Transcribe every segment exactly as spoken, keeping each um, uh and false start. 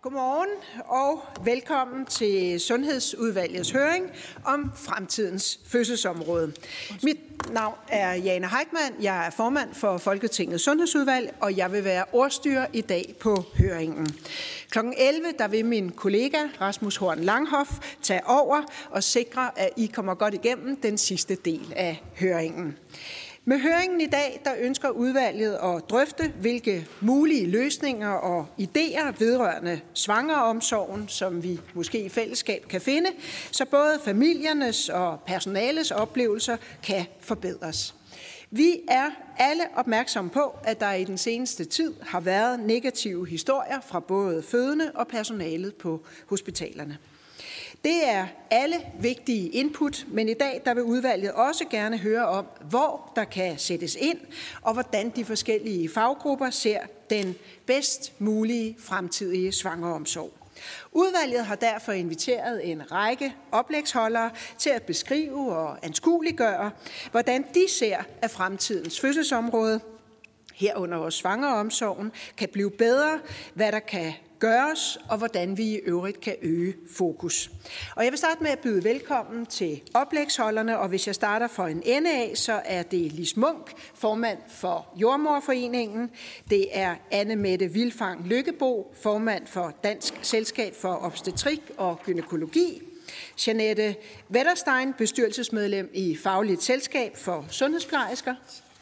Godmorgen og velkommen til Sundhedsudvalgets høring om fremtidens fødselsområde. Mit navn er Jane Heitmann, jeg er formand for Folketingets Sundhedsudvalg, og jeg vil være ordstyrer i dag på høringen. klokken elleve der vil min kollega Rasmus Horn Langhoff tage over og sikre, at I kommer godt igennem den sidste del af høringen. Med høringen i dag, der ønsker udvalget at drøfte, hvilke mulige løsninger og idéer vedrørende svangreomsorgen, som vi måske i fællesskab kan finde, så både familiernes og personalets oplevelser kan forbedres. Vi er alle opmærksomme på, at der i den seneste tid har været negative historier fra både fødende og personalet på hospitalerne. Det er alle vigtige input, men i dag der vil udvalget også gerne høre om, hvor der kan sættes ind, og hvordan de forskellige faggrupper ser den bedst mulige fremtidige svangreomsorg. Udvalget har derfor inviteret en række oplægsholdere til at beskrive og anskueliggøre, hvordan de ser, at fremtidens fødselsområde, herunder også svangreomsorgen, kan blive bedre, hvad der kan gøres, og hvordan vi i øvrigt kan øge fokus. Og jeg vil starte med at byde velkommen til oplægsholderne, og hvis jeg starter for en ende af, så er det Lis Munk, formand for Jordemoderforeningen. Det er Anne Mette Vilfang Lykkebo, formand for Dansk Selskab for Obstetrik og Gynækologi. Jeanette Wetterstein, bestyrelsesmedlem i Fagligt Selskab for Sundhedsplejersker.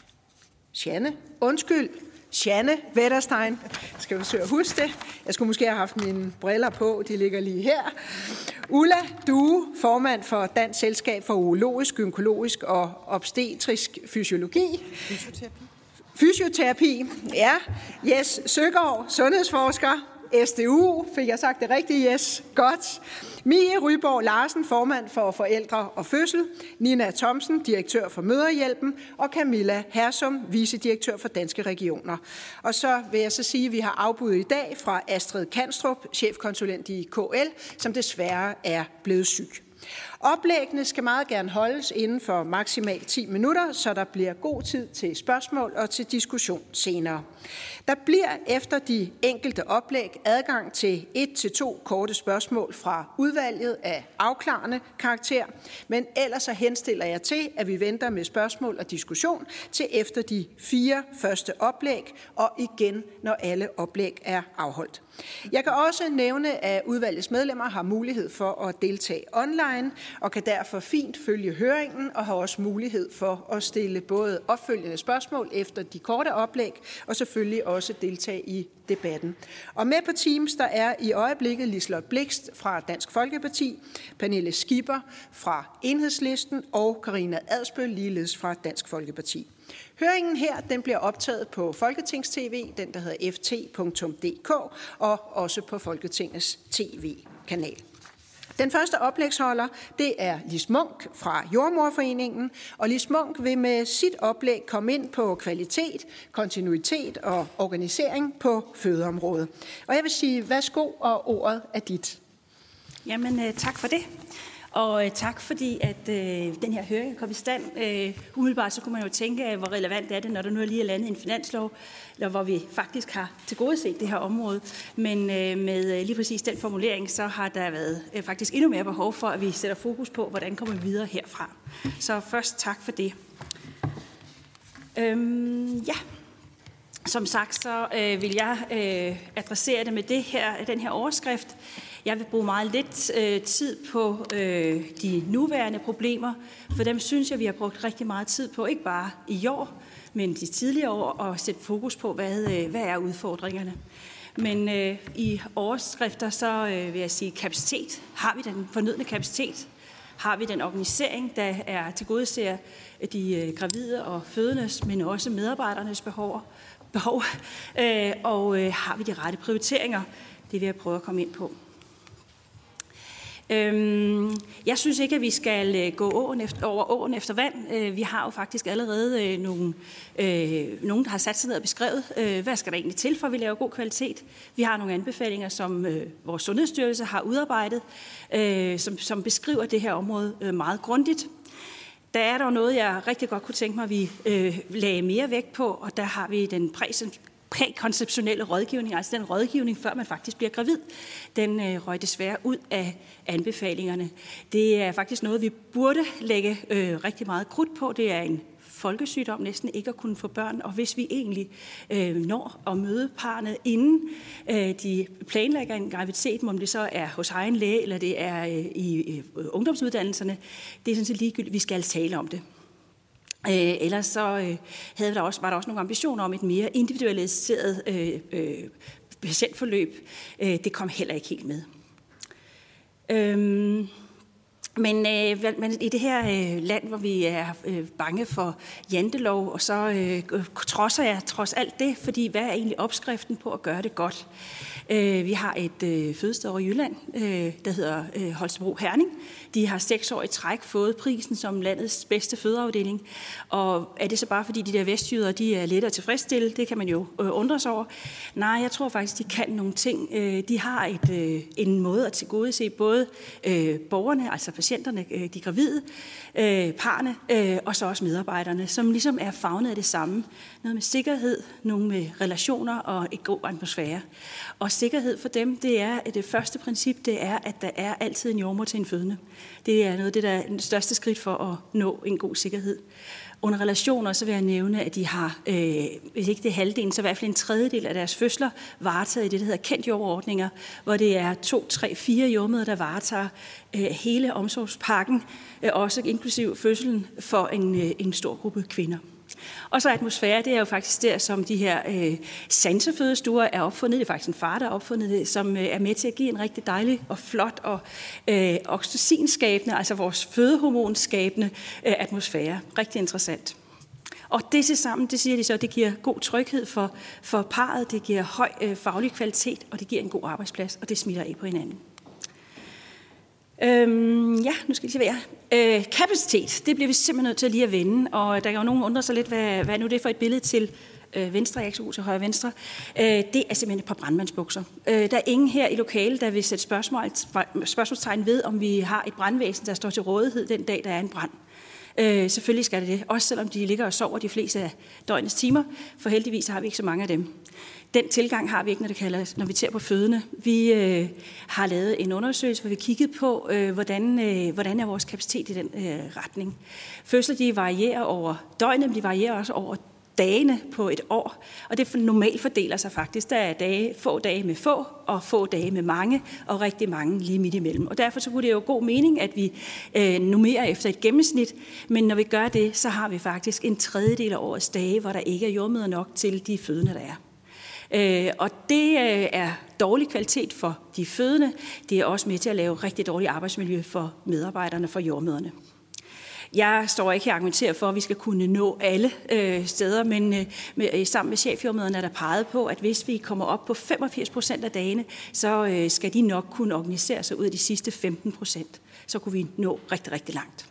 Janne, undskyld. Janne Wetterstein. Skal vi søge at huske det? Jeg skulle måske have haft mine briller på, de ligger lige her. Ulla Due, formand for Dansk Selskab for Urologisk, Gynækologisk og Obstetrisk Fysiologi. Fysioterapi. Fysioterapi, ja. Jes Søgaard, sundhedsforsker. S D U, fik jeg sagt det rigtigt, Jes? Godt. Mie Ryborg Larsen, formand for Forældre og Fødsel. Nina Thomsen, direktør for Mødrehjælpen. Og Camilla Hersum, vicedirektør for Danske Regioner. Og så vil jeg så sige, at vi har afbud i dag fra Astrid Kanstrup, chefkonsulent i K L, som desværre er blevet syg. Oplæggene skal meget gerne holdes inden for maksimalt ti minutter, så der bliver god tid til spørgsmål og til diskussion senere. Der bliver efter de enkelte oplæg adgang til et til to korte spørgsmål fra udvalget af afklarende karakter, men ellers så henstiller jeg til, at vi venter med spørgsmål og diskussion til efter de fire første oplæg, og igen, når alle oplæg er afholdt. Jeg kan også nævne, at udvalgets medlemmer har mulighed for at deltage online, og kan derfor fint følge høringen, og har også mulighed for at stille både opfølgende spørgsmål efter de korte oplæg, og selvfølgelig også deltage i debatten. Og med på Teams, der er i øjeblikket Liselott Blixt fra Dansk Folkeparti, Pernille Skipper fra Enhedslisten og Karina Adsbøl ligeledes fra Dansk Folkeparti. Høringen her, den bliver optaget på Folketings T V, den der hedder f t punktum d k, og også på Folketingets T V-kanal. Den første oplægsholder, det er Lis Munk fra Jordemoderforeningen, og Lis Munk vil med sit oplæg komme ind på kvalitet, kontinuitet og organisering på fødeområdet. Og jeg vil sige, værsgo, og ordet er dit. Jamen, tak for det. Og tak fordi, at øh, den her høring kom i stand. Øh, umiddelbart så kunne man jo tænke, hvor relevant er det, når der nu er lige er landet en finanslov, hvor vi faktisk har tilgodeset det her område. Men øh, med lige præcis den formulering, så har der været øh, faktisk endnu mere behov for, at vi sætter fokus på, hvordan kommer vi videre herfra. Så først tak for det. Øhm, ja. Som sagt, så øh, vil jeg øh, adressere det med det her, den her overskrift. Jeg vil bruge meget lidt øh, tid på øh, de nuværende problemer, for dem synes jeg, vi har brugt rigtig meget tid på, ikke bare i år, men de tidligere år, at sætte fokus på, hvad, øh, hvad er udfordringerne. Men øh, i overskrifter, så øh, vil jeg sige kapacitet. Har vi den fornødne kapacitet? Har vi den organisering, der er tilgodeser de øh, gravide og fødendes, men også medarbejdernes behov? behov? Øh, og øh, har vi de rette prioriteringer? Det vil jeg prøve at komme ind på. Jeg synes ikke, at vi skal gå åen efter, over åen efter vand. Vi har jo faktisk allerede nogle, nogen, der har sat sig ned og beskrevet, hvad skal der egentlig til, for at vi laver god kvalitet. Vi har nogle anbefalinger, som vores Sundhedsstyrelse har udarbejdet, som, som beskriver det her område meget grundigt. Der er der noget, jeg rigtig godt kunne tænke mig, at vi lagde mere vægt på, og der har vi den prækonceptionelle rådgivning, altså den rådgivning, før man faktisk bliver gravid, den øh, røg desværre ud af anbefalingerne. Det er faktisk noget, vi burde lægge øh, rigtig meget krudt på. Det er en folkesygdom næsten ikke at kunne få børn, og hvis vi egentlig øh, når at møde parrene, inden øh, de planlægger en graviditet, om det så er hos egen læge, eller det er øh, i øh, ungdomsuddannelserne, det er sådan set ligegyldigt, vi skal tale om det. Øh, ellers så øh, havde der også, var der også nogle ambitioner om et mere individualiseret øh, øh, patientforløb. Øh, det kom heller ikke helt med. Øh, Men, øh, men i det her øh, land, hvor vi er øh, bange for jantelov, og så øh, trodser jeg trods alt det, fordi hvad er egentlig opskriften på at gøre det godt? Øh, vi har et øh, fødested over i Jylland, øh, der hedder øh, Holstebro Herning. De har seks år i træk fået prisen som landets bedste fødeafdeling. Og er det så bare fordi de der vestjyder, de er lettere tilfredsstille? Det kan man jo øh, undre sig over. Nej, jeg tror faktisk, de kan nogle ting. Øh, de har et, øh, en måde at tilgodese både øh, borgerne, altså patienterne, øh, de gravide, øh, parerne, øh, og så også medarbejderne, som ligesom er favnet af det samme. Noget med sikkerhed, nogle med relationer og et god atmosfære. Og sikkerhed for dem, det er det første princip, det er, at der er altid en jordemoder til en fødende. Det er noget af det, der er den største skridt for at nå en god sikkerhed. Under relationer, så vil jeg nævne, at de har, øh, hvis ikke det er halvdelen, så i hvert fald en tredjedel af deres fødsler varetaget i det, der hedder kendt jordordninger, hvor det er to, tre, fire jordemødre, der varetager øh, hele omsorgspakken, øh, også inklusiv fødslen for en, øh, en stor gruppe kvinder. Og så atmosfære, det er jo faktisk der, som de her øh, sansefødestuer er opfundet. Det er faktisk en far, der er opfundet det, som øh, er med til at give en rigtig dejlig og flot og øh, oxytocinskabende, altså vores fødehormonskabende øh, atmosfære. Rigtig interessant. Og det til sammen, det siger de så, det giver god tryghed for, for parret, det giver høj øh, faglig kvalitet, og det giver en god arbejdsplads, og det smitter af på hinanden. Øhm, ja, nu skal vi se, hvad jeg øh, kapacitet, det bliver vi simpelthen nødt til lige at vende, og der er jo nogen, der undrer sig lidt, hvad, hvad nu det er for et billede til øh, venstre, jeg ikke til højre venstre. Øh, det er simpelthen et par brandmandsbukser. Øh, der er ingen her i lokalet, der vil sætte spørgsmål, spørgsmålstegn ved, om vi har et brandvæsen, der står til rådighed den dag, der er en brand. Øh, selvfølgelig skal det det, også selvom de ligger og sover de fleste af døgnets timer, for heldigvis har vi ikke så mange af dem. Den tilgang har vi ikke, når, det kalder, når vi ser på fødende. Vi øh, har lavet en undersøgelse, hvor vi kiggede på, øh, hvordan, øh, hvordan er vores kapacitet i den øh, retning. Fødsler, de varierer over døgnet, men de varierer også over dagene på et år, og det normalt fordeler sig faktisk. Der er dage, få dage med få, og få dage med mange, og rigtig mange lige midt imellem. Og derfor så kunne det jo god mening, at vi øh, nummerer efter et gennemsnit, men når vi gør det, så har vi faktisk en tredjedel af årets dage, hvor der ikke er jordemødre nok til de fødende, der er. Øh, og det øh, er dårlig kvalitet for de fødende. Det er også med til at lave rigtig dårligt arbejdsmiljø for medarbejderne, for jordemødrene. Jeg står ikke her og argumenterer for, at vi skal kunne nå alle øh, steder, men øh, med, sammen med chefjordemødrene er der peget på, at hvis vi kommer op på femogfirs procent af dagene, så øh, skal de nok kunne organisere sig ud af de sidste femten procent. Så kunne vi nå rigtig, rigtig langt.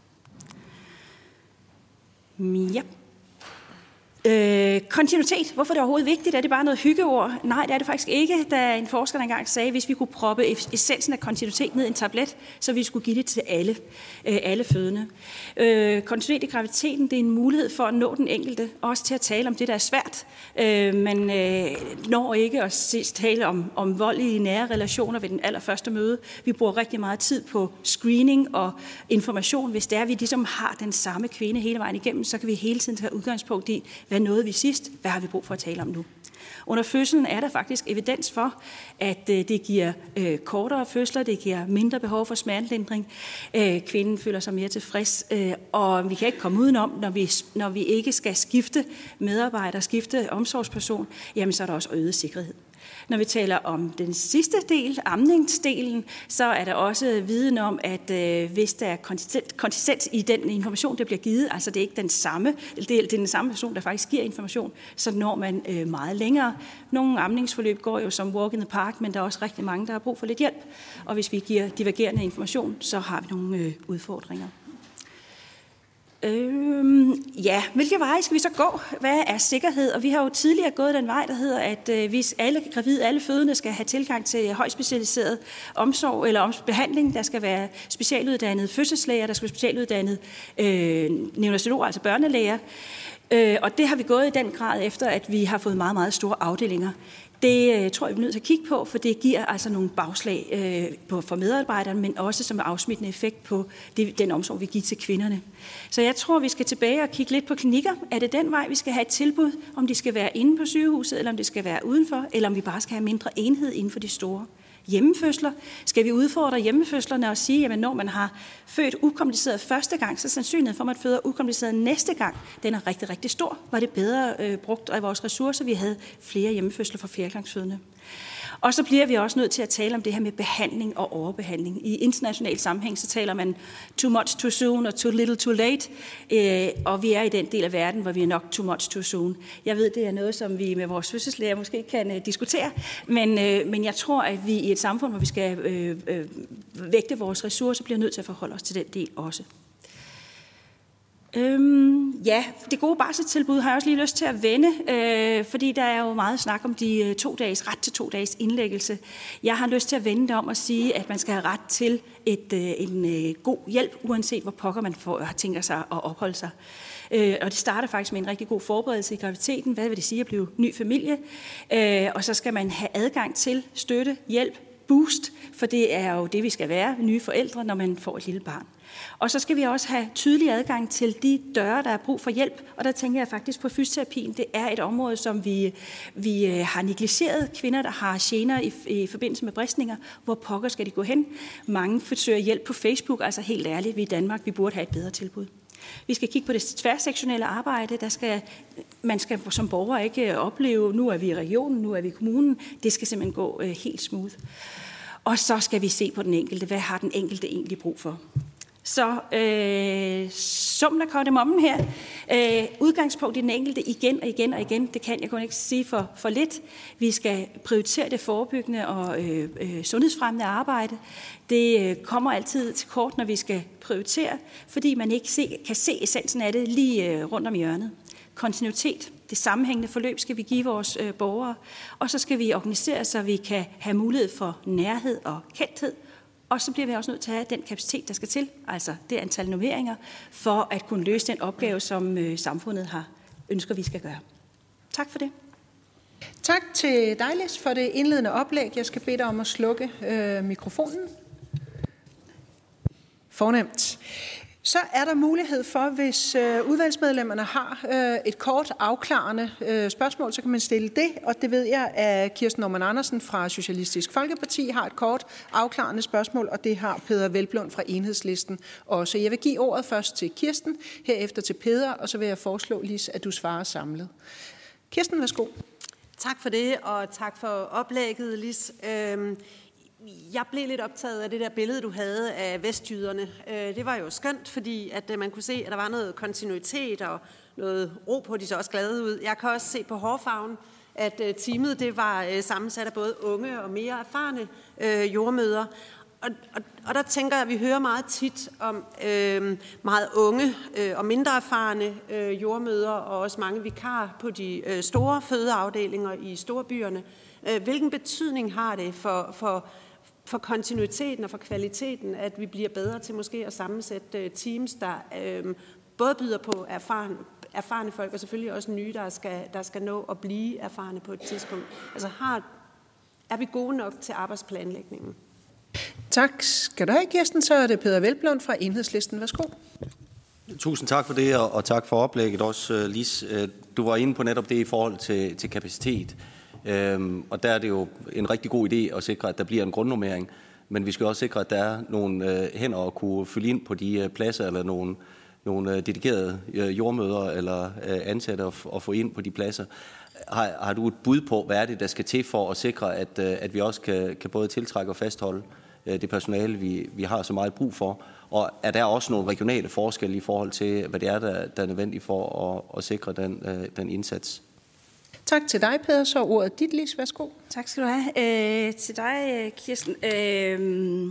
Ja. Øh, kontinuitet. Hvorfor er det overhovedet vigtigt? Er det bare noget hyggeord? Nej, det er det faktisk ikke. Da en forsker engang sagde, at hvis vi kunne proppe essensen af kontinuitet ned i en tablet, så vi skulle give det til alle, øh, alle fødende. Øh, kontinuitet i graviditeten, det er en mulighed for at nå den enkelte, også til at tale om det, der er svært. Øh, man øh, når ikke at se, tale om, om vold i nære relationer ved den allerførste møde. Vi bruger rigtig meget tid på screening og information. Hvis det er, at vi ligesom har den samme kvinde hele vejen igennem, så kan vi hele tiden tage udgangspunkt i, hvad nåede vi sidst? Hvad har vi brug for at tale om nu? Under fødslen er der faktisk evidens for, at det giver øh, kortere fødsler, det giver mindre behov for smertelindring. Øh, kvinden føler sig mere tilfreds, øh, og vi kan ikke komme udenom, når vi, når vi ikke skal skifte medarbejder, skifte omsorgsperson, jamen så er der også øget sikkerhed. Når vi taler om den sidste del, amningsdelen, så er der også viden om, at øh, hvis der er konsistens i den information, der bliver givet, altså det er ikke den samme, det er den samme person, der faktisk giver information, så når man øh, meget længere. Nogle amningsforløb går jo som walk in the park, men der er også rigtig mange, der har brug for lidt hjælp. Og hvis vi giver divergerende information, så har vi nogle øh, udfordringer. Øhm, ja, hvilke veje skal vi så gå? Hvad er sikkerhed? Og vi har jo tidligere gået den vej, der hedder, at øh, hvis alle gravide, alle fødende skal have tilgang til højt specialiseret omsorg eller behandling. Der skal være specialuddannede fødselslæger, der skal være specialuddannede øh, neonatologer, altså børnelæger. Øh, og det har vi gået i den grad efter, at vi har fået meget, meget store afdelinger. Det øh, tror jeg, vi er nødt til at kigge på, for det giver altså nogle bagslag øh, på, for medarbejderne, men også som en afsmittende effekt på det, den omsorg, vi giver til kvinderne. Så jeg tror, vi skal tilbage og kigge lidt på klinikker. Er det den vej, vi skal have et tilbud, om de skal være inde på sygehuset, eller om det skal være udenfor, eller om vi bare skal have mindre enhed inden for de store hjemmefødsler? Skal vi udfordre hjemmefødslerne og sige, at når man har født ukompliceret første gang, så sandsynligheden for, at man føder ukompliceret næste gang, den er rigtig, rigtig stor. Var det bedre øh, brugt af vores ressourcer, vi havde flere hjemmefødsler for fjerdegangsfødende? Og så bliver vi også nødt til at tale om det her med behandling og overbehandling. I international sammenhæng så taler man too much too soon og too little too late, øh, og vi er i den del af verden, hvor vi er nok too much too soon. Jeg ved, det er noget, som vi med vores fødselslæger måske kan øh, diskutere, men, øh, men jeg tror, at vi i et samfund, hvor vi skal øh, øh, vægte vores ressourcer, bliver nødt til at forholde os til den del også. Øhm, ja, det gode barselstilbud har jeg også lige lyst til at vende, øh, fordi der er jo meget snak om de øh, to dages ret til to dages indlæggelse. Jeg har lyst til at vende det om at sige, at man skal have ret til et, øh, en øh, god hjælp, uanset hvor pokker man får, har tænkt sig at opholde sig. Øh, og det starter faktisk med en rigtig god forberedelse i graviditeten. Hvad vil det sige at blive ny familie? Øh, og så skal man have adgang til støtte, hjælp, boost, for det er jo det, vi skal være, nye forældre, når man får et lille barn. Og så skal vi også have tydelig adgang til de døre, der er brug for hjælp. Og der tænker jeg faktisk på fysioterapien. Det er et område, som vi, vi har negligeret. Kvinder, der har gener i, i forbindelse med bristninger. Hvor pokker skal de gå hen? Mange forsøger hjælp på Facebook. Altså helt ærligt, vi i Danmark, vi burde have et bedre tilbud. Vi skal kigge på det tværsektionelle arbejde. Der skal, man skal som borger ikke opleve, nu er vi i regionen, nu er vi i kommunen. Det skal simpelthen gå uh, helt smooth. Og så skal vi se på den enkelte. Hvad har den enkelte egentlig brug for? Så øh, summen af kardemommen her, øh, udgangspunkt i den enkelte igen og igen og igen, det kan jeg kun ikke sige for, for lidt. Vi skal prioritere det forebyggende og øh, øh, sundhedsfremmende arbejde. Det øh, kommer altid til kort, når vi skal prioritere, fordi man ikke se, kan se essensen af det lige øh, rundt om hjørnet. Kontinuitet, det sammenhængende forløb skal vi give vores øh, borgere, og så skal vi organisere, så vi kan have mulighed for nærhed og kendthed. Og så bliver vi også nødt til at have den kapacitet, der skal til, altså det antal normeringer, for at kunne løse den opgave, som øh, samfundet har ønsker, vi skal gøre. Tak for det. Tak til dig, Lis, for det indledende oplæg. Jeg skal bede dig om at slukke øh, mikrofonen. Fornemt. Så er der mulighed for, hvis øh, udvalgsmedlemmerne har øh, et kort afklarende øh, spørgsmål, så kan man stille det. Og det ved jeg, at Kirsten Normann Andersen fra Socialistisk Folkeparti har et kort afklarende spørgsmål, og det har Peder Hvelplund fra Enhedslisten også. Jeg vil give ordet først til Kirsten, herefter til Peder, og så vil jeg foreslå, Lis, at du svarer samlet. Kirsten, værsgo. Tak for det, og tak for oplægget, Lis. Øhm Jeg blev lidt optaget af det der billede, du havde af vestjyderne. Det var jo skønt, fordi at man kunne se, at der var noget kontinuitet og noget ro på, de så også glade ud. Jeg kan også se på hårfarven, at teamet det var sammensat af både unge og mere erfarne jordmødre. Og, og, og der tænker jeg, at vi hører meget tit om øh, meget unge øh, og mindre erfarne øh, jordmødre og også mange vikarer på de øh, store fødeafdelinger i storbyerne. Øh, hvilken betydning har det for, for, for kontinuiteten og for kvaliteten, at vi bliver bedre til måske at sammensætte øh, teams, der øh, både byder på erfaren, erfarne folk og selvfølgelig også nye, der skal, der skal nå at blive erfarne på et tidspunkt. Altså har, er vi gode nok til arbejdsplanlægningen? Tak skal du have, Kirsten. Så er det Peder Hvelplund fra Enhedslisten. Værsgo. Tusind tak for det, og tak for oplægget også, Lis. Du var inde på netop det i forhold til, til kapacitet. Øhm, og der er det jo en rigtig god idé at sikre, at der bliver en grundnormering. Men vi skal også sikre, at der er nogle øh, hænder at kunne fylde ind på de øh, pladser, eller nogle, nogle øh, dedikerede øh, jordmødre eller øh, ansatte at, at få ind på de pladser. Har, har du et bud på, hvad er det, der skal til for at sikre, at, øh, at vi også kan, kan både tiltrække og fastholde øh, det personale, vi, vi har så meget brug for? Og er der også nogle regionale forskelle i forhold til, hvad det er, der, der er nødvendigt for at, at sikre den, øh, den indsats? Tak til dig, Peder. Så ordet dit, Lis. Værsgo. Tak skal du have. Øh, til dig, Kirsten. Øh,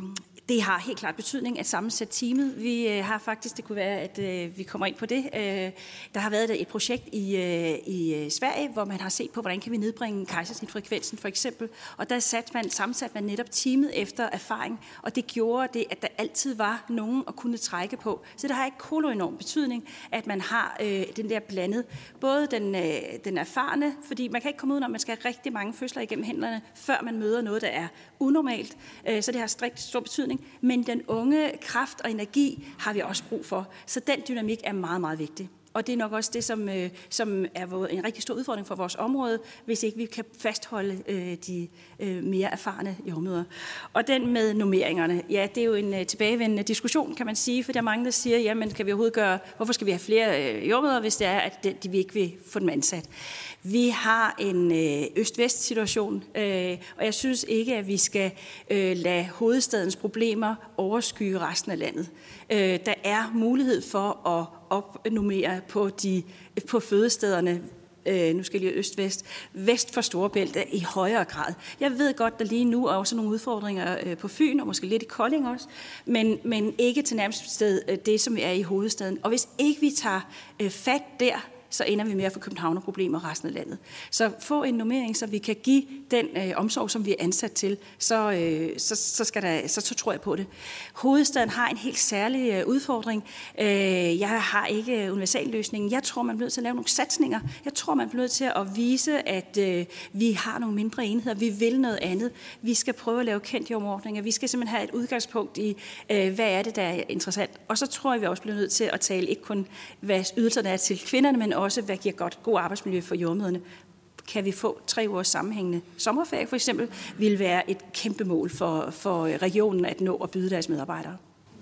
Det har helt klart betydning at sammensætte teamet. Vi øh, har faktisk, det kunne være, at øh, vi kommer ind på det. Øh, der har været et projekt i, øh, i Sverige, hvor man har set på, hvordan kan vi nedbringe kejsersnitfrekvensen for eksempel. Og der satte man, sammensatte man netop teamet efter erfaring, og det gjorde det, at der altid var nogen at kunne trække på. Så det har ikke koloenorm betydning, at man har øh, den der blandet. Både den, øh, den erfarne, fordi man kan ikke komme ud, når man skal have rigtig mange fødsler igennem hænderne, før man møder noget, der er unormalt. Øh, så det har strikt stor betydning. Men den unge kraft og energi har vi også brug for. Så den dynamik er meget, meget vigtig. Og det er nok også det, som, øh, som er en rigtig stor udfordring for vores område, hvis ikke vi kan fastholde øh, de øh, mere erfarne jordmødre. Og den med nummeringerne, ja, det er jo en øh, tilbagevendende diskussion, kan man sige, for der er mange, der siger, jamen kan vi overhovedet gøre, hvorfor skal vi have flere øh, jordmødre, hvis det er, at de, de vi ikke vil få dem ansat. Vi har en øh, øst-vest-situation, øh, og jeg synes ikke, at vi skal øh, lade hovedstadens problemer overskygge resten af landet. Øh, der er mulighed for at opnummere på, de, på fødestederne, øh, nu skal jeg lige øst-vest, vest for Storebælt i højere grad. Jeg ved godt, der lige nu er også nogle udfordringer øh, på Fyn, og måske lidt i Kolding også, men, men ikke til nærmest sted øh, det, som er i hovedstaden. Og hvis ikke vi tager øh, fat der, så ender vi med at få københavnerproblemer resten af landet. Så få en normering, så vi kan give den øh, omsorg, som vi er ansat til, så, øh, så, så, skal der, så, så tror jeg på det. Hovedstaden har en helt særlig øh, udfordring. Øh, jeg har ikke universalløsningen. Jeg tror, man bliver nødt til at lave nogle satsninger. Jeg tror, man bliver nødt til at vise, at øh, vi har nogle mindre enheder. Vi vil noget andet. Vi skal prøve at lave kendtjordmordninger. Vi skal simpelthen have et udgangspunkt i, øh, hvad er det, der er interessant. Og så tror jeg, vi også bliver nødt til at tale ikke kun, hvad ydelserne er til kvinderne, men også, hvad giver godt god arbejdsmiljø for jordmødrene. Kan vi få tre ugers sammenhængende sommerferie for eksempel, vil være et kæmpe mål for, for regionen at nå at byde deres medarbejdere.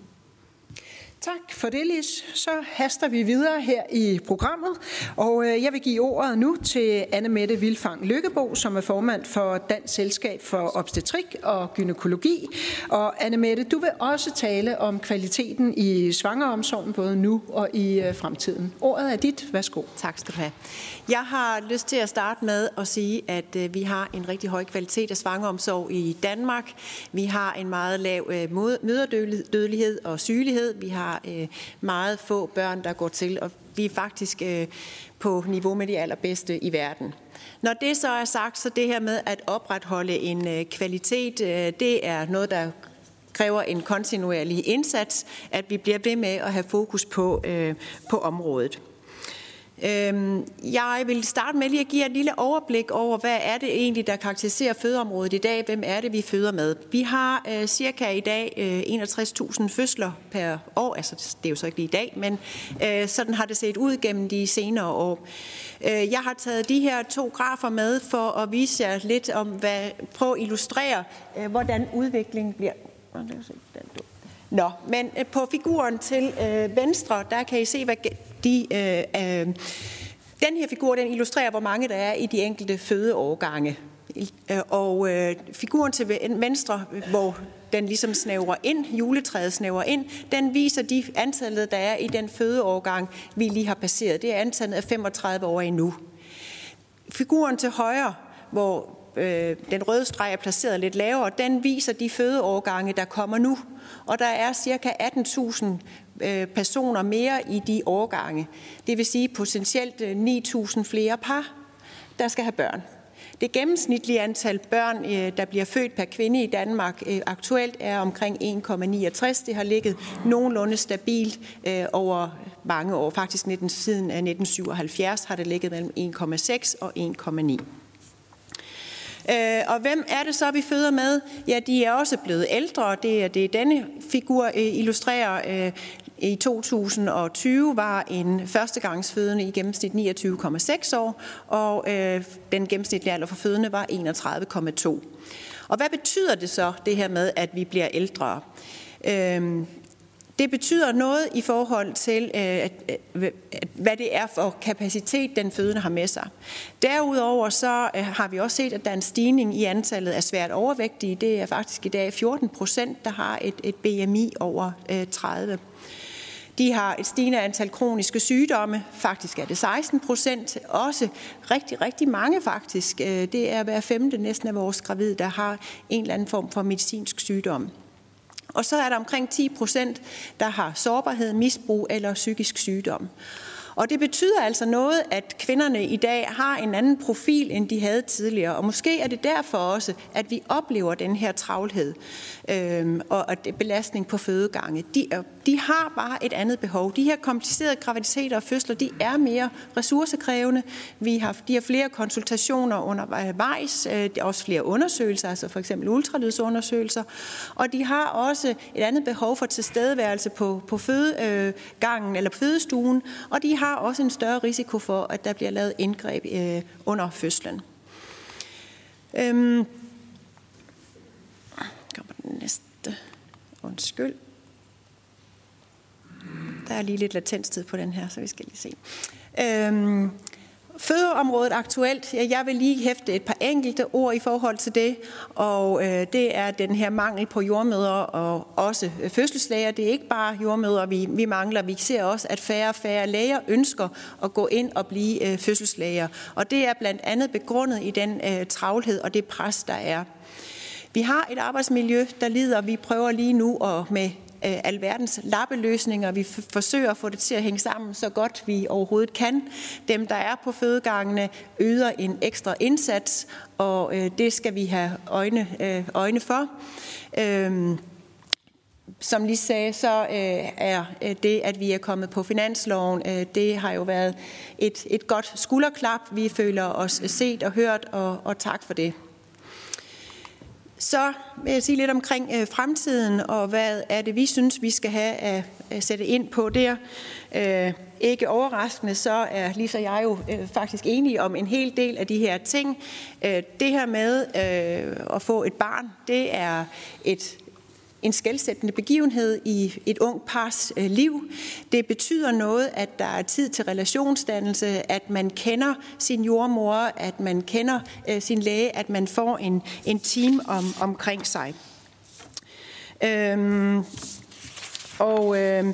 Tak for det, Lis. Så haster vi videre her i programmet, og jeg vil give ordet nu til Anne-Mette Vilfang Lykkebo, som er formand for Dansk Selskab for Obstetrik og Gynækologi. Og Anne-Mette, du vil også tale om kvaliteten i svangreomsorgen, både nu og i fremtiden. Ordet er dit. Værsgo. Tak skal du have. Jeg har lyst til at starte med at sige, at vi har en rigtig høj kvalitet af svangreomsorg i Danmark. Vi har en meget lav mødredødelighed og sygelighed. Vi har meget få børn, der går til, og vi er faktisk på niveau med de allerbedste i verden. Når det så er sagt, så det her med at opretholde en kvalitet, det er noget, der kræver en kontinuerlig indsats, at vi bliver ved med at have fokus på, på området. Jeg vil starte med lige at give et lille overblik over, hvad er det egentlig, der karakteriserer fødeområdet i dag. Hvem er det, vi føder med? Vi har øh, cirka i dag øh, enogtres tusind fødsler per år. Altså, det er jo så ikke lige i dag, men øh, sådan har det set ud gennem de senere år. Øh, jeg har taget de her to grafer med for at vise jer lidt om, hvad, prøve at illustrere, øh, hvordan udviklingen bliver. Nå, men på figuren til øh, venstre, der kan I se, hvad de, øh, øh, den her figur, den illustrerer, hvor mange der er i de enkelte fødeårgange. Og øh, figuren til venstre, hvor den ligesom snævrer ind, juletræet snævrer ind, den viser de antallet, der er i den fødeårgang, vi lige har passeret. Det er antallet af femogtredive år endnu. Figuren til højre, hvor øh, den røde streg er placeret lidt lavere, den viser de fødeårgange, der kommer nu. Og der er ca. atten tusind øh, personer mere i de årgange. Det vil sige potentielt øh, ni tusind flere par, der skal have børn. Det gennemsnitlige antal børn, øh, der bliver født per kvinde i Danmark øh, aktuelt, er omkring en komma niogtres. Det har ligget nogenlunde stabilt øh, over mange år. Faktisk siden nitten syvoghalvfjerds har det ligget mellem en komma seks og en komma ni. Og hvem er det så, vi føder med? Ja, de er også blevet ældre. Det er det, denne figur illustrerer. I to tusind og tyve var en førstegangsfødende i gennemsnit niogtyve komma seks år, og den gennemsnitlige alder for fødende var enogtredive komma to. Og hvad betyder det så, det her med, at vi bliver ældre? Det betyder noget i forhold til, hvad det er for kapacitet, den fødende har med sig. Derudover så har vi også set, at der er en stigning i antallet af svært overvægtige. Det er faktisk i dag fjorten procent, der har et, et B M I over tredive. De har et stigende antal kroniske sygdomme. Faktisk er det seksten procent. Også rigtig, rigtig mange faktisk. Det er hver femte næsten af vores gravide, der har en eller anden form for medicinsk sygdom. Og så er der omkring ti procent, der har sårbarhed, misbrug eller psykisk sygdom. Og det betyder altså noget, at kvinderne i dag har en anden profil, end de havde tidligere. Og måske er det derfor også, at vi oplever den her travlhed øhm, og belastning på fødegange. De, de har bare et andet behov. De her komplicerede graviditeter og fødsler, de er mere ressourcekrævende. Vi har, de har flere konsultationer undervejs, øh, også flere undersøgelser, altså for eksempel ultralydsundersøgelser. Og de har også et andet behov for tilstedeværelse på, på fødegangen eller fødestuen, og de har også en større risiko for, at der bliver lavet indgreb øh, under fødslen. Øhm. Kommer den næste. Undskyld. Der er lige lidt latenstid på den her, så vi skal lige se. Øhm. Fødeområdet aktuelt, jeg vil lige hæfte et par enkelte ord i forhold til det, og øh, det er den her mangel på jordmødre og også fødselslæger. Det er ikke bare jordmødre, vi, vi mangler. Vi ser også, at færre og færre læger ønsker at gå ind og blive øh, fødselslæger, og det er blandt andet begrundet i den øh, travlhed og det pres, der er. Vi har et arbejdsmiljø, der lider. Vi prøver lige nu at med alverdens lappeløsninger. Vi forsøger at få det til at hænge sammen så godt vi overhovedet kan. Dem, der er på fødegangene, yder en ekstra indsats, og øh, det skal vi have øjne, øh, øjne for. Øhm, Som lige sagde, så øh, er det, at vi er kommet på finansloven, øh, det har jo været et, et godt skulderklap. Vi føler os set og hørt, og, og tak for det. Så vil jeg sige lidt omkring øh, fremtiden, og hvad er det, vi synes, vi skal have at, at sætte ind på der. Øh, ikke overraskende, så er Lise og jeg jo øh, faktisk enige om en hel del af de her ting. Øh, det her med øh, at få et barn, det er et en skelsættende begivenhed i et ung pars øh, liv. Det betyder noget, at der er tid til relationsdannelse, at man kender sin jordmor, at man kender øh, sin læge, at man får en, en team om, omkring sig. Øhm, og øhm,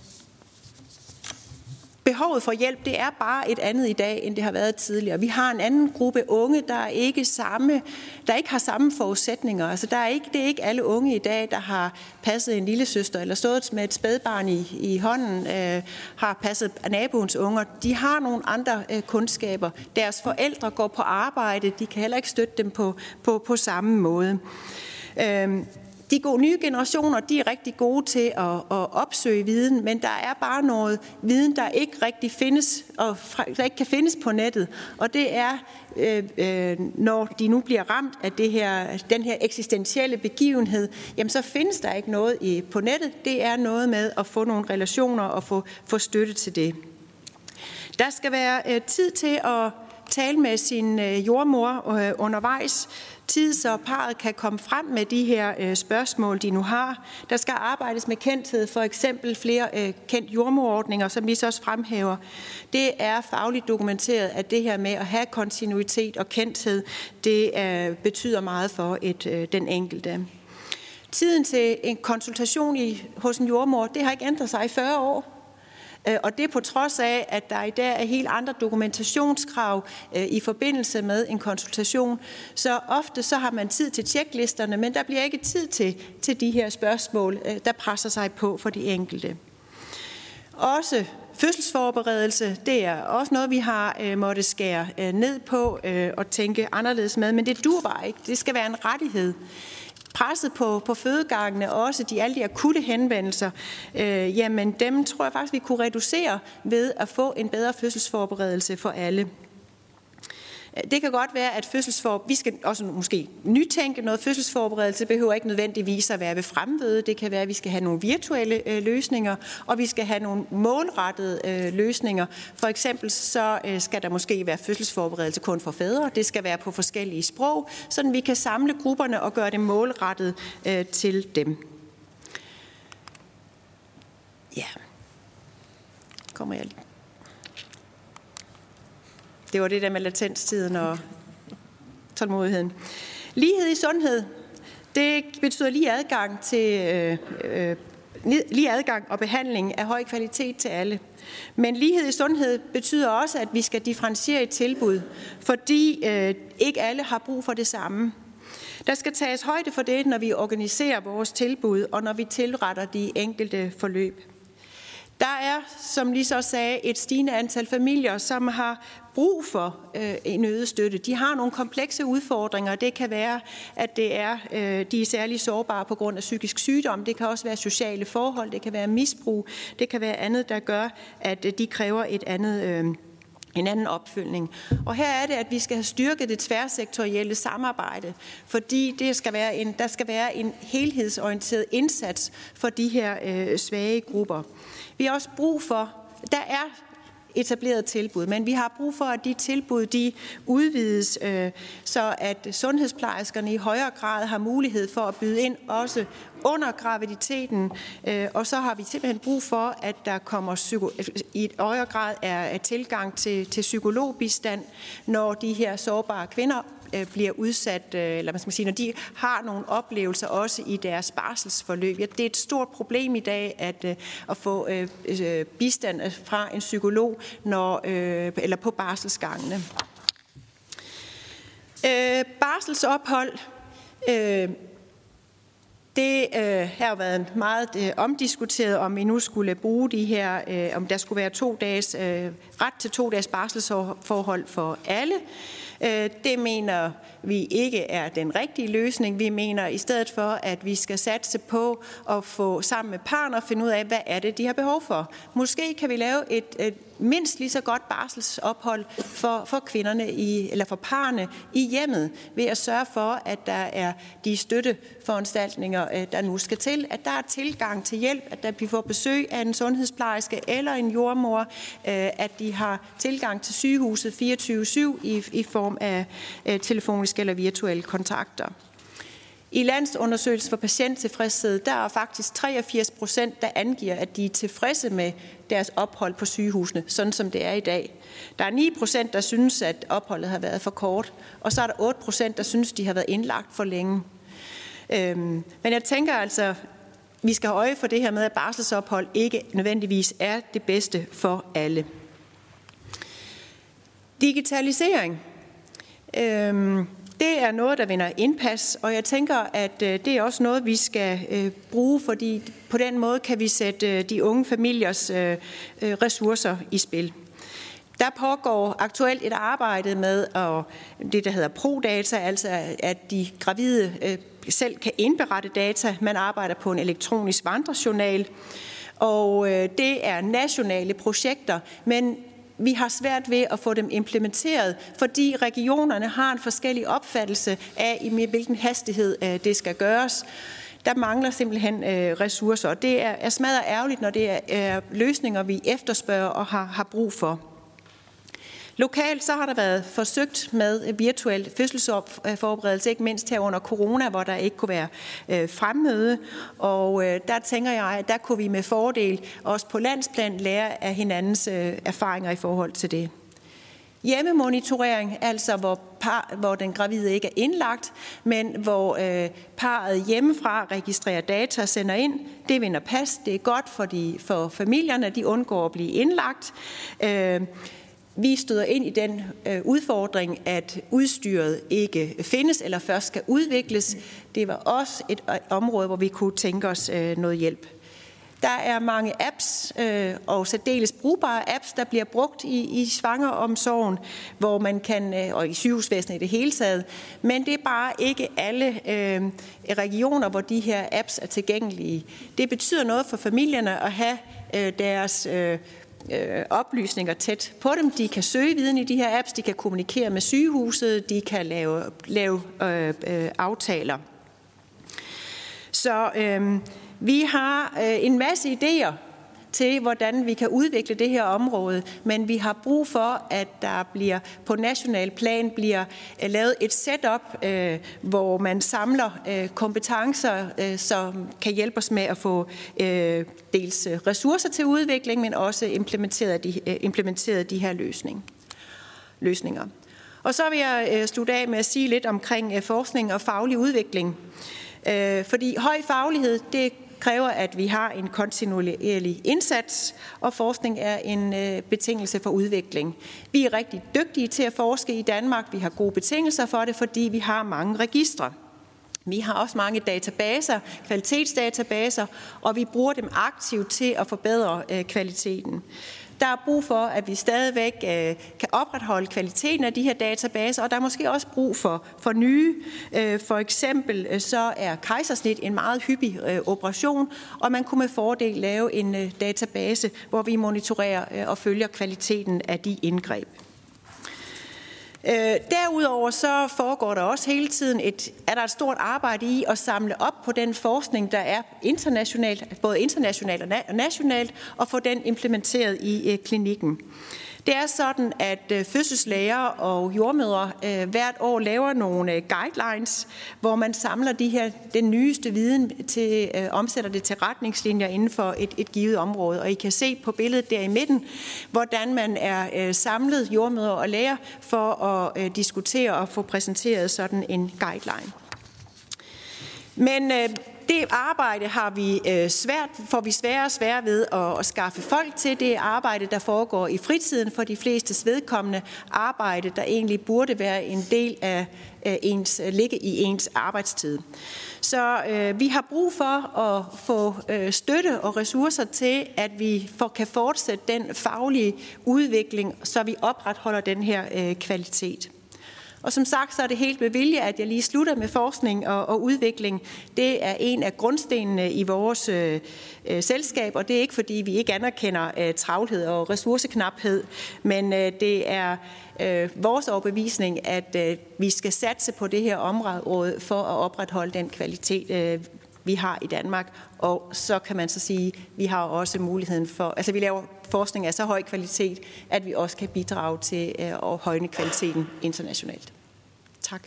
behovet for hjælp, det er bare et andet i dag, end det har været tidligere. Vi har en anden gruppe unge, der ikke samme, der ikke har samme forudsætninger. Altså, der er ikke, det er ikke alle unge i dag, der har passet en lillesøster eller stået med et spædbarn i, i hånden, øh, har passet naboens unger. De har nogle andre øh, kundskaber. Deres forældre går på arbejde, de kan heller ikke støtte dem på, på, på samme måde. Øh, De gode nye generationer, de er rigtig gode til at, at opsøge viden, men der er bare noget viden, der ikke rigtig findes, og der ikke kan findes på nettet. Og det er, øh, øh, når de nu bliver ramt af det her, den her eksistentielle begivenhed, jamen så findes der ikke noget i, på nettet. Det er noget med at få nogle relationer og få, få støtte til det. Der skal være øh, tid til at tale med sin øh, jordmor øh, undervejs, tid, så parret kan komme frem med de her øh, spørgsmål, de nu har. Der skal arbejdes med kendthed, for eksempel flere øh, kendt jordmorordninger, som vi så også fremhæver. Det er fagligt dokumenteret, at det her med at have kontinuitet og kendthed, det øh, betyder meget for et, øh, den enkelte. Tiden til en konsultation i, hos en jordmor, det har ikke ændret sig i fyrre år. Og det på trods af, at der i dag er helt andre dokumentationskrav øh, i forbindelse med en konsultation. Så ofte så har man tid til tjeklisterne, men der bliver ikke tid til, til de her spørgsmål, øh, der presser sig på for de enkelte. Også fødselsforberedelse, det er også noget, vi har øh, måttet skære øh, ned på øh, og tænke anderledes med, men det dur bare ikke. Det skal være en rettighed. Presset på, på fødegangene, og også de, alle de akutte henvendelser, øh, jamen dem tror jeg faktisk, vi kunne reducere ved at få en bedre fødselsforberedelse for alle. Det kan godt være, at fødselsfor... vi skal også måske nytænke noget fødselsforberedelse. Det behøver ikke nødvendigvis at være ved fremmøde. Det kan være, at vi skal have nogle virtuelle øh, løsninger, og vi skal have nogle målrettede øh, løsninger. For eksempel så øh, skal der måske være fødselsforberedelse kun for fædre. Det skal være på forskellige sprog, så vi kan samle grupperne og gøre det målrettet øh, til dem. Ja. Kommer jeg lige. Det var det der med latenstiden og tålmodigheden. Lighed i sundhed, det betyder lige adgang til øh, øh, lige adgang og behandling af høj kvalitet til alle. Men lighed i sundhed betyder også, at vi skal differentiere et tilbud, fordi øh, ikke alle har brug for det samme. Der skal tages højde for det, når vi organiserer vores tilbud, og når vi tilretter de enkelte forløb. Der er, som lige så sagde, et stigende antal familier, som har brug for øh, en øget støtte. De har nogle komplekse udfordringer. Det kan være, at det er, øh, de er særlig sårbare på grund af psykisk sygdom. Det kan også være sociale forhold. Det kan være misbrug. Det kan være andet, der gør, at øh, de kræver et andet øh, en anden opfølgning. Og her er det, at vi skal have styrket det tværsektorielle samarbejde, fordi det skal være en, der skal være en helhedsorienteret indsats for de her øh, svage grupper. Vi har også brug for, der er etableret tilbud, men vi har brug for, at de tilbud de udvides, øh, så at sundhedsplejerskerne i højere grad har mulighed for at byde ind også under graviditeten, øh, og så har vi simpelthen brug for, at der kommer psyko- i et højere grad er tilgang til, til psykologbistand, når de her sårbare kvinder bliver udsat, eller man skal sige, når de har nogle oplevelser også i deres barselsforløb. Ja, det er et stort problem i dag at, at få øh, bistand fra en psykolog når, øh, eller på barselsgangene. Øh, barselsophold. Øh, Det øh, har jo været meget øh, omdiskuteret, om vi nu skulle bruge de her, øh, om der skulle være to dages, øh, ret til to dages barselsforhold for alle. Øh, det mener vi ikke er den rigtige løsning. Vi mener i stedet for, at vi skal satse på at få sammen med partner og finde ud af, hvad er det, de har behov for. Måske kan vi lave et, et mindst lige så godt barselsophold for, for kvinderne i, eller for parerne i hjemmet, ved at sørge for, at der er de støtteforanstaltninger, der nu skal til, at der er tilgang til hjælp, at der vi får besøg af en sundhedsplejerske eller en jordmor, at de har tilgang til sygehuset fireogtyve syv i, i form af telefoniske eller virtuelle kontakter. I landsundersøgelsen for patienttilfredshed, der er faktisk treogfirs procent, der angiver, at de er tilfredse med deres ophold på sygehusene, sådan som det er i dag. Der er ni procent, der synes, at opholdet har været for kort, og så er der otte procent, der synes, de har været indlagt for længe. Øhm, men jeg tænker altså, vi skal have øje for det her med, at barselsophold ikke nødvendigvis er det bedste for alle. Digitalisering. Øhm, Det er noget, der vinder indpas, og jeg tænker, at det er også noget, vi skal bruge, fordi på den måde kan vi sætte de unge familiers ressourcer i spil. Der pågår aktuelt et arbejde med at, det, der hedder ProData, altså at de gravide selv kan indberette data. Man arbejder på en elektronisk vandrejournal, og det er nationale projekter, men vi har svært ved at få dem implementeret, fordi regionerne har en forskellig opfattelse af, i hvilken hastighed det skal gøres. Der mangler simpelthen ressourcer, og det er smadret ærgerligt, når det er løsninger, vi efterspørger og har, har brug for. Lokalt så har der været forsøgt med virtuel fødselsforberedelse, ikke mindst her under corona, hvor der ikke kunne være øh, fremmøde. Og øh, der tænker jeg, at der kunne vi med fordel også på landsplan lære af hinandens øh, erfaringer i forhold til det. Hjemmemonitorering, altså hvor, par, hvor den gravide ikke er indlagt, men hvor øh, parret hjemmefra registrerer data og sender ind. Det vinder pas, det er godt for, de, for familierne, de undgår at blive indlagt. Øh, Vi støder ind i den øh, udfordring, at udstyret ikke findes eller først skal udvikles. Det var også et øh, område, hvor vi kunne tænke os øh, noget hjælp. Der er mange apps øh, og særdeles brugbare apps, der bliver brugt i, i svangeromsorgen, hvor man kan, øh, og i sygehusvæsenet i det hele taget, men det er bare ikke alle øh, regioner, hvor de her apps er tilgængelige. Det betyder noget for familierne at have øh, deres øh, oplysninger tæt på dem. De kan søge viden i de her apps, de kan kommunikere med sygehuset, de kan lave, lave øh, øh, aftaler. Så øh, vi har øh, en masse idéer til, hvordan vi kan udvikle det her område, men vi har brug for, at der bliver på national plan bliver lavet et setup, øh, hvor man samler øh, kompetencer, øh, som kan hjælpe os med at få øh, dels ressourcer til udvikling, men også implementeret de, øh, implementeret de her løsning, løsninger. Og så vil jeg øh, slutte af med at sige lidt omkring øh, forskning og faglig udvikling. Øh, fordi høj faglighed, det kræver, at vi har en kontinuerlig indsats, og forskning er en øh, betingelse for udvikling. Vi er rigtig dygtige til at forske i Danmark. Vi har gode betingelser for det, fordi vi har mange registre. Vi har også mange databaser, kvalitetsdatabaser, og vi bruger dem aktivt til at forbedre øh, kvaliteten. Der er brug for, at vi stadigvæk øh, kan opretholde kvaliteten af de her databaser, og der er måske også brug for, for nye. Øh, for eksempel øh, så er kejsersnit en meget hyppig øh, operation, og man kunne med fordel lave en øh, database, hvor vi monitorerer øh, og følger kvaliteten af de indgreb. Øh, derudover så foregår der også hele tiden et, er der et stort arbejde i at samle op på den forskning, der er internationalt, både internationalt og nationalt, og få den implementeret i øh, klinikken. Det er sådan, at øh, fødselslæger og jordmødre øh, hvert år laver nogle øh, guidelines, hvor man samler de her, den nyeste viden til, øh, omsætter det til retningslinjer inden for et, et givet område. Og I kan se på billedet der i midten, hvordan man er øh, samlet jordmødre og læger for at øh, diskutere og få præsenteret sådan en guideline. Men øh, det arbejde har vi øh, svært, får vi sværere og sværere ved at, at skaffe folk til. Det arbejde, der foregår i fritiden for de flestes vedkommende arbejde, der egentlig burde være en del af øh, ens, ligge i ens arbejdstid. Så øh, vi har brug for at få øh, støtte og ressourcer til, at vi for, kan fortsætte den faglige udvikling, så vi opretholder den her øh, kvalitet. Og som sagt, så er det helt med vilje, at jeg lige slutter med forskning og, og udvikling. Det er en af grundstenene i vores øh, øh, selskab, og det er ikke fordi, vi ikke anerkender øh, travlhed og ressourceknaphed, men øh, det er øh, vores overbevisning, at øh, vi skal satse på det her område for at opretholde den kvalitet, øh, vi har i Danmark. Og så kan man så sige, at vi har også muligheden for, altså vi laver forskning af så høj kvalitet, at vi også kan bidrage til at højne kvaliteten internationalt. Tak.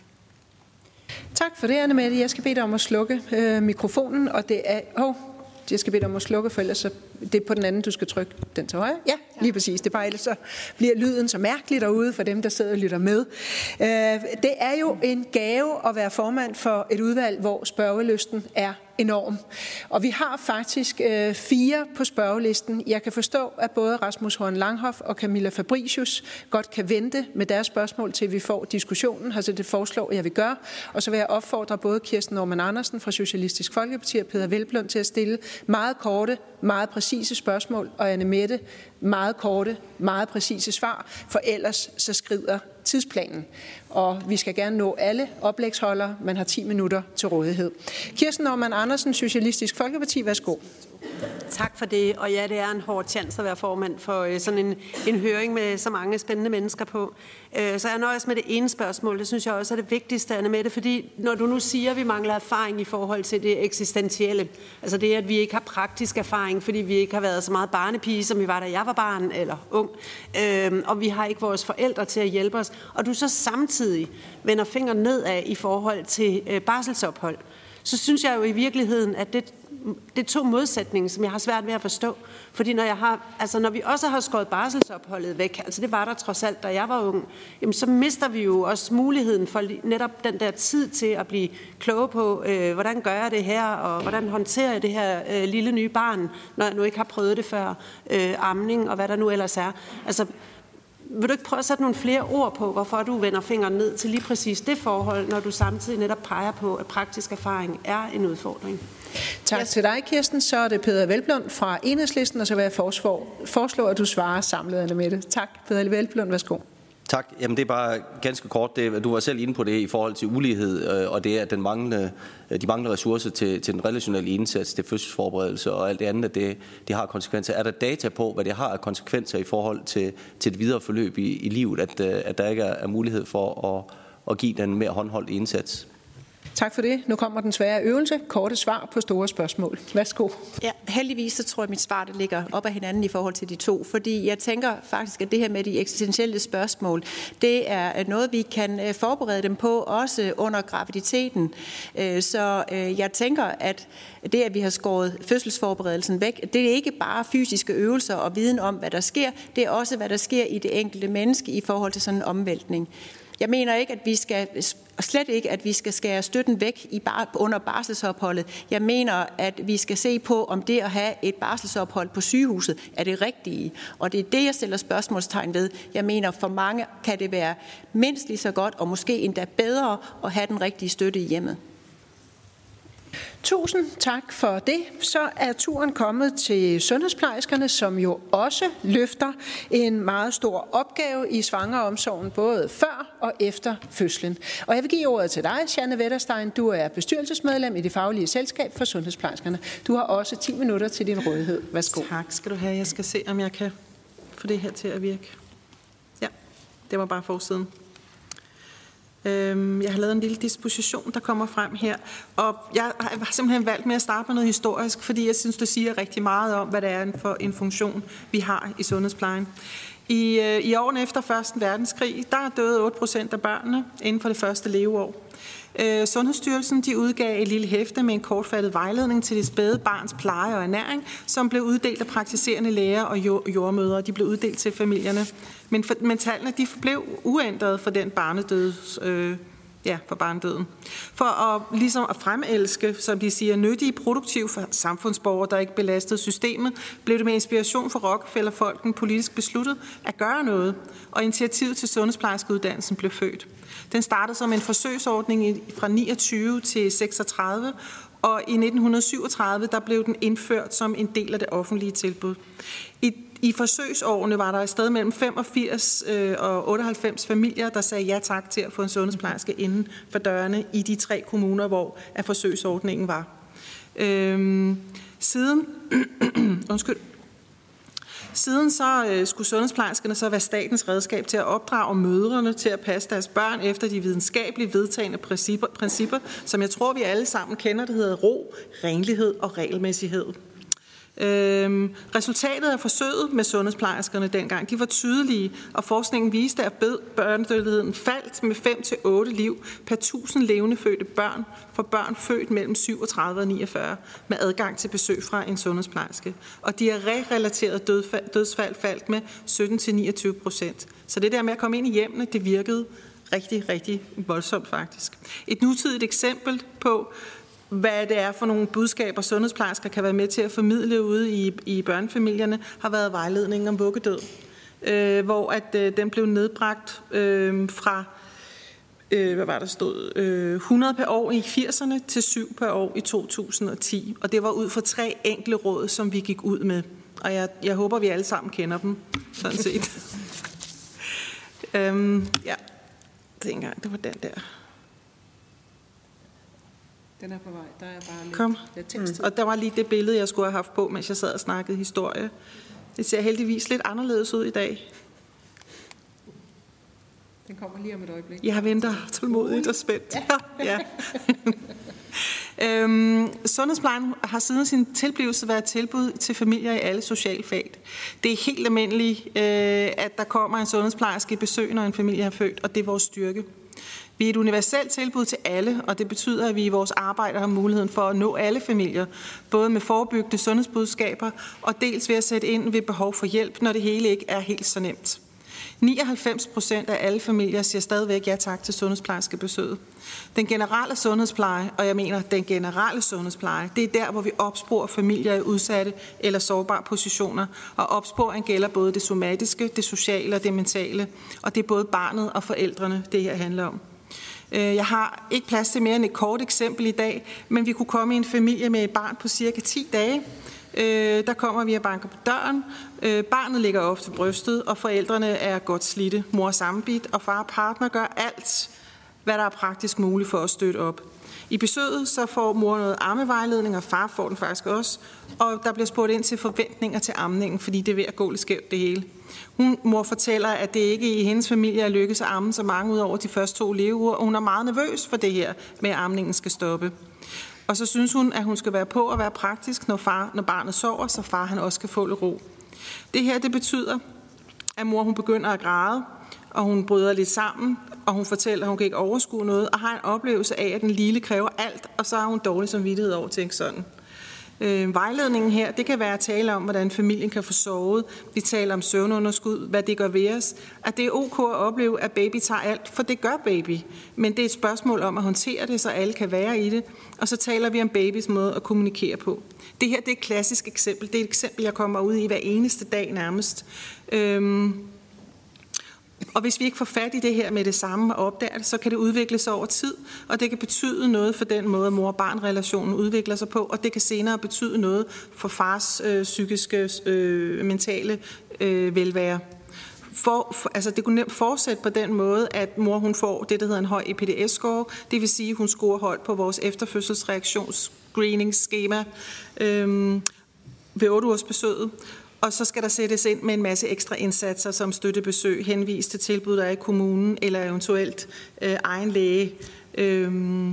Tak for det, Anne-Mette. Jeg skal bede dig om at slukke øh, mikrofonen, og det er... Oh, jeg skal bede dig om at slukke, for ellers så det er på den anden, du skal trykke den til højre. Ja, lige præcis. Det er bare ellers så bliver lyden så mærkelig derude for dem, der sidder og lytter med. Øh, det er jo en gave at være formand for et udvalg, hvor spørgelysten er enorm. Og vi har faktisk øh, fire på spørgelisten. Jeg kan forstå, at både Rasmus Horn Langhoff og Camilla Fabricius godt kan vente med deres spørgsmål, til vi får diskussionen. Altså det foreslår, jeg vil gøre. Og så vil jeg opfordre både Kirsten Normann Andersen fra Socialistisk Folkeparti og Peder Hvelplund til at stille meget korte, meget præcise spørgsmål, og Anne-Mette meget korte, meget præcise svar, for ellers så skrider tidsplanen. Og vi skal gerne nå alle oplægsholdere. Man har ti minutter til rådighed. Kirsten Normann Andersen, Socialistisk Folkeparti, værsgo. Tak for det, og ja, det er en hård chance at være formand for sådan en, en høring med så mange spændende mennesker på. Så jeg nøjes med det ene spørgsmål, det synes jeg også er det vigtigste, Anne-Mette, fordi når du nu siger, at vi mangler erfaring i forhold til det eksistentielle, altså det, at vi ikke har praktisk erfaring, fordi vi ikke har været så meget barnepige, som vi var, da jeg var barn eller ung, og vi har ikke vores forældre til at hjælpe os, og du så samtidig vender fingeren nedad i forhold til barselsophold, så synes jeg jo i virkeligheden, at det, det er to modsætninger, som jeg har svært ved at forstå. Fordi når, jeg har, altså når vi også har skåret barselsopholdet væk, altså det var der trods alt, da jeg var ung, jamen så mister vi jo også muligheden for netop den der tid til at blive kloge på, øh, hvordan gør jeg det her, og hvordan håndterer jeg det her øh, lille nye barn, når jeg nu ikke har prøvet det før, øh, amning og hvad der nu ellers er. Altså, vil du ikke prøve at sætte nogle flere ord på, hvorfor du vender fingeren ned til lige præcis det forhold, når du samtidig netop peger på, at praktisk erfaring er en udfordring? Tak yes. til dig, Kirsten. Så er det Peder Hvelplund fra Enhedslisten, og så vil jeg foreslå, foreslå at du svarer samlet, Anne-Mette. Tak, Peder Hvelplund. Værsgo. Tak. Jamen det er bare ganske kort. Det, du var selv inde på det i forhold til ulighed, og det er den manglende, de manglende ressourcer til, til den relationelle indsats, til fødselsforberedelse og alt det andet, det, det har konsekvenser. Er der data på, hvad det har af konsekvenser i forhold til, til det videre forløb i, i livet, at, at der ikke er, er mulighed for at, at give den mere håndholdt indsats? Tak for det. Nu kommer den svære øvelse. Korte svar på store spørgsmål. Værsgo. Ja, heldigvis så tror jeg, at mit svar det ligger op ad hinanden i forhold til de to. Fordi jeg tænker faktisk, at det her med de eksistentielle spørgsmål, det er noget, vi kan forberede dem på, også under graviditeten. Så jeg tænker, at det, at vi har skåret fødselsforberedelsen væk, det er ikke bare fysiske øvelser og viden om, hvad der sker. Det er også, hvad der sker i det enkelte menneske i forhold til sådan en omvæltning. Jeg mener ikke, at vi skal, slet ikke, at vi skal skære støtten væk i bar, under barselsopholdet. Jeg mener, at vi skal se på, om det at have et barselsophold på sygehuset er det rigtige. Og det er det, jeg stiller spørgsmålstegn ved. Jeg mener, for mange kan det være mindst lige så godt, og måske endda bedre, at have den rigtige støtte i hjemmet. Tusind tak for det. Så er turen kommet til sundhedsplejerskerne, som jo også løfter en meget stor opgave i svangreomsorgen, både før og efter fødslen. Og jeg vil give ordet til dig, Jeanne Wetterstein. Du er bestyrelsesmedlem i det faglige selskab for sundhedsplejerskerne. Du har også ti minutter til din rådighed. Værsgo. Tak skal du have. Jeg skal se, om jeg kan få det her til at virke. Ja, det var bare forsiden. Jeg har lavet en lille disposition, der kommer frem her, og jeg har simpelthen valgt med at starte med noget historisk, fordi jeg synes, det siger rigtig meget om, hvad det er for en funktion, vi har i sundhedsplejen. I, i årene efter første verdenskrig, der døde otte procent af børnene inden for det første leveår. Sundhedsstyrelsen de udgav et lille hæfte med en kortfattet vejledning til det spæde barns pleje og ernæring, som blev uddelt af praktiserende læger og jordmødre. De blev uddelt til familierne. Men, for, men tallene de blev uændrede for den barnedøds, øh, ja, for barnedøden. For at, ligesom at fremelske, som de siger, nyttige, produktive samfundsborgere, der ikke belastede systemet, blev det med inspiration fra Rockefeller-folken politisk besluttet at gøre noget, og initiativet til sundhedsplejerskeuddannelsen blev født. Den startede som en forsøgsordning fra niogtyve til seksogtredive, og i nitten syvogtredive der blev den indført som en del af det offentlige tilbud. I, i forsøgsårene var der et sted mellem femogfirs og otteoghalvfems familier, der sagde ja tak til at få en sundhedsplejerske inden for dørene i de tre kommuner, hvor at forsøgsordningen var. Øhm, siden, undskyld, Siden så øh, skulle sundhedsplejerskerne så være statens redskab til at opdrage mødrene til at passe deres børn efter de videnskabeligt vedtagne principper, principper, som jeg tror, vi alle sammen kender, det hedder ro, renlighed og regelmæssighed. Øhm, resultatet af forsøget med sundhedsplejerskerne dengang, de var tydelige, og forskningen viste, at børnedødeligheden faldt med fem til otte liv per tusind levende fødte børn for børn født mellem syvogtredive og niogfyrre med adgang til besøg fra en sundhedsplejerske. Og diarré-relateret dødsfald faldt med sytten til niogtyve procent. Så det der med at komme ind i hjemmene, det virkede rigtig, rigtig voldsomt faktisk. Et nutidigt eksempel på, hvad det er for nogle budskaber, sundhedsplejersker kan være med til at formidle ude i, i børnefamilierne, har været vejledningen om vuggedød, øh, hvor at, øh, den blev nedbragt øh, fra øh, hvad var der stod, øh, hundrede per år i firserne til syv per år i to tusind og ti. Og det var ud fra tre enkle råd, som vi gik ud med. Og jeg, jeg håber, vi alle sammen kender dem, sådan set. øhm, ja, det engang, det var den der. Den er på vej. Der er bare lidt, Kom. lidt tekst. Og der var lige det billede, jeg skulle have haft på, mens jeg sad og snakkede historie. Det ser heldigvis lidt anderledes ud i dag. Den kommer lige om et øjeblik. Jeg venter tålmodigt og spændt. Ja. ja. øhm, sundhedsplejen har siden sin tilblivelse været tilbud til familier i alle socialfag. Det er helt almindeligt, øh, at der kommer en sundhedsplejerske i besøg, når en familie er født, og det er vores styrke. Vi er et universelt tilbud til alle, og det betyder, at vi i vores arbejde har muligheden for at nå alle familier, både med forebyggende sundhedsbudskaber og dels ved at sætte ind ved behov for hjælp, når det hele ikke er helt så nemt. nioghalvfems procent af alle familier siger stadigvæk ja tak til sundhedsplejerskebesøget. Den generelle sundhedspleje, og jeg mener den generelle sundhedspleje, det er der, hvor vi opsporer familier i udsatte eller sårbare positioner, og opsporing gælder både det somatiske, det sociale og det mentale, og det er både barnet og forældrene, det her handler om. Jeg har ikke plads til mere end et kort eksempel i dag, men vi kunne komme i en familie med et barn på cirka ti dage. Der kommer vi og banker på døren. Barnet ligger ofte brystet, og forældrene er godt slidte. Mor er sammenbidt, og far og partner gør alt, hvad der er praktisk muligt for at støtte op. I besøget så får mor noget ammevejledning, og far får den faktisk også. Og der bliver spurgt ind til forventninger til amningen, fordi det er ved at gå lidt skævt det hele. Hun, mor fortæller, at det ikke i hendes familie er lykkedes at amme så mange ud over de første to leveuger, og hun er meget nervøs for det her med, at amningen skal stoppe. Og så synes hun, at hun skal være på og være praktisk, når, far, når barnet sover, så far han også skal få lidt ro. Det her det betyder, at mor hun begynder at græde, og hun bryder lidt sammen, og hun fortæller, at hun kan ikke overskue noget, og har en oplevelse af, at den lille kræver alt, og så har hun dårlig samvittighed over til sådan. Øh, vejledningen her, det kan være at tale om, hvordan familien kan få sovet. Vi taler om søvnunderskud, hvad det gør ved os. At det er ok at opleve, at baby tager alt, for det gør baby. Men det er et spørgsmål om at håndtere det, så alle kan være i det. Og så taler vi om babys måde at kommunikere på. Det her det er et klassisk eksempel. Det er et eksempel, jeg kommer ud i hver eneste dag nærmest. Øhm Og hvis vi ikke får fat i det her med det samme og opdager det, så kan det udvikle sig over tid, og det kan betyde noget for den måde, mor-barn-relationen udvikler sig på, og det kan senere betyde noget for fars øh, psykiske, øh, mentale øh, velvære. For, for, altså det kunne nemt fortsætte på den måde, at mor hun får det, der hedder en høj E P D S-score, det vil sige, at hun scorer højt på vores efterfødselsreaktions-screening-skema øh, ved otte ugers besøget. Og så skal der sættes ind med en masse ekstra indsatser som støttebesøg, henvist til tilbud, der er i kommunen, eller eventuelt øh, egen læge, øh,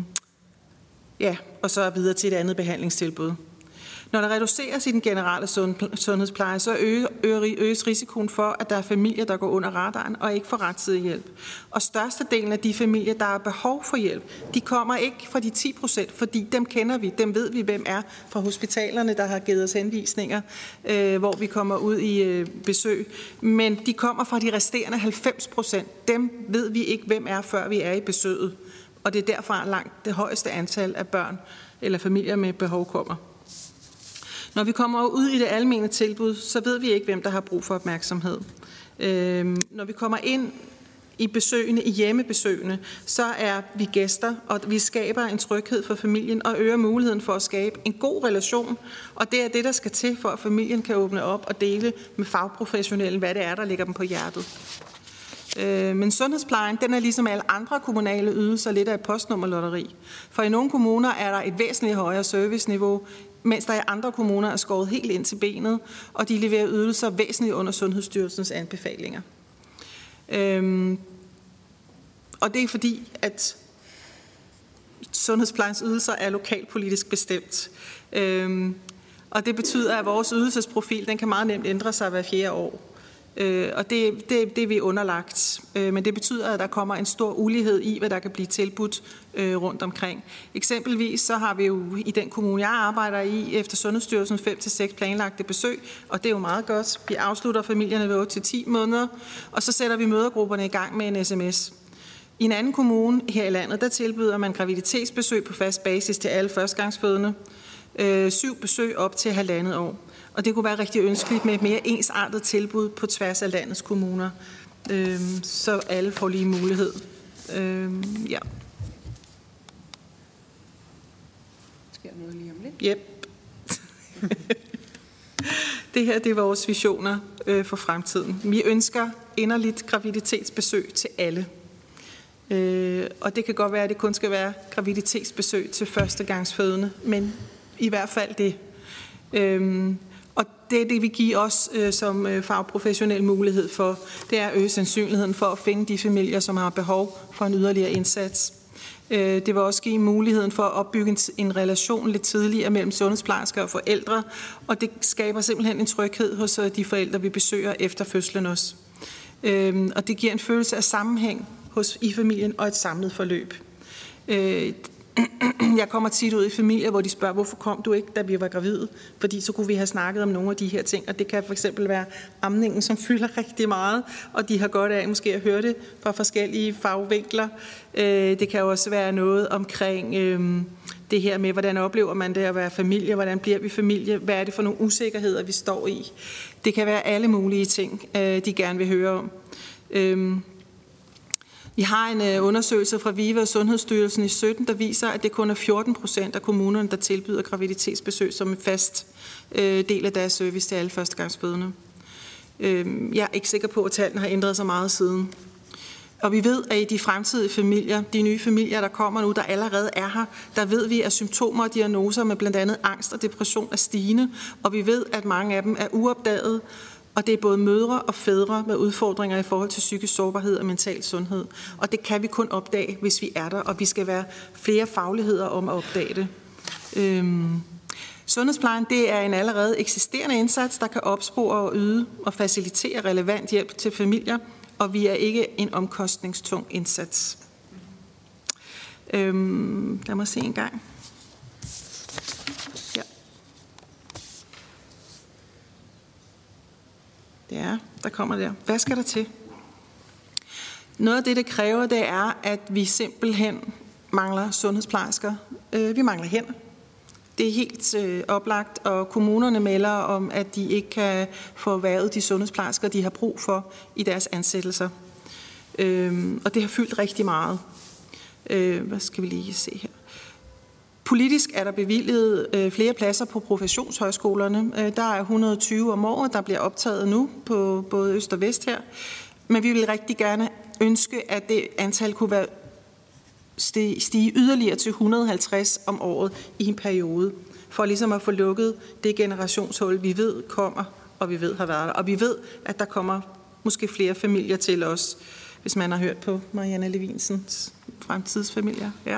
ja, og så videre til et andet behandlingstilbud. Når der reduceres i den generelle sundhedspleje, så øges risikoen for, at der er familier, der går under radaren og ikke får rettidig hjælp. Og størstedelen af de familier, der har behov for hjælp, de kommer ikke fra de ti procent, fordi dem kender vi, dem ved vi, hvem er fra hospitalerne, der har givet os henvisninger, øh, hvor vi kommer ud i øh, besøg. Men de kommer fra de resterende halvfems procent. Dem ved vi ikke, hvem er, før vi er i besøget. Og det er derfor langt det højeste antal af børn eller familier med behov kommer. Når vi kommer ud i det almene tilbud, så ved vi ikke, hvem der har brug for opmærksomhed. Øhm, når vi kommer ind i besøgende, i hjemmebesøgende, så er vi gæster, og vi skaber en tryghed for familien og øger muligheden for at skabe en god relation. Og det er det, der skal til, for at familien kan åbne op og dele med fagprofessionelle, hvad det er, der ligger dem på hjertet. Øh, men sundhedsplejen, den er ligesom alle andre kommunale ydelser lidt af et postnummerlotteri. For i nogle kommuner er der et væsentligt højere serviceniveau, mens der i andre kommuner er skåret helt ind til benet, og de leverer ydelser væsentligt under Sundhedsstyrelsens anbefalinger. Øhm, og det er fordi, at sundhedsplejens ydelser er lokalpolitisk bestemt. Øhm, og det betyder, at vores ydelsesprofil, den kan meget nemt ændre sig hver fjerde år. Øh, og det, det, det er vi underlagt. Øh, men det betyder, at der kommer en stor ulighed i, hvad der kan blive tilbudt øh, rundt omkring. Eksempelvis så har vi jo i den kommune, jeg arbejder i, efter Sundhedsstyrelsen fem til seks planlagte besøg, og det er jo meget godt. Vi afslutter familierne ved otte til ti måneder, og så sætter vi mødergrupperne i gang med en sms. I en anden kommune her i landet, der tilbyder man graviditetsbesøg på fast basis til alle førstegangsfødende. Øh, syv besøg op til halvandet år. Og det kunne være rigtig ønskeligt med et mere ensartet tilbud på tværs af landets kommuner, øh, så alle får lige mulighed. Øh, ja. Sker noget lige om lidt? Yep. Det her, det er vores visioner øh, for fremtiden. Vi ønsker inderligt graviditetsbesøg til alle. Øh, og det kan godt være, at det kun skal være graviditetsbesøg til førstegangsfødende, men i hvert fald det. Øh, Og det er det, vi giver os øh, som øh, fagprofessionel mulighed for. Det er at øge sandsynligheden for at finde de familier, som har behov for en yderligere indsats. Øh, det vil også give muligheden for at opbygge en, en relation lidt tidligere mellem sundhedsplejersker og forældre, og det skaber simpelthen en tryghed hos øh, de forældre, vi besøger efter fødslen også. Øh, og det giver en følelse af sammenhæng hos, i familien og et samlet forløb. Øh, Jeg kommer tit ud i familier, hvor de spørger, hvorfor kom du ikke, da vi var gravide? Fordi så kunne vi have snakket om nogle af de her ting, og det kan for eksempel være amningen, som fylder rigtig meget, og de har godt af måske at høre det fra forskellige fagvinkler. Det kan også være noget omkring det her med, hvordan oplever man det at være familie, hvordan bliver vi familie, hvad er det for nogle usikkerheder, vi står i. Det kan være alle mulige ting, de gerne vil høre om. Vi har en undersøgelse fra VIVE og Sundhedsstyrelsen i sytten, der viser, at det kun er fjorten procent af kommunerne, der tilbyder graviditetsbesøg som en fast del af deres service til alle førstegangsfødende. Jeg er ikke sikker på, at tallene har ændret sig meget siden. Og vi ved, at i de fremtidige familier, de nye familier, der kommer nu, der allerede er her, der ved vi, at symptomer og diagnoser med blandt andet angst og depression er stigende, og vi ved, at mange af dem er uopdaget. Og det er både mødre og fædre med udfordringer i forhold til psykisk sårbarhed og mental sundhed. Og det kan vi kun opdage, hvis vi er der, og vi skal være flere fagligheder om at opdage det. Øhm. Sundhedsplejen, det er en allerede eksisterende indsats, der kan opspore og yde og facilitere relevant hjælp til familier, og vi er ikke en omkostningstung indsats. Øhm. Lad mig se en gang. Ja. Ja, der kommer der. Hvad skal der til? Noget af det, det kræver, det er, at vi simpelthen mangler sundhedsplejersker. Vi mangler hænder. Det er helt øh, oplagt, og kommunerne melder om, at de ikke kan få erhvervet de sundhedsplejersker, de har brug for i deres ansættelser. Øhm, og det har fyldt rigtig meget. Øh, hvad skal vi lige se her? Politisk er der bevilget øh, flere pladser på professionshøjskolerne. Øh, der er et hundrede og tyve om året, der bliver optaget nu på både øst og vest her. Men vi vil rigtig gerne ønske, at det antal kunne være stige yderligere til et hundrede og halvtreds om året i en periode, for ligesom at få lukket det generationshul, vi ved kommer, og vi ved har været der. Og vi ved, at der kommer måske flere familier til os, hvis man har hørt på Marianne Levinsens fremtidsfamilier. Ja.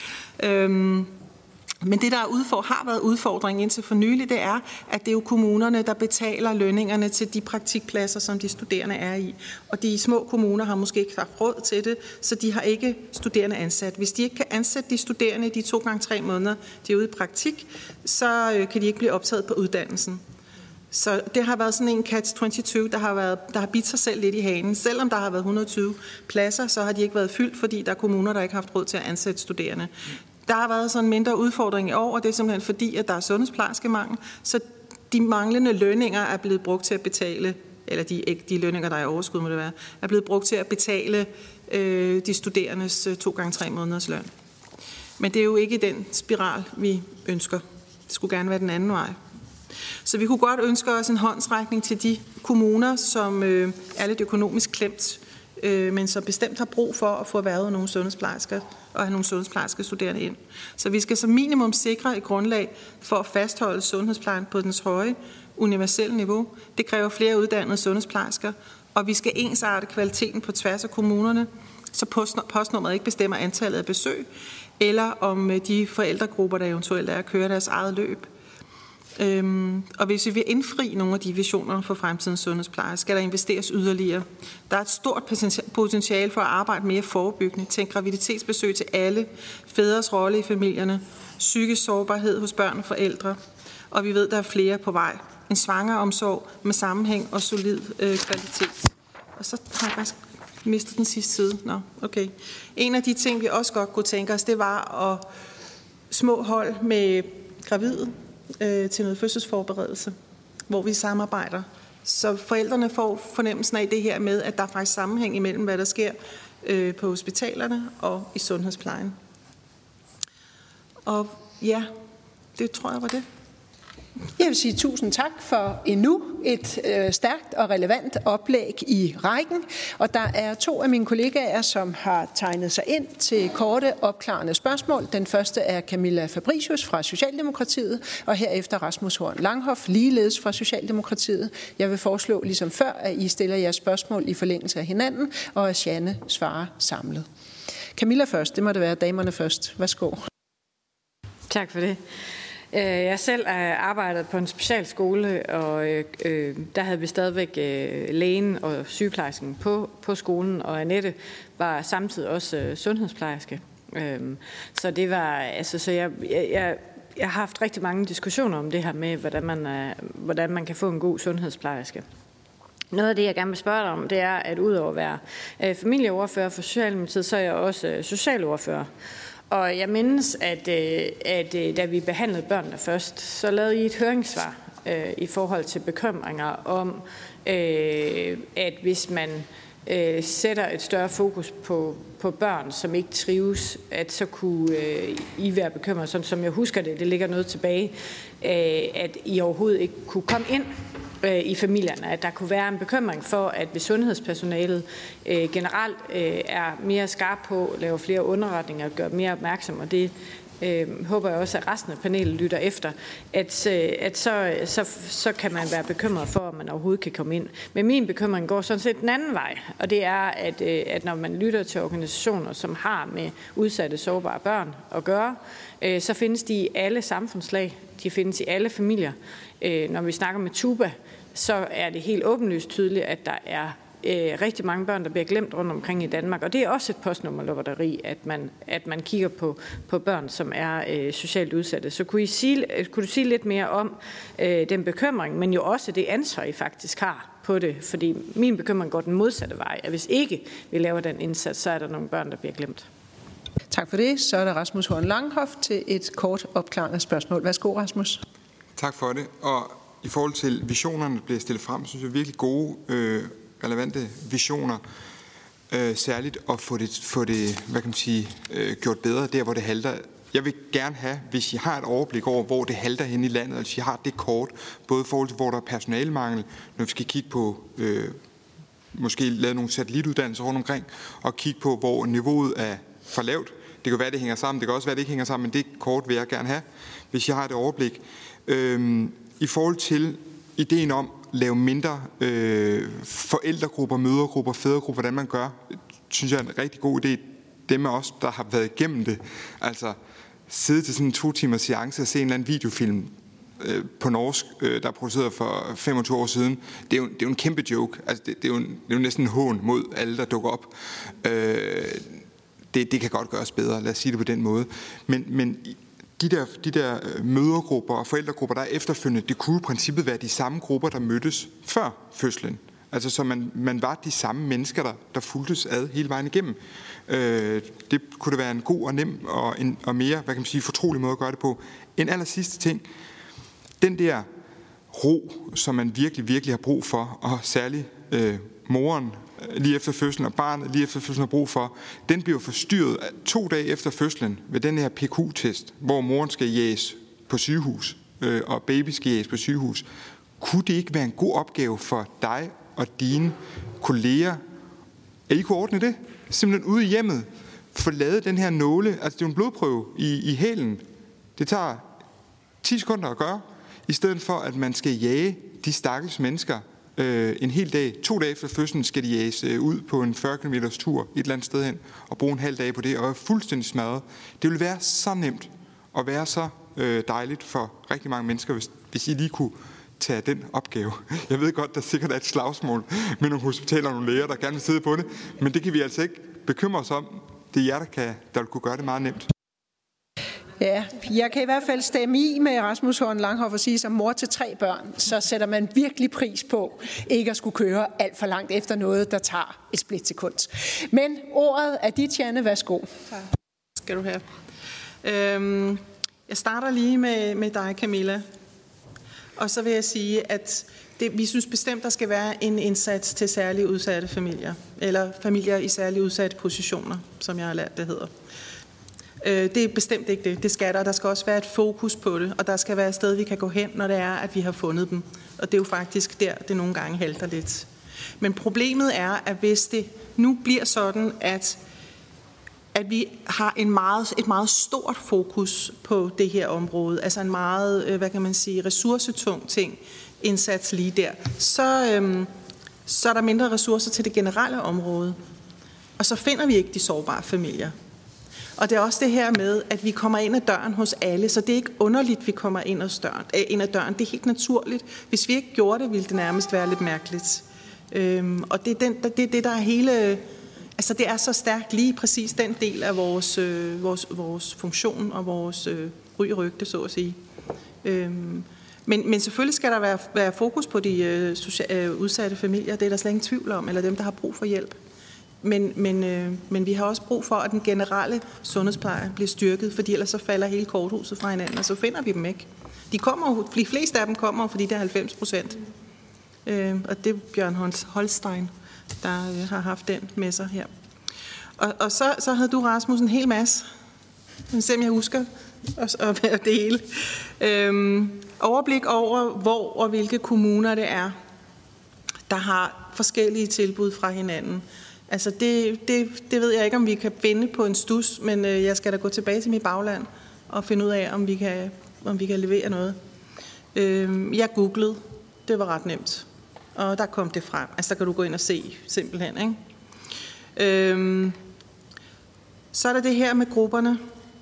Øhm, men det, der er udfordring, har været udfordringen indtil for nylig, det er, at det er jo kommunerne, der betaler lønningerne til de praktikpladser, som de studerende er i. Og de små kommuner har måske ikke haft råd til det, så de har ikke studerende ansat. Hvis de ikke kan ansætte de studerende de to gange tre måneder, de er ude i praktik, så kan de ikke blive optaget på uddannelsen. Så det har været sådan en catch twenty-two, der har, været, der har bidt sig selv lidt i hanen. Selvom der har været et hundrede og tyve pladser, så har de ikke været fyldt, fordi der er kommuner, der ikke har haft råd til at ansætte studerende. Der har været sådan en mindre udfordring i år, og det er simpelthen fordi, at der er sundhedsplejerskemangel, så de manglende lønninger er blevet brugt til at betale, eller de, ikke de lønninger, der er i overskud, må det være, er blevet brugt til at betale øh, de studerendes to gange tre måneders løn. Men det er jo ikke den spiral, vi ønsker. Det skulle gerne være den anden vej. Så vi kunne godt ønske os en håndsrækning til de kommuner, som øh, er lidt økonomisk klemt, øh, men som bestemt har brug for at få erhvervet nogle sundhedsplejersker og have nogle sundhedsplejerske studerende ind. Så vi skal som minimum sikre et grundlag for at fastholde sundhedsplejen på dens høje, universelle niveau. Det kræver flere uddannede sundhedsplejersker, og vi skal ensarte kvaliteten på tværs af kommunerne, så postnummeret ikke bestemmer antallet af besøg, eller om de forældregrupper, der eventuelt er at køre deres eget løb. Øhm, og hvis vi vil indfri nogle af de visioner for fremtidens sundhedspleje, skal der investeres yderligere. Der er et stort potentiale for at arbejde mere forebyggende, tænke graviditetsbesøg til alle, fædres rolle i familierne, psykisk sårbarhed hos børn og forældre, og vi ved, der er flere på vej. En svangeromsorg med sammenhæng og solid øh, kvalitet. Og så har jeg faktisk mistet den sidste side. Nå, okay. En af de ting, vi også godt kunne tænke os, det var at små hold med gravide, til noget fødselsforberedelse, hvor vi samarbejder. Så forældrene får fornemmelsen af det her med, at der er faktisk sammenhæng imellem, hvad der sker øh, på hospitalerne og i sundhedsplejen. Og ja, det tror jeg var det. Jeg vil sige tusind tak for endnu et øh, stærkt og relevant oplæg i rækken. Og der er to af mine kollegaer, som har tegnet sig ind til korte, opklarende spørgsmål. Den første er Camilla Fabricius fra Socialdemokratiet, og herefter Rasmus Horn Langhoff, ligeledes fra Socialdemokratiet. Jeg vil foreslå, ligesom før, at I stiller jeres spørgsmål i forlængelse af hinanden, og at Janne svarer samlet. Camilla først, det må det være damerne først. Værsgo. Tak for det. Jeg selv har arbejdet på en specialskole, og øh, der havde vi stadigvæk øh, lægen og sygeplejersken på, på skolen, og Annette var samtidig også øh, sundhedsplejerske. Øhm, så det var, altså, så jeg, jeg, jeg har haft rigtig mange diskussioner om det her med, hvordan man, øh, hvordan man kan få en god sundhedsplejerske. Noget af det, jeg gerne vil spørge dig om, det er, at udover at være øh, familieordfører for Socialdemokratiet, så er jeg også øh, socialordfører. Og jeg mindes, at, at da vi behandlede børnene først, så lavede I et høringssvar øh, i forhold til bekymringer om, øh, at hvis man øh, sætter et større fokus på, på børn, som ikke trives, at så kunne øh, I være bekymret, sådan som jeg husker det, det ligger noget tilbage, øh, at I overhovedet ikke kunne komme ind i familierne, at der kunne være en bekymring for, at hvis sundhedspersonalet øh, generelt øh, er mere skarp på at lave flere underretninger og gøre mere opmærksom, og det øh, håber jeg også, at resten af panelet lytter efter, at, øh, at så, så, så kan man være bekymret for, at man overhovedet kan komme ind. Men min bekymring går sådan set den anden vej, og det er, at, øh, at når man lytter til organisationer, som har med udsatte, sårbare børn at gøre, øh, så findes de i alle samfundslag, de findes i alle familier. Øh, når vi snakker med Tuba, så er det helt åbenlyst tydeligt, at der er øh, rigtig mange børn, der bliver glemt rundt omkring i Danmark. Og det er også et postnummerlotteri, at man, at man kigger på, på børn, som er øh, socialt udsatte. Så kunne, I sige, kunne du sige lidt mere om øh, den bekymring, men jo også det ansvar, I faktisk har på det? Fordi min bekymring går den modsatte vej, at hvis ikke vi laver den indsats, så er der nogle børn, der bliver glemt. Tak for det. Så er der Rasmus Horn Langhoff til et kort opklarende spørgsmål. Værsgo, Rasmus. Tak for det. Og i forhold til visionerne, der bliver stillet frem, synes jeg virkelig gode, øh, relevante visioner. øh, særligt at få det, få det hvad kan man sige, øh, gjort bedre der, hvor det halter. Jeg vil gerne have, hvis I har et overblik over, hvor det halter hen i landet, altså I har det kort, både i forhold til, hvor der er personalemangel, når vi skal kigge på, øh, måske lave nogle satellituddannelser rundt omkring, og kigge på, hvor niveauet er for lavt. Det kan være, det hænger sammen, det kan også være, det ikke hænger sammen, men det kort vil jeg gerne have, hvis jeg har et overblik. Øhm, I forhold til ideen om at lave mindre øh, forældregrupper, mødergrupper, fædregrupper, hvordan man gør, synes jeg er en rigtig god idé. Dem af os, der har været igennem det, altså sidde til sådan en to timers seance og se en eller anden videofilm øh, på norsk, øh, der er produceret for femogtyve år siden, det er jo, det er jo en kæmpe joke. Altså, det, det, er jo en, det er jo næsten en hån mod alle, der dukker op. Øh, det, det kan godt gøres bedre, lad os sige det på den måde. Men, men de der, de der mødergrupper og forældregrupper, der er efterfølgende, det kunne i princippet være de samme grupper, der mødtes før fødslen. Altså så man, man var de samme mennesker, der, der fulgtes ad hele vejen igennem. Øh, det kunne det være en god og nem og, en, og mere, hvad kan man sige, fortrolig måde at gøre det på. En aller sidste ting, den der ro, som man virkelig, virkelig har brug for, og særligt øh, moren lige efter fødslen og barnet lige efter fødslen har brug for, den bliver forstyrret to dage efter fødslen ved den her P Q-test, hvor moren skal jages på sygehus, øh, og baby skal jages på sygehus. Kunne det ikke være en god opgave for dig og dine kolleger, at I kunne ordne det? Simpelthen ude i hjemmet, få lavet den her nåle, altså det er en blodprøve i, i hælen. Det tager ti sekunder at gøre, i stedet for at man skal jage de stakkels mennesker øh, en hel dag. To dage efter fødslen skal de jages øh, ud på en fyrre kilometers tur et eller andet sted hen, og bruge en halv dag på det, og er fuldstændig smadret. Det ville være så nemt, og være så øh, dejligt for rigtig mange mennesker, hvis, hvis I lige kunne tage den opgave. Jeg ved godt, der sikkert er et slagsmål med nogle hospitaler og nogle læger, der gerne vil sidde på det, men det kan vi altså ikke bekymre os om. Det er jer, der, kan, der vil kunne gøre det meget nemt. Ja, jeg kan i hvert fald stemme i med Rasmus Horn Langhoff og sige, som mor til tre børn, så sætter man virkelig pris på ikke at skulle køre alt for langt efter noget, der tager et splitsekund. Men ordet er dit, Janne. Værsgo. Tak. Skal du have. Øhm, jeg starter lige med, med dig, Camilla. Og så vil jeg sige, at det, vi synes bestemt, der skal være en indsats til særligt udsatte familier, eller familier i særligt udsatte positioner, som jeg har lært, det hedder. Det er bestemt ikke det. Det skal der. Der skal også være et fokus på det, og der skal være et sted, vi kan gå hen, når det er, at vi har fundet dem. Og det er jo faktisk der, det nogle gange halter lidt. Men problemet er, at hvis det nu bliver sådan, at, at vi har en meget, et meget stort fokus på det her område, altså en meget, hvad kan man sige, ressourcetung ting, indsats lige der, så, øhm, så er der mindre ressourcer til det generelle område. Og så finder vi ikke de sårbare familier. Og det er også det her med, at vi kommer ind ad døren hos alle, så det er ikke underligt, vi kommer ind ad døren. Øh, ind ad døren. Det er helt naturligt. Hvis vi ikke gjorde det, ville det nærmest være lidt mærkeligt. Øhm, og det er, den, det er det, der er hele... Altså det er så stærkt lige præcis den del af vores, øh, vores, vores funktion og vores øh, ry og rygte, så at sige. Øhm, men, men selvfølgelig skal der være, være fokus på de øh, social, øh, udsatte familier. Det er der slet ingen tvivl om, eller dem, der har brug for hjælp. Men, men, øh, men vi har også brug for, at den generelle sundhedspleje bliver styrket, fordi ellers så falder hele korthuset fra hinanden, og så finder vi dem ikke. De kommer, de fleste af dem kommer, fordi det er halvfems procent. Øh, og det er Bjørn Holstein, der øh, har haft den med sig her. Og, og så, så havde du, Rasmus, en hel masse. Men se, om jeg husker at dele. Øh, overblik over, hvor og hvilke kommuner det er, der har forskellige tilbud fra hinanden. Altså det, det, det ved jeg ikke, om vi kan finde på en stus, men øh, jeg skal da gå tilbage til mit bagland og finde ud af, om vi kan, om vi kan levere noget. Øh, jeg googlede, det var ret nemt, og der kom det frem. Altså der kan du gå ind og se simpelthen, ikke? Øh, så er der det her med grupperne.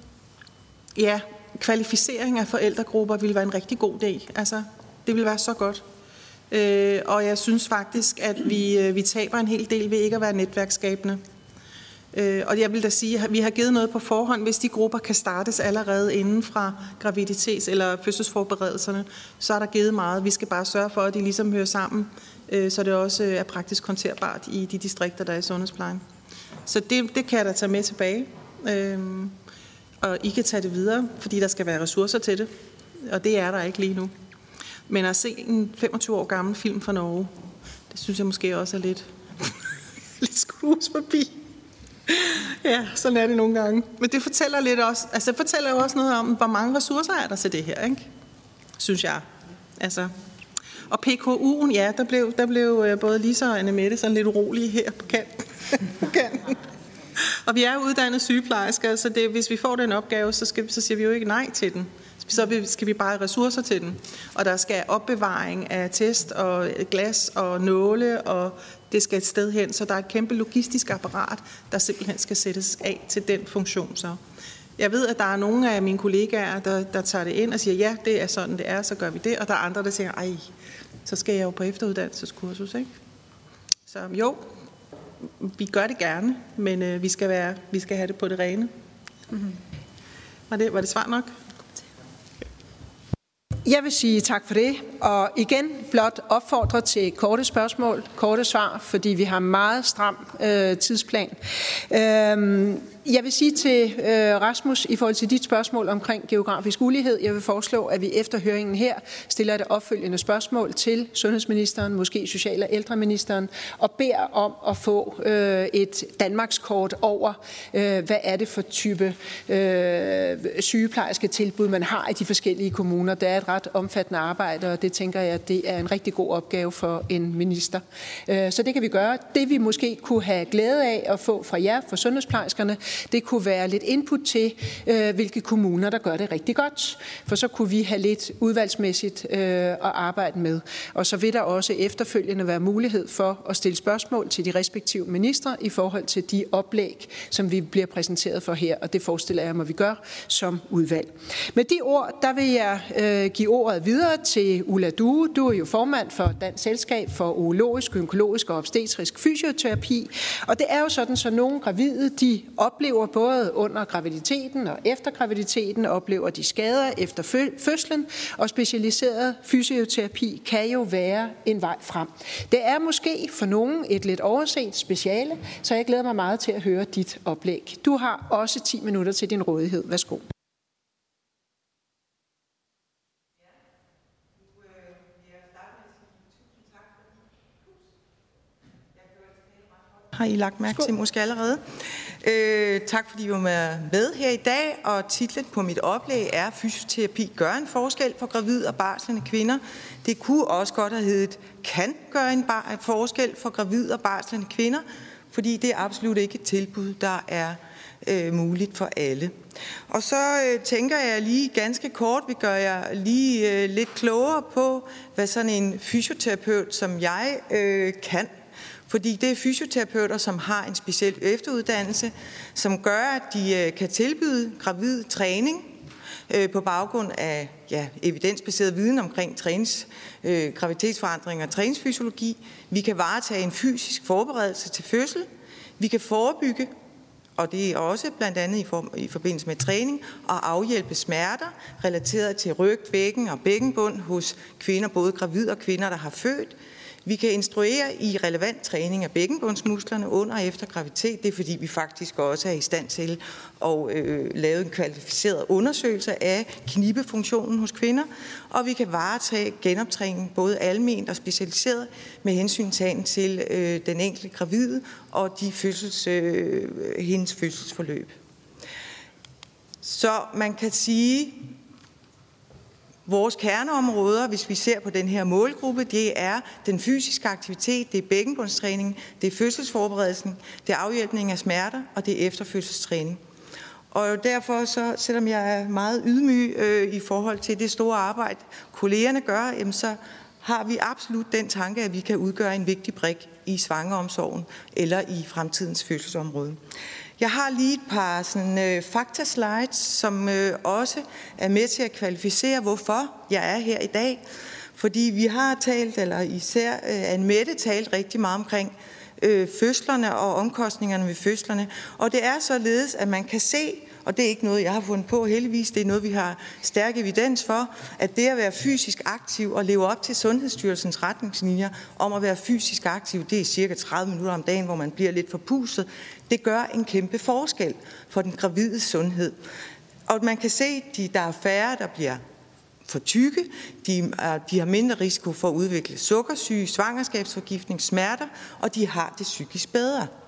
Ja, kvalificering af forældregrupper ville være en rigtig god idé. Altså det ville være så godt. Øh, og jeg synes faktisk, at vi, øh, vi taber en hel del ved ikke at være netværksskabende. Øh, og jeg vil da sige, at vi har givet noget på forhånd. Hvis de grupper kan startes allerede inden fra graviditets- eller fødselsforberedelserne, så er der givet meget. Vi skal bare sørge for, at de ligesom hører sammen, øh, så det også er praktisk håndterbart i de distrikter, der er i sundhedsplejen. Så det, det kan jeg da tage med tilbage. Øh, og I kan tage det videre, fordi der skal være ressourcer til det. Og det er der ikke lige nu. Men at se en femogtyve år gammel film fra Norge, det synes jeg måske også er lidt, lidt skrues forbi. Ja, sådan er det nogle gange. Men det fortæller lidt også, altså det fortæller jo også noget om, hvor mange ressourcer er der til det her, ikke? Synes jeg. Altså. Og P K U'en, ja, der blev, der blev både Lisa og Anne Mette sådan lidt urolige her på kanten. på kanten. Og vi er uddannede sygeplejersker, så det, hvis vi får den opgave, så, skal, så siger vi jo ikke nej til den. Så skal vi bare have ressourcer til den. Og der skal opbevaring af test og glas og nåle, og det skal et sted hen. Så der er et kæmpe logistisk apparat, der simpelthen skal sættes af til den funktion. Så jeg ved, at der er nogle af mine kollegaer, der, der tager det ind og siger, ja, det er sådan, det er, så gør vi det. Og der er andre, der siger, ej, så skal jeg jo på efteruddannelseskursus, ikke? Så jo, vi gør det gerne, men øh, vi, skal være, vi skal have det på det rene. Mm-hmm. Var det, var det svar nok? Jeg vil sige tak for det, og igen blot opfordre til korte spørgsmål, korte svar, fordi vi har meget stram øh, tidsplan. Øhm, jeg vil sige til øh, Rasmus, i forhold til dit spørgsmål omkring geografisk ulighed, jeg vil foreslå, at vi efter høringen her stiller et opfølgende spørgsmål til sundhedsministeren, måske social- og ældreministeren, og beder om at få øh, et Danmarkskort over, øh, hvad er det for type øh, sygeplejerske tilbud, man har i de forskellige kommuner. Det er et ret omfattende arbejde, og det tænker jeg, at det er en rigtig god opgave for en minister. Så det kan vi gøre. Det vi måske kunne have glæde af at få fra jer, fra sundhedsplejerskerne, det kunne være lidt input til, hvilke kommuner, der gør det rigtig godt. For så kunne vi have lidt udvalgsmæssigt at arbejde med. Og så vil der også efterfølgende være mulighed for at stille spørgsmål til de respektive ministre i forhold til de oplæg, som vi bliver præsenteret for her, og det forestiller jeg mig, vi gør som udvalg. Med de ord, der vil jeg øh, give ordet videre til Ulla Due. Du er jo formand for Dansk Selskab for Urologisk, Gynækologisk og Obstetrisk Fysioterapi. Og det er jo sådan, så nogle gravide, de oplever både under graviditeten og efter graviditeten, oplever de skader efter fødslen, og specialiseret fysioterapi kan jo være en vej frem. Det er måske for nogen et lidt overset speciale, så jeg glæder mig meget til at høre dit oplæg. Du har også ti minutter til din rådighed. Værsgo. Har I lagt mærke til måske allerede. Øh, tak fordi I var med her i dag, og titlen på mit oplæg er Fysioterapi gør en forskel for gravide og barslende kvinder. Det kunne også godt have heddet kan gøre en forskel for gravide og barslende kvinder, fordi det er absolut ikke et tilbud, der er øh, muligt for alle. Og så øh, tænker jeg lige ganske kort, vi gør jeg lige øh, lidt klogere på, hvad sådan en fysioterapeut som jeg øh, kan. Fordi det er fysioterapeuter, som har en speciel efteruddannelse, som gør, at de kan tilbyde gravid træning øh, på baggrund af ja, evidensbaseret viden omkring trænings, øh, graviditetsforandring og træningsfysiologi. Vi kan varetage en fysisk forberedelse til fødsel. Vi kan forebygge, og det er også blandt andet i, for, i forbindelse med træning, og afhjælpe smerter relateret til ryg, bækken og bækkenbund hos kvinder, både gravide og kvinder, der har født. Vi kan instruere i relevant træning af bækkenbundsmusklerne under og efter graviditet. Det er fordi, vi faktisk også er i stand til at øh, lave en kvalificeret undersøgelse af knibefunktionen hos kvinder. Og vi kan varetage genoptræning både alment og specialiseret med hensyntagen til øh, den enkelte gravide og de fødsels, øh, hendes fødselsforløb. Så man kan sige, vores kerneområder, hvis vi ser på den her målgruppe, det er den fysiske aktivitet, det er bækkenbundstræning, det er fødselsforberedelsen, det er afhjælpning af smerter, og det er efterfødselstræning. Og derfor, så, selvom jeg er meget ydmyg øh, i forhold til det store arbejde, kollegerne gør, jamen, så har vi absolut den tanke, at vi kan udgøre en vigtig brik i svangreomsorgen eller i fremtidens fødselsområde. Jeg har lige et par sådan, øh, faktaslides, som øh, også er med til at kvalificere, hvorfor jeg er her i dag. Fordi vi har talt, eller især øh, Anne-Mette talt rigtig meget omkring øh, fødslerne og omkostningerne ved fødslerne. Og det er således, at man kan se, og det er ikke noget, jeg har fundet på heldigvis, det er noget, vi har stærk evidens for, at det at være fysisk aktiv og leve op til Sundhedsstyrelsens retningslinjer om at være fysisk aktiv, det er cirka tredive minutter om dagen, hvor man bliver lidt forpustet. Det gør en kæmpe forskel for den gravide sundhed. Og man kan se, at der er færre, der bliver for tykke, de, er, de har mindre risiko for at udvikle sukkersyge, svangerskabsforgiftning, smerter, og de har det psykisk bedre.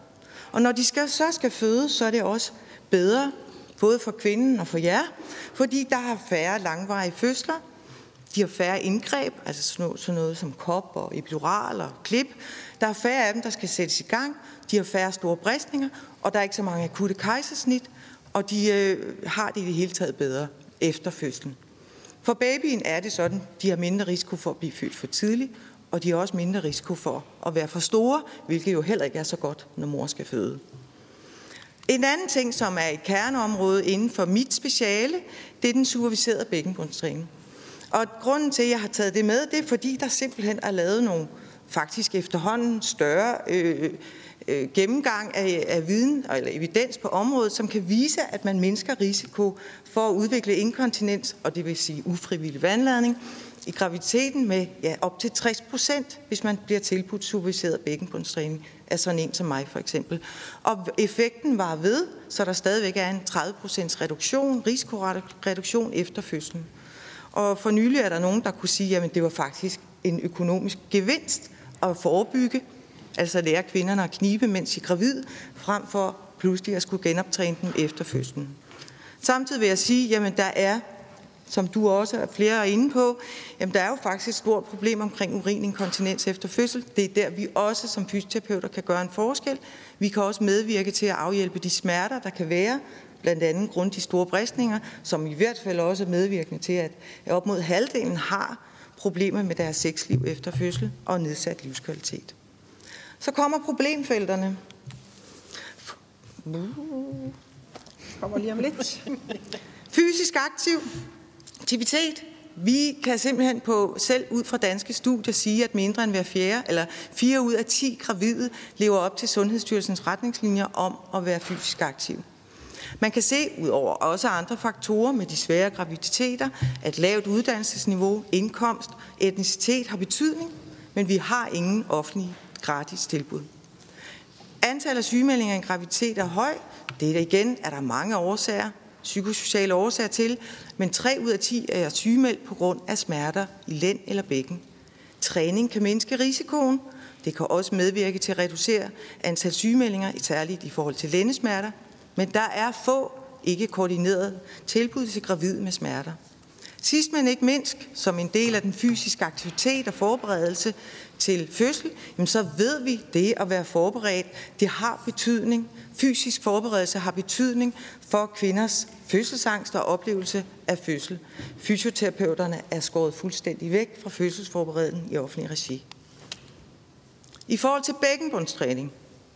Og når de skal, så skal føde, så er det også bedre, både for kvinden og for jer, fordi der har færre langvarige fødsler, de har færre indgreb, altså sådan noget, sådan noget som kop og epidural og klip. Der er færre af dem, der skal sættes i gang, de har færre store bristninger, og der er ikke så mange akutte kejsersnit, og de øh, har det i det hele taget bedre efter fødslen. For babyen er det sådan, de har mindre risiko for at blive født for tidligt, og de har også mindre risiko for at være for store, hvilket jo heller ikke er så godt, når mor skal føde. En anden ting, som er et kerneområde inden for mit speciale, det er den superviserede bækkenbundstræning. Og grunden til, at jeg har taget det med, det er fordi, der simpelthen er lavet nogle faktisk efterhånden større øh, øh, gennemgang af, af viden eller evidens på området, som kan vise, at man mindsker risiko for at udvikle inkontinens, og det vil sige ufrivillig vandladning, i graviditeten med ja, op til tres procent, hvis man bliver tilbudt superviseret bækkenbundstræning af sådan en som mig for eksempel. Og effekten var ved, så der stadigvæk er en tredive procent reduktion, risikoreduktion efter fødslen. Og for nylig er der nogen, der kunne sige, at det var faktisk en økonomisk gevinst at forebygge, altså lære kvinderne at knibe, mens de er gravide, frem for pludselig at skulle genoptræne dem efter fødslen. Samtidig vil jeg sige, at der er, som du også er flere er inde på, jamen der er jo faktisk et stort problem omkring urininkontinens efter fødsel. Det er der, vi også som fysioterapeuter kan gøre en forskel. Vi kan også medvirke til at afhjælpe de smerter, der kan være, blandt andet grund de store bristninger, som i hvert fald også er medvirkende til, at op mod halvdelen har problemer med deres sexliv efter fødsel og nedsat livskvalitet. Så kommer problemfelterne. Kommer lige om lidt. Fysisk aktiv aktivitet. Vi kan simpelthen på, selv ud fra danske studier sige, at mindre end hver fjerde, eller fire ud af ti gravide lever op til Sundhedsstyrelsens retningslinjer om at være fysisk aktiv. Man kan se, ud over også andre faktorer med de svære graviditeter, at lavt uddannelsesniveau, indkomst, etnicitet har betydning, men vi har ingen offentlige gratis tilbud. Antallet af sygemeldinger i en graviditet er høj. Det er der igen, er der mange årsager, psykosociale årsager til, men tre ud af ti er sygemeldt på grund af smerter i lænd eller bækken. Træning kan mindske risikoen. Det kan også medvirke til at reducere antal sygemeldinger, særligt i forhold til lændesmerter, men der er få ikke koordinerede tilbud til gravide med smerter. Sidst men ikke mindst, som en del af den fysiske aktivitet og forberedelse til fødsel, jamen så ved vi, det at være forberedt, det har betydning. Fysisk forberedelse har betydning for kvinders fødselsangst og oplevelse af fødsel. Fysioterapeuterne er skåret fuldstændig væk fra fødselsforberedelsen i offentlig regi. I forhold til bækkenbundstræning,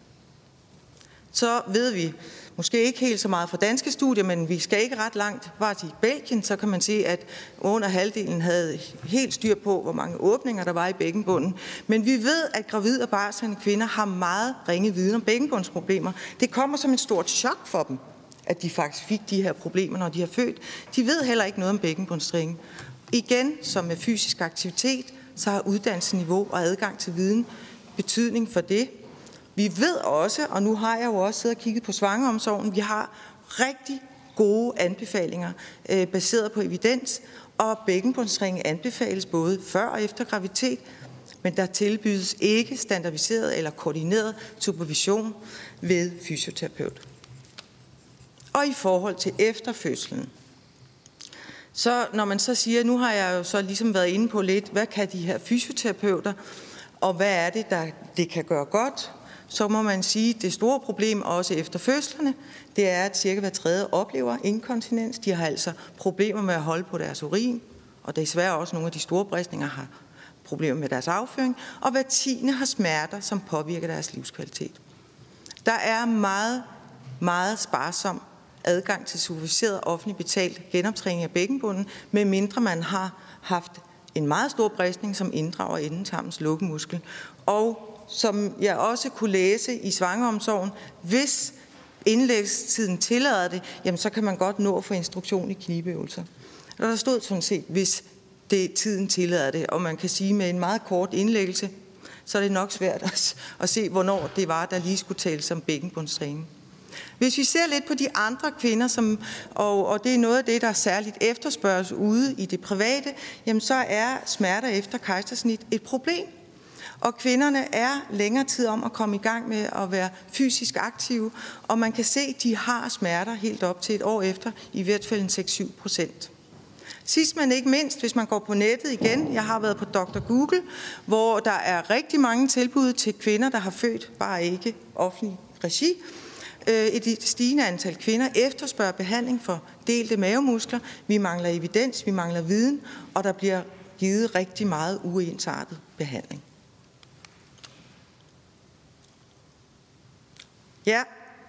så ved vi, måske ikke helt så meget fra danske studier, men vi skal ikke ret langt. Bare til Belgien, så kan man se, at under halvdelen havde helt styr på, hvor mange åbninger der var i bækkenbunden. Men vi ved, at gravide og barslende kvinder har meget ringe viden om bækkenbundsproblemer. Det kommer som et stort chok for dem, at de faktisk fik de her problemer, når de har født. De ved heller ikke noget om bækkenbundstræning. Igen, som med fysisk aktivitet, så har uddannelsesniveau og adgang til viden betydning for det. Vi ved også, og nu har jeg jo også siddet og kigget på svangreomsorgen, vi har rigtig gode anbefalinger øh, baseret på evidens, og bækkenbundstræning anbefales både før og efter graviditet, men der tilbydes ikke standardiseret eller koordineret supervision ved fysioterapeut. Og i forhold til efterfødslen, så når man så siger, nu har jeg jo så ligesom været inde på lidt, hvad kan de her fysioterapeuter, og hvad er det, der det kan gøre godt, så må man sige, at det store problem også efter fødslerne, det er, at cirka hver tredje oplever inkontinens. De har altså problemer med at holde på deres urin, og desværre også nogle af de store bristninger har problemer med deres afføring, og hver tiende har smerter, som påvirker deres livskvalitet. Der er meget, meget sparsom adgang til superviseret offentligt betalt genoptræning af bækkenbunden, medmindre man har haft en meget stor bristning, som inddrager endetarmens lukkemuskel. Og som jeg også kunne læse i svangreomsorgen, hvis indlæggelsestiden tillader det, jamen så kan man godt nå at få instruktion i knibeøvelser. Og der stod sådan set, hvis det, tiden tillader det, og man kan sige med en meget kort indlæggelse, så er det nok svært at, at se, hvornår det var, der lige skulle tales om bækkenbundstræning. Hvis vi ser lidt på de andre kvinder, som, og, og det er noget af det, der særligt efterspørges ude i det private, jamen så er smerter efter kejsersnit et problem. Og kvinderne er længere tid om at komme i gang med at være fysisk aktive, og man kan se, at de har smerter helt op til et år efter, i hvert fald en seks til syv procent. Sidst men ikke mindst, hvis man går på nettet igen, jeg har været på doktor Google, hvor der er rigtig mange tilbud til kvinder, der har født, bare ikke offentlig regi. Et stigende antal kvinder efterspørger behandling for delte mavemuskler. Vi mangler evidens, vi mangler viden, og der bliver givet rigtig meget uensartet behandling. Ja,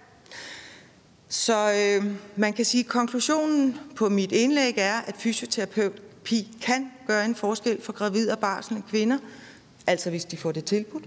så øh, man kan sige, at konklusionen på mit indlæg er, at fysioterapi kan gøre en forskel for gravide og barslende kvinder, altså hvis de får det tilbudt.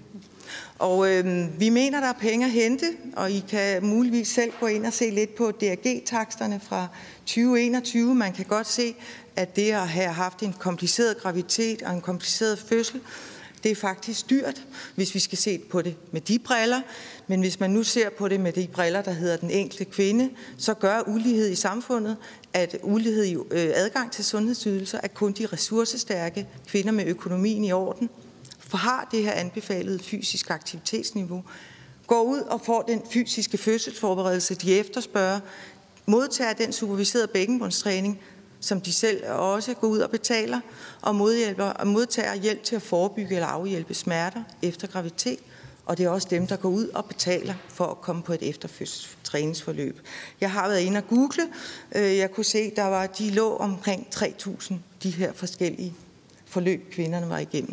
Og øh, vi mener, der er penge at hente, og I kan muligvis selv gå ind og se lidt på D R G-taksterne fra tyve enogtyve. Man kan godt se, at det at have haft en kompliceret graviditet og en kompliceret fødsel, det er faktisk dyrt, hvis vi skal se på det med de briller. Men hvis man nu ser på det med de briller, der hedder den enkelte kvinde, så gør ulighed i samfundet, at ulighed i adgang til sundhedsydelser, at kun de ressourcestærke kvinder med økonomien i orden for har det her anbefalede fysisk aktivitetsniveau, går ud og får den fysiske fødselsforberedelse, de efterspørger, modtager den superviserede bækkenbundstræning, som de selv også går ud og betaler, og modtager hjælp til at forebygge eller afhjælpe smerter efter graviditet. Og det er også dem, der går ud og betaler for at komme på et efterfødselstræningsforløb. Jeg har været inde og google. Jeg kunne se, der var, de lå omkring tre tusind, de her forskellige forløb, kvinderne var igennem.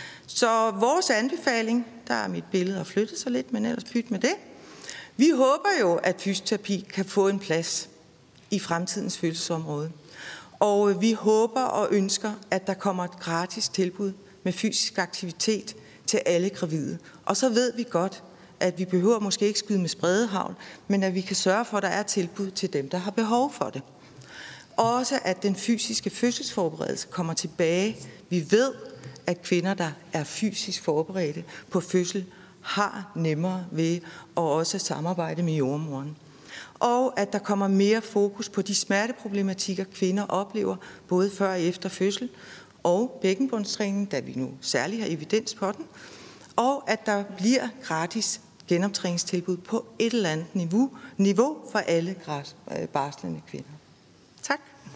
Så vores anbefaling, der er mit billede og flyttet sig lidt, men ellers pyt med det. Vi håber jo, at fysioterapi kan få en plads i fremtidens fødselsområde. Og vi håber og ønsker, at der kommer et gratis tilbud med fysisk aktivitet til alle gravide. Og så ved vi godt, at vi behøver måske ikke skyde med spredehagl, men at vi kan sørge for, at der er tilbud til dem, der har behov for det. Også at den fysiske fødselsforberedelse kommer tilbage. Vi ved, at kvinder, der er fysisk forberedte på fødsel, har nemmere ved at også samarbejde med jordmoren. Og at der kommer mere fokus på de smerteproblematikker, kvinder oplever, både før og efter fødsel, og bækkenbundstræning, da vi nu særligt har evidens på den, og at der bliver gratis genoptræningstilbud på et eller andet niveau, niveau for alle barslende kvinder. Tak.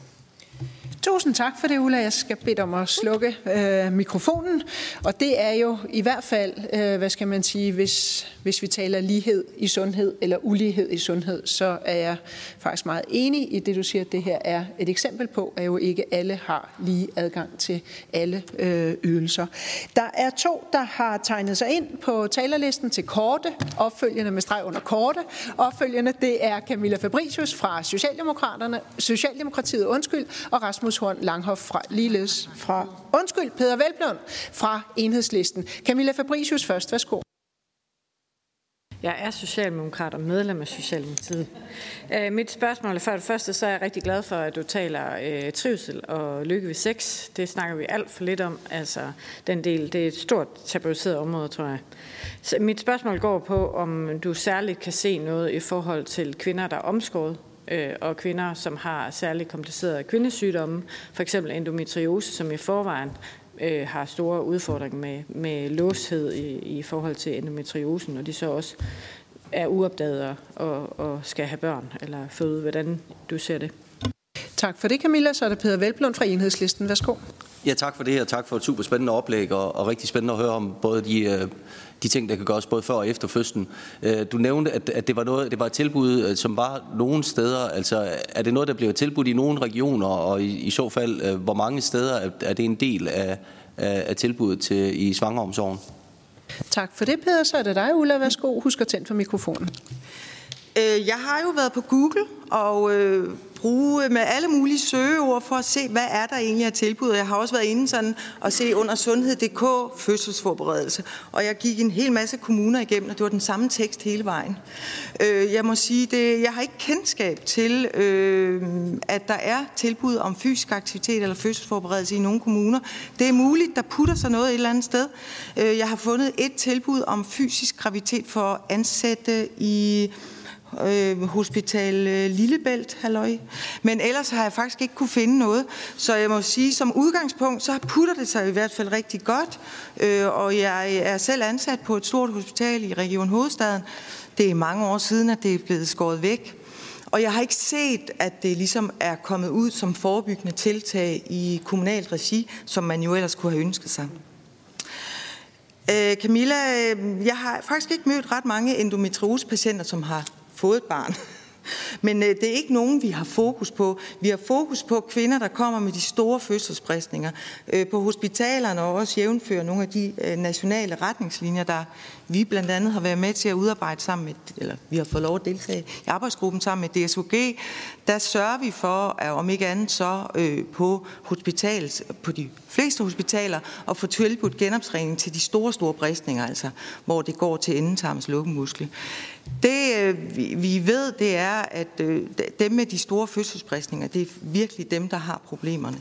Tusind tak for det, Ulla. Jeg skal bede om at slukke øh, mikrofonen. Og det er jo i hvert fald, øh, hvad skal man sige, hvis, hvis vi taler lighed i sundhed eller ulighed i sundhed, så er jeg faktisk meget enig i det, du siger, at det her er et eksempel på, at jo ikke alle har lige adgang til alle øh, ydelser. Der er to, der har tegnet sig ind på talerlisten til korte, opfølgende med streg under korte. Opfølgende, det er Camilla Fabricius fra Socialdemokraterne, Socialdemokratiet, undskyld, og Rasmus Horn Langhoff fra ligeledes fra, undskyld, Peder Hvelplund fra Enhedslisten. Camilla Fabricius først, værsgo. Jeg er socialdemokrat og medlem af Socialdemokratiet. Øh, mit spørgsmål er for det første, så er jeg rigtig glad for, at du taler øh, trivsel og lykke ved sex. Det snakker vi alt for lidt om. Altså, den del, det er et stort tabuiseret område, tror jeg. Så mit spørgsmål går på, om du særligt kan se noget i forhold til kvinder, der er omskåret, øh, og kvinder, som har særligt komplicerede kvindesygdomme, for eksempel endometriose, som i forvejen øh, har store udfordringer med, med låshed i, i forhold til endometriosen, og de så også er uopdaget og, og skal have børn eller føde. Hvordan du ser det? Tak for det, Camilla. Så er det Peder Hvelplund fra Enhedslisten. Værsgo. Ja, tak for det, og tak for et super spændende oplæg, og, og rigtig spændende at høre om både de, de ting, der kan gøres både før og efter fødslen. Du nævnte, at, at det var noget, det var et tilbud, som var nogle steder. Altså, er det noget, der bliver tilbudt i nogle regioner, og i, i så fald, hvor mange steder er, er det en del af, af, af tilbuddet til, i svangreomsorgen? Tak for det, Peder. Så er det dig, Ulla. Værsgo. Husk at tænde for mikrofonen. Jeg har jo været på Google og øh, bruge med alle mulige søgeord for at se, hvad er der egentlig af tilbud. Jeg har også været inde sådan og se under sundhed punktum d k fødselsforberedelse. Og jeg gik en hel masse kommuner igennem, og det var den samme tekst hele vejen. Øh, jeg må sige, det, jeg har ikke kendskab til, øh, at der er tilbud om fysisk aktivitet eller fødselsforberedelse i nogle kommuner. Det er muligt, der putter sig noget et eller andet sted. Øh, jeg har fundet et tilbud om fysisk graviditet for ansatte i øh, Hospital øh, Lillebælt, halløj. Men ellers har jeg faktisk ikke kunne finde noget. Så jeg må sige, som udgangspunkt, så putter det sig i hvert fald rigtig godt. Øh, og jeg er selv ansat på et stort hospital i Region Hovedstaden. Det er mange år siden, at det er blevet skåret væk. Og jeg har ikke set, at det ligesom er kommet ud som forebyggende tiltag i kommunalt regi, som man jo ellers kunne have ønsket sig. Øh, Camilla, jeg har faktisk ikke mødt ret mange endometriosepatienter, som har fået et barn. Men øh, det er ikke nogen, vi har fokus på. Vi har fokus på kvinder, der kommer med de store fødselsbristninger. Øh, på hospitalerne og også jævnfører nogle af de øh, nationale retningslinjer, der vi blandt andet har været med til at udarbejde sammen med, eller vi har fået lov at deltage i arbejdsgruppen sammen med D S O G. Der sørger vi for, at om ikke andet så øh, på, hospitals, på de fleste hospitaler, at få tilbudt genoptræning til de store, store bristninger, altså hvor det går til endetarmens lukkemuskel. Det øh, vi, vi ved, det er, at øh, dem med de store fødselsbristninger, det er virkelig dem, der har problemerne.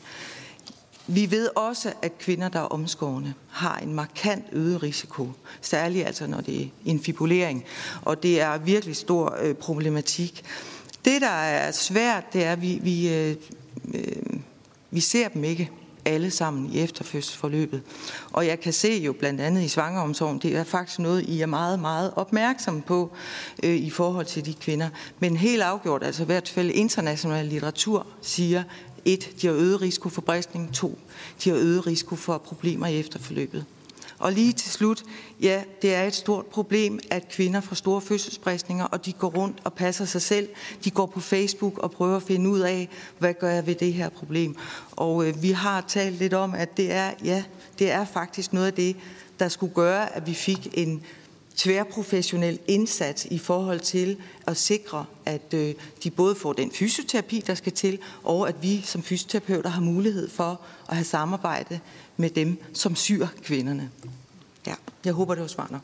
Vi ved også, at kvinder, der er omskårne, har en markant øget risiko, særligt altså når det er infibulering, og det er virkelig stor øh, problematik. Det, der er svært, det er, at vi, vi, øh, øh, vi ser dem ikke alle sammen i efterfødselsforløbet. Og jeg kan se jo blandt andet i svangreomsorgen, det er faktisk noget, I er meget, meget opmærksomme på øh, i forhold til de kvinder. Men helt afgjort, altså i hvert fald international litteratur siger, et, de har øget risiko for bristning, to, de har øget risiko for problemer i efterforløbet. Og lige til slut, ja, det er et stort problem, at kvinder får store fødselsbristninger, og de går rundt og passer sig selv. De går på Facebook og prøver at finde ud af, hvad gør jeg ved det her problem. Og øh, vi har talt lidt om, at det er, ja, det er faktisk noget af det, der skulle gøre, at vi fik en tværprofessionel indsats i forhold til at sikre, at øh, de både får den fysioterapi, der skal til, og at vi som fysioterapeuter har mulighed for at have samarbejde med dem, som syr kvinderne. Ja, jeg håber, det var svar nok.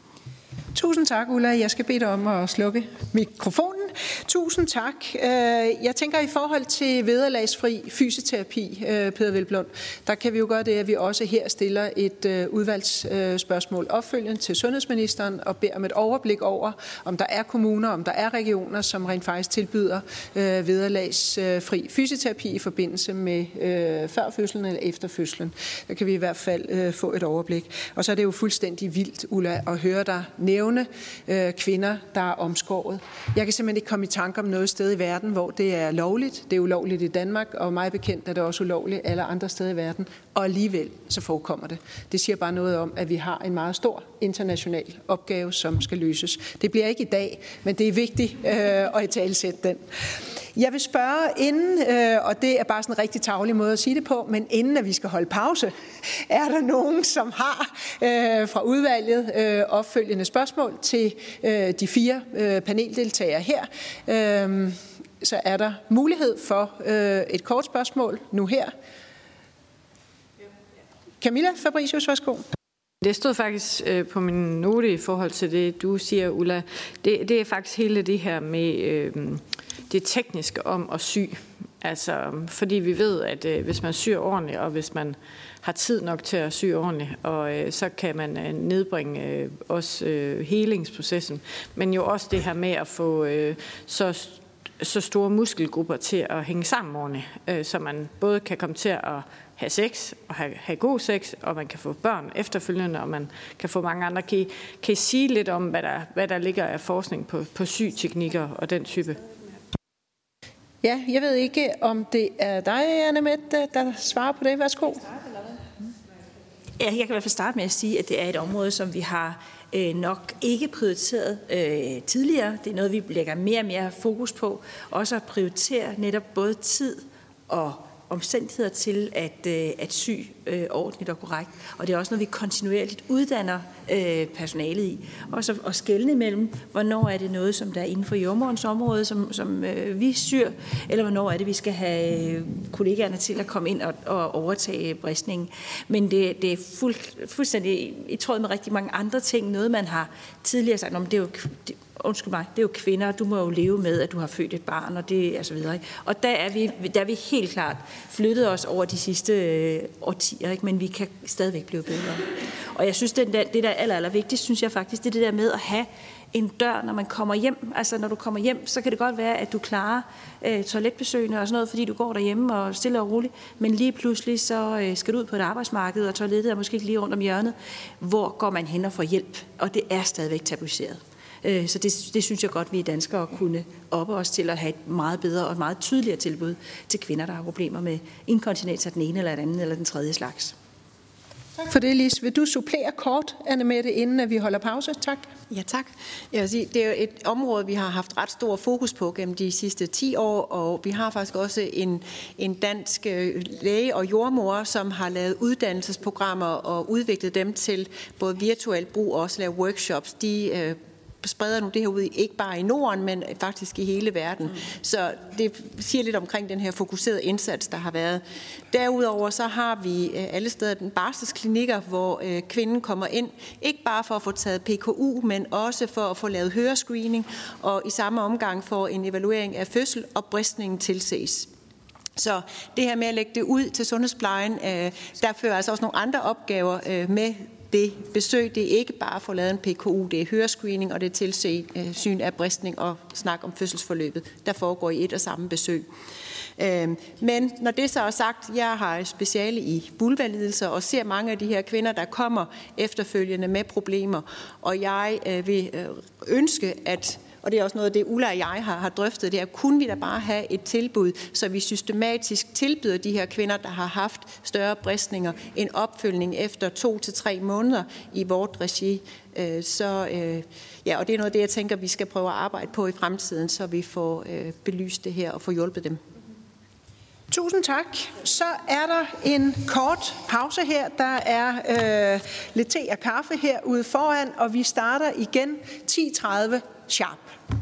Tusind tak, Ulla. Jeg skal bede dig om at slukke mikrofonen. Tusind tak. Jeg tænker i forhold til vederlagsfri fysioterapi, Peder Hvelplund, der kan vi jo gøre det, at vi også her stiller et udvalgsspørgsmål opfølgende til sundhedsministeren og beder om et overblik over, om der er kommuner, om der er regioner, som rent faktisk tilbyder vederlagsfri fysioterapi i forbindelse med førfødslen eller efterfødslen. Der kan vi i hvert fald få et overblik. Og så er det jo fuldstændig vildt, Ulla, at høre dig nævne øh, kvinder, der er omskåret. Jeg kan simpelthen ikke komme i tanke om noget sted i verden, hvor det er lovligt. Det er ulovligt i Danmark, og mig bekendt er det også ulovligt alle andre steder i verden. Og alligevel så forekommer det. Det siger bare noget om, at vi har en meget stor international opgave, som skal løses. Det bliver ikke i dag, men det er vigtigt øh, at italesætte den. Jeg vil spørge inden, øh, og det er bare sådan en rigtig tarvelig måde at sige det på, men inden at vi skal holde pause, er der nogen, som har øh, fra udvalget øh, opfølgende spørgsmål til øh, de fire øh, paneldeltagere her. Øh, så er der mulighed for øh, et kort spørgsmål nu her. Camilla Fabricius, værsgo. Det stod faktisk øh, på min note i forhold til det, du siger, Ulla. Det, det er faktisk hele det her med øh, det tekniske om at sy. Altså, fordi vi ved, at øh, hvis man syr ordentligt, og hvis man har tid nok til at sy ordentligt, og øh, så kan man øh, nedbringe øh, også øh, helingsprocessen. Men jo også det her med at få øh, så så store muskelgrupper til at hænge sammen ordentligt, øh, så man både kan komme til at have sex og have, have god sex, og man kan få børn efterfølgende, og man kan få mange andre. Kan I, kan I sige lidt om, hvad der, hvad der ligger af forskning på, på syteknikker og den type? Ja, jeg ved ikke, om det er dig, Anne-Mette, der svarer på det. Værsgo. Ja, jeg kan i hvert fald starte med at sige, at det er et område, som vi har øh, nok ikke prioriteret øh, tidligere. Det er noget, vi lægger mere og mere fokus på. Også at prioritere netop både tid og omstændigheder til at, øh, at sy øh, ordentligt og korrekt. Og det er også noget, vi kontinuerligt uddanner øh, personalet i. Også at, at skelne imellem, hvornår er det noget, som der er inden for jordmorens område, som, som øh, vi syr, eller hvornår er det, vi skal have kollegaerne til at komme ind og, og overtage bristningen. Men det, det er fuld, fuldstændig i tråd med rigtig mange andre ting. Noget, man har tidligere sagt, om det er jo... Det, Undskyld mig, det er jo kvinder, du må jo leve med, at du har født et barn, og det er så videre. Og der er vi, der er vi helt klart flyttet os over de sidste øh, årtier, ikke? Men vi kan stadigvæk blive bedre. Og jeg synes, det, det der er aller, aller vigtigst, synes jeg faktisk, det er det der med at have en dør, når man kommer hjem. Altså, når du kommer hjem, så kan det godt være, at du klarer øh, toiletbesøgene og sådan noget, fordi du går derhjemme og stille og roligt. Men lige pludselig, så øh, skal du ud på et arbejdsmarked, og toilettet er måske ikke lige rundt om hjørnet. Hvor går man hen og får hjælp? Og det er stadigvæk tabuiseret. Øh, så det, det synes jeg godt, vi danskere kunne oppe os til at have et meget bedre og et meget tydeligere tilbud til kvinder, der har problemer med inkontinens af den ene eller den anden eller den tredje slags. Tak for det, Lis. Vil du supplere kort, Anne-Mette, inden vi holder pause? Tak. Ja, tak. Jeg vil sige, det er jo et område, vi har haft ret stor fokus på gennem de sidste ti år, og vi har faktisk også en, en dansk læge og jordmor, som har lavet uddannelsesprogrammer og udviklet dem til både virtuel brug og også lave workshops. De øh, spreder nu det her ud, ikke bare i Norden, men faktisk i hele verden. Mm. Så det siger lidt omkring den her fokuserede indsats, der har været. Derudover så har vi alle steder den barselsklinikker, hvor øh, kvinden kommer ind, ikke bare for at få taget P K U, men også for at få lavet hørescreening, og i samme omgang for en evaluering af fødsel, og bristningen tilses. Så det her med at lægge det ud til sundhedsplejen, øh, der fører altså også nogle andre opgaver øh, med det besøg. Det er ikke bare at få lavet en P K U, det er hørescreening, og det er tilsyn af bristning og snak om fødselsforløbet, der foregår i et og samme besøg. Men når det så er sagt, jeg har speciale i vulvalidelser og ser mange af de her kvinder, der kommer efterfølgende med problemer, og jeg vil ønske, at og det er også noget af det, Ulla og jeg har, har drøftet, det er, kunne vi da bare have et tilbud, så vi systematisk tilbyder de her kvinder, der har haft større bristninger, en opfølgning efter to til tre måneder i vort regi. Så, ja, og det er noget af det, jeg tænker, vi skal prøve at arbejde på i fremtiden, så vi får belyst det her og får hjulpet dem. Tusind tak. Så er der en kort pause her. Der er øh, lidt te og kaffe herude foran, og vi starter igen ti tredive sharp.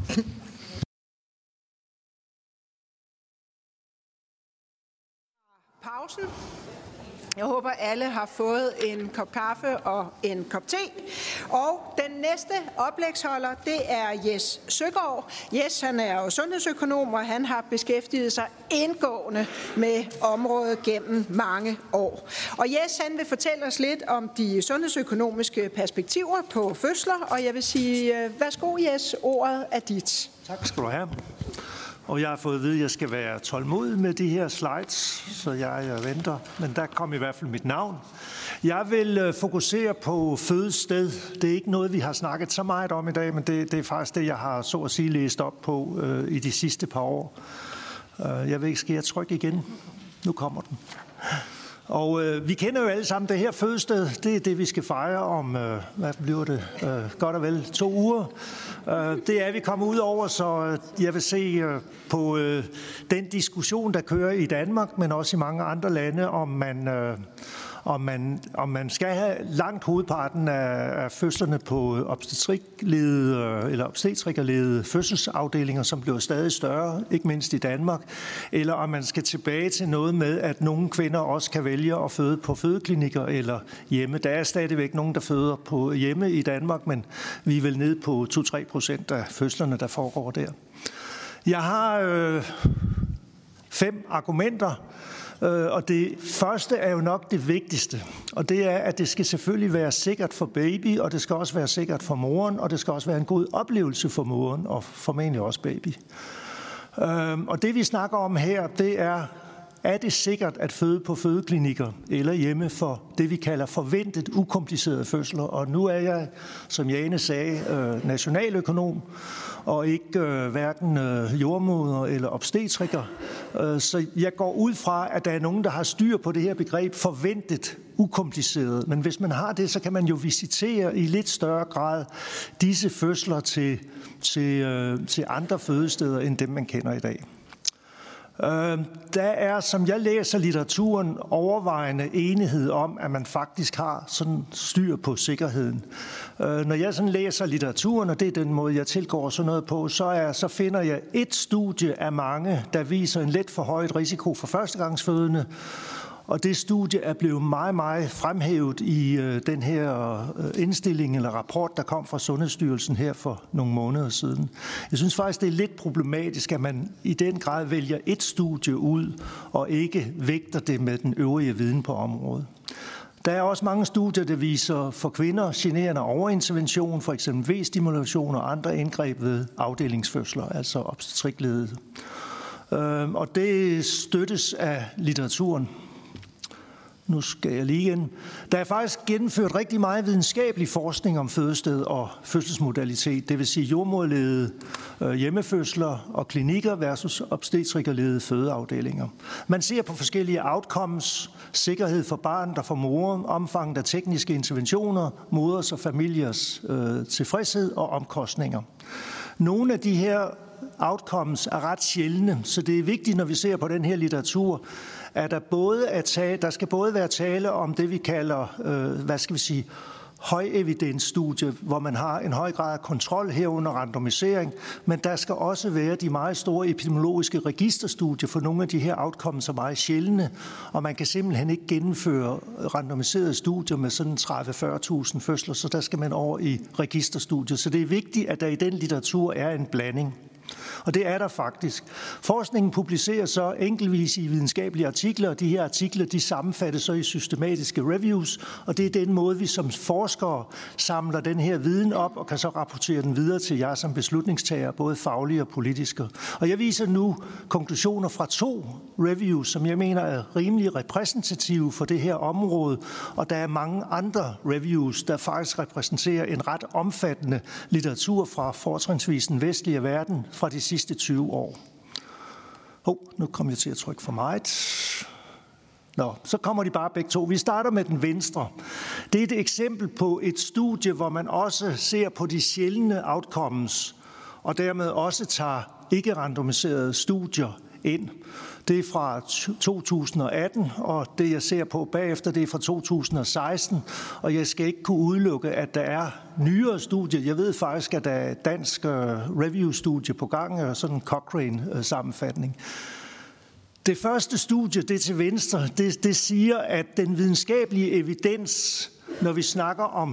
Pausen. Jeg håber, alle har fået en kop kaffe og en kop te. Og den næste oplægsholder, det er Jes Søgaard. Jes, han er jo sundhedsøkonom, og han har beskæftiget sig indgående med området gennem mange år. Og Jes, han vil fortælle os lidt om de sundhedsøkonomiske perspektiver på fødsler, og jeg vil sige, værsgo Jes, ordet er dit. Tak skal du have. Og jeg har fået at vide, at jeg skal være tålmodig med de her slides, så jeg venter. Men der kom i hvert fald mit navn. Jeg vil fokusere på fødested. Det er ikke noget, vi har snakket så meget om i dag, men det, det er faktisk det, jeg har så at sige læst op på øh, i de sidste par år. Jeg ved ikke, skal jeg trykke igen? Nu kommer den. Og øh, vi kender jo alle sammen det her fødested. Det er det, vi skal fejre om, øh, hvad bliver det, øh, godt og vel to uger. Øh, det er vi kommet ud over, så øh, jeg vil se øh, på øh, den diskussion, der kører i Danmark, men også i mange andre lande, om man... Øh, Om man, om man skal have langt hovedparten af, af fødslerne på obstetrikledede eller obstetrikerledede fødselsafdelinger, som bliver stadig større, ikke mindst i Danmark, eller om man skal tilbage til noget med, at nogle kvinder også kan vælge at føde på fødeklinikker eller hjemme. Der er stadigvæk nogen, der føder på hjemme i Danmark, men vi er vel nede på to til tre procent af fødslerne, der foregår der. Jeg har øh, fem argumenter. Og det første er jo nok det vigtigste, og det er, at det skal selvfølgelig være sikkert for baby, og det skal også være sikkert for moren, og det skal også være en god oplevelse for moren, og formentlig også baby. Og det vi snakker om her, det er, er det sikkert at føde på fødeklinikker eller hjemme for det, vi kalder forventet ukomplicerede fødsler. Og nu er jeg, som Jane sagde, nationaløkonom, og ikke øh, hverken øh, jordmoder eller obstetriker. Øh, så jeg går ud fra, at der er nogen, der har styr på det her begreb forventet ukompliceret. Men hvis man har det, så kan man jo visitere i lidt større grad disse fødsler til, til, øh, til andre fødesteder, end dem man kender i dag. Øh, der er, som jeg læser litteraturen, overvejende enighed om, at man faktisk har sådan styr på sikkerheden. Øh, når jeg sådan læser litteraturen, og det er den måde, jeg tilgår sådan noget på, så, er, så finder jeg et studie af mange, der viser en lidt forhøjet risiko for førstegangsfødende. Og det studie er blevet meget, meget fremhævet i øh, den her øh, indstilling eller rapport, der kom fra Sundhedsstyrelsen her for nogle måneder siden. Jeg synes faktisk, det er lidt problematisk, at man i den grad vælger et studie ud og ikke vægter det med den øvrige viden på området. Der er også mange studier, der viser for kvinder generende overintervention, for eksempel V-stimulation og andre indgreb ved afdelingsfødsler, altså obstetrikledet. Og det støttes af litteraturen. Nu skal jeg lige igen. Der er faktisk gennemført rigtig meget videnskabelig forskning om fødested og fødselsmodalitet, det vil sige jordmoderledede hjemmefødsler og klinikker versus obstetrikerledede fødeafdelinger. Man ser på forskellige outcomes, sikkerhed for barnet og for moren, omfanget af tekniske interventioner, moders og familiers øh, tilfredshed og omkostninger. Nogle af de her outcomes er ret sjældne, så det er vigtigt, når vi ser på den her litteratur, at der både er tale, der skal både være tale om det, vi kalder, øh, hvad skal vi sige, højevidensstudie, hvor man har en høj grad af kontrol herunder randomisering, men der skal også være de meget store epidemiologiske registerstudier, for nogle af de her outcomes er meget sjældne, og man kan simpelthen ikke gennemføre randomiserede studier med sådan tredive til fyrre tusind fødsler, så der skal man over i registerstudier. Så det er vigtigt, at der i den litteratur er en blanding. Og det er der faktisk. Forskningen publicerer så enkeltvis i videnskabelige artikler, og de her artikler de sammenfattes så i systematiske reviews, og det er den måde, vi som forskere samler den her viden op og kan så rapportere den videre til jer som beslutningstagere, både faglige og politiske. Og jeg viser nu konklusioner fra to reviews, som jeg mener er rimelig repræsentative for det her område, og der er mange andre reviews, der faktisk repræsenterer en ret omfattende litteratur fra fortrinsvis den vestlige verden fra de sidste tyve år. Hov, oh, nu kommer jeg til at trykke for meget. Nå, så kommer de bare begge to. Vi starter med den venstre. Det er et eksempel på et studie, hvor man også ser på de sjældne outcomes, og dermed også tager ikke-randomiserede studier ind. Det er fra to tusind og atten, og det jeg ser på bagefter, det er fra to tusind og seksten, og jeg skal ikke kunne udelukke, at der er nyere studier. Jeg ved faktisk, at der er et dansk review-studie på gang, sådan en Cochrane-sammenfatning. Det første studie, det til venstre, det, det siger, at den videnskabelige evidens, når vi snakker om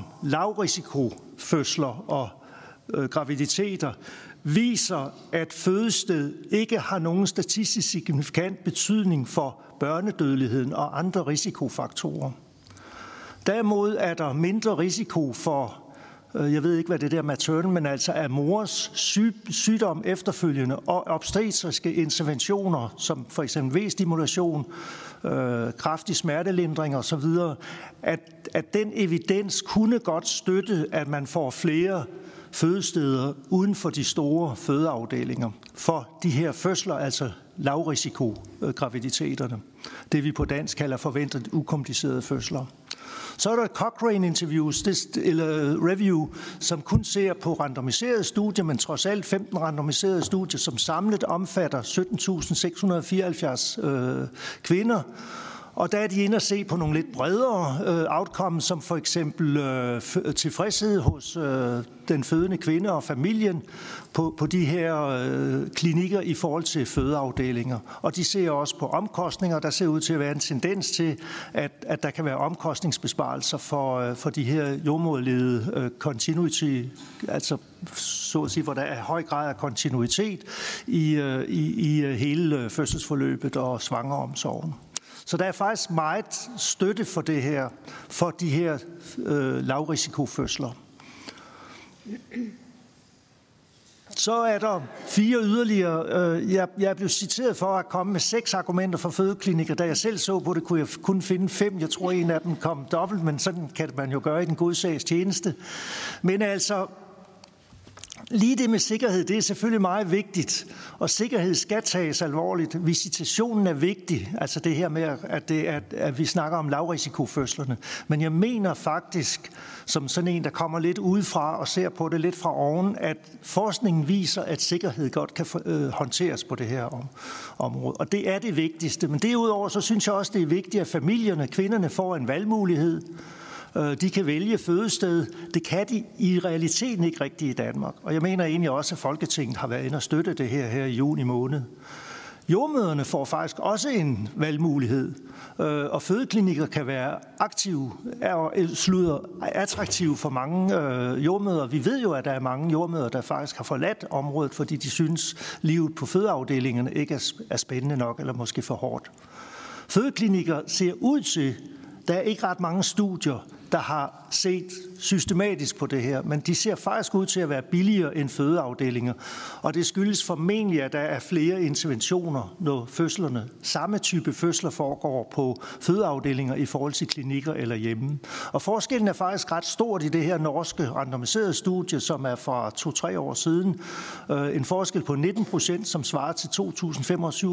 lavrisikofødsler og øh, graviditeter, viser, at fødested ikke har nogen statistisk signifikant betydning for børnedødeligheden og andre risikofaktorer. Derimod er der mindre risiko for, jeg ved ikke, hvad det der maternal, men altså af mors syg, sygdom efterfølgende og obstetriske interventioner, som for eksempel V-stimulation, øh, kraftig smertelindring osv., at, at den evidens kunne godt støtte, at man får flere fødesteder uden for de store fødeafdelinger for de her fødsler, altså lavrisiko-graviditeterne. Det vi på dansk kalder forventet ukomplicerede fødsler. Så er der Cochrane interviews, eller review, som kun ser på randomiserede studier, men trods alt femten randomiserede studier, som samlet omfatter sytten tusind seks hundrede og fireoghalvfjerds øh, kvinder. Og der er de inde at se på nogle lidt bredere øh, outcomes, som for eksempel øh, tilfredshed hos øh, den fødende kvinde og familien på, på de her øh, klinikker i forhold til fødeafdelinger. Og de ser også på omkostninger. Der ser ud til at være en tendens til, at, at der kan være omkostningsbesparelser for, øh, for de her jordmoderledede øh, continuity, altså så at sige, hvor der er høj grad af kontinuitet i, øh, i, i hele fødselsforløbet og svangreomsorgen. Så der er faktisk meget støtte for det her, for de her øh, lavrisikofødsler. Så er der fire yderligere. Jeg, jeg er blevet citeret for at komme med seks argumenter for fødeklinikker. Da jeg selv så på det, kunne jeg kun finde fem. Jeg tror, en af dem kom dobbelt, men sådan kan man jo gøre i den gode sags tjeneste. Men altså, lige det med sikkerhed, det er selvfølgelig meget vigtigt, og sikkerhed skal tages alvorligt. Visitationen er vigtig, altså det her med, at, det, at, at vi snakker om lavrisikofødslerne. Men jeg mener faktisk, som sådan en, der kommer lidt udefra og ser på det lidt fra oven, at forskningen viser, at sikkerhed godt kan øh, håndteres på det her om, område. Og det er det vigtigste. Men derudover, så synes jeg også, det er vigtigt, at familierne, kvinderne får en valgmulighed. De kan vælge fødested. Det kan de i realiteten ikke rigtigt i Danmark. Og jeg mener egentlig også, at Folketinget har været inde og støtte det her, her i juni måned. Jordmøderne får faktisk også en valgmulighed, og fødeklinikker kan være aktive, slutter attraktive for mange jordmøder. Vi ved jo, at der er mange jordmøder, der faktisk har forladt området, fordi de synes, livet på fødeafdelingerne ikke er spændende nok, eller måske for hårdt. Fødeklinikker ser ud til Der er ikke ret mange studier, der har set systematisk på det her, men de ser faktisk ud til at være billigere end fødeafdelinger. Og det skyldes formentlig, at der er flere interventioner, når fødslerne, samme type fødsler foregår på fødeafdelinger i forhold til klinikker eller hjemme. Og forskellen er faktisk ret stort i det her norske randomiserede studie, som er fra to-tre år siden. En forskel på nitten procent, som svarer til to tusind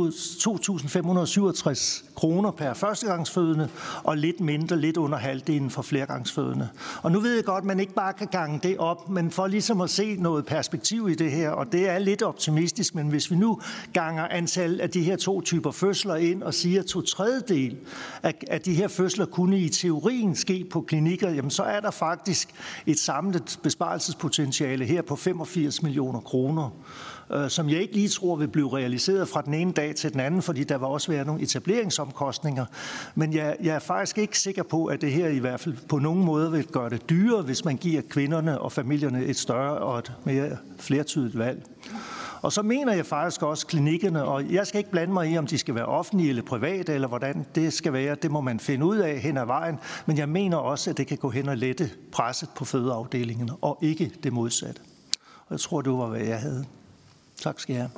fem hundrede og syvogtres kroner per førstegangsfødende, og lidt mindre, lidt under halvdelen for flergangsfødende. Og nu ved jeg godt, at man ikke bare kan gange det op, men for ligesom at se noget perspektiv i det her, og det er lidt optimistisk, men hvis vi nu ganger antal af de her to typer fødsler ind og siger, at to tredjedel af de her fødsler kunne i teorien ske på klinikker, jamen så er der faktisk et samlet besparelsespotentiale her på femogfirs millioner kroner, som jeg ikke lige tror vil blive realiseret fra den ene dag til den anden, fordi der vil også være nogle etableringsomkostninger. Men jeg, jeg er faktisk ikke sikker på, at det her i hvert fald på nogen måde vil gøre det dyrere, hvis man giver kvinderne og familierne et større og et mere flertydigt valg. Og så mener jeg faktisk også klinikkerne, og jeg skal ikke blande mig i, om de skal være offentlige eller private, eller hvordan det skal være. Det må man finde ud af hen ad vejen. Men jeg mener også, at det kan gå hen og lette presset på fødeafdelingerne, og ikke det modsatte. Og jeg tror, det var, hvad jeg havde. Tak skal I have.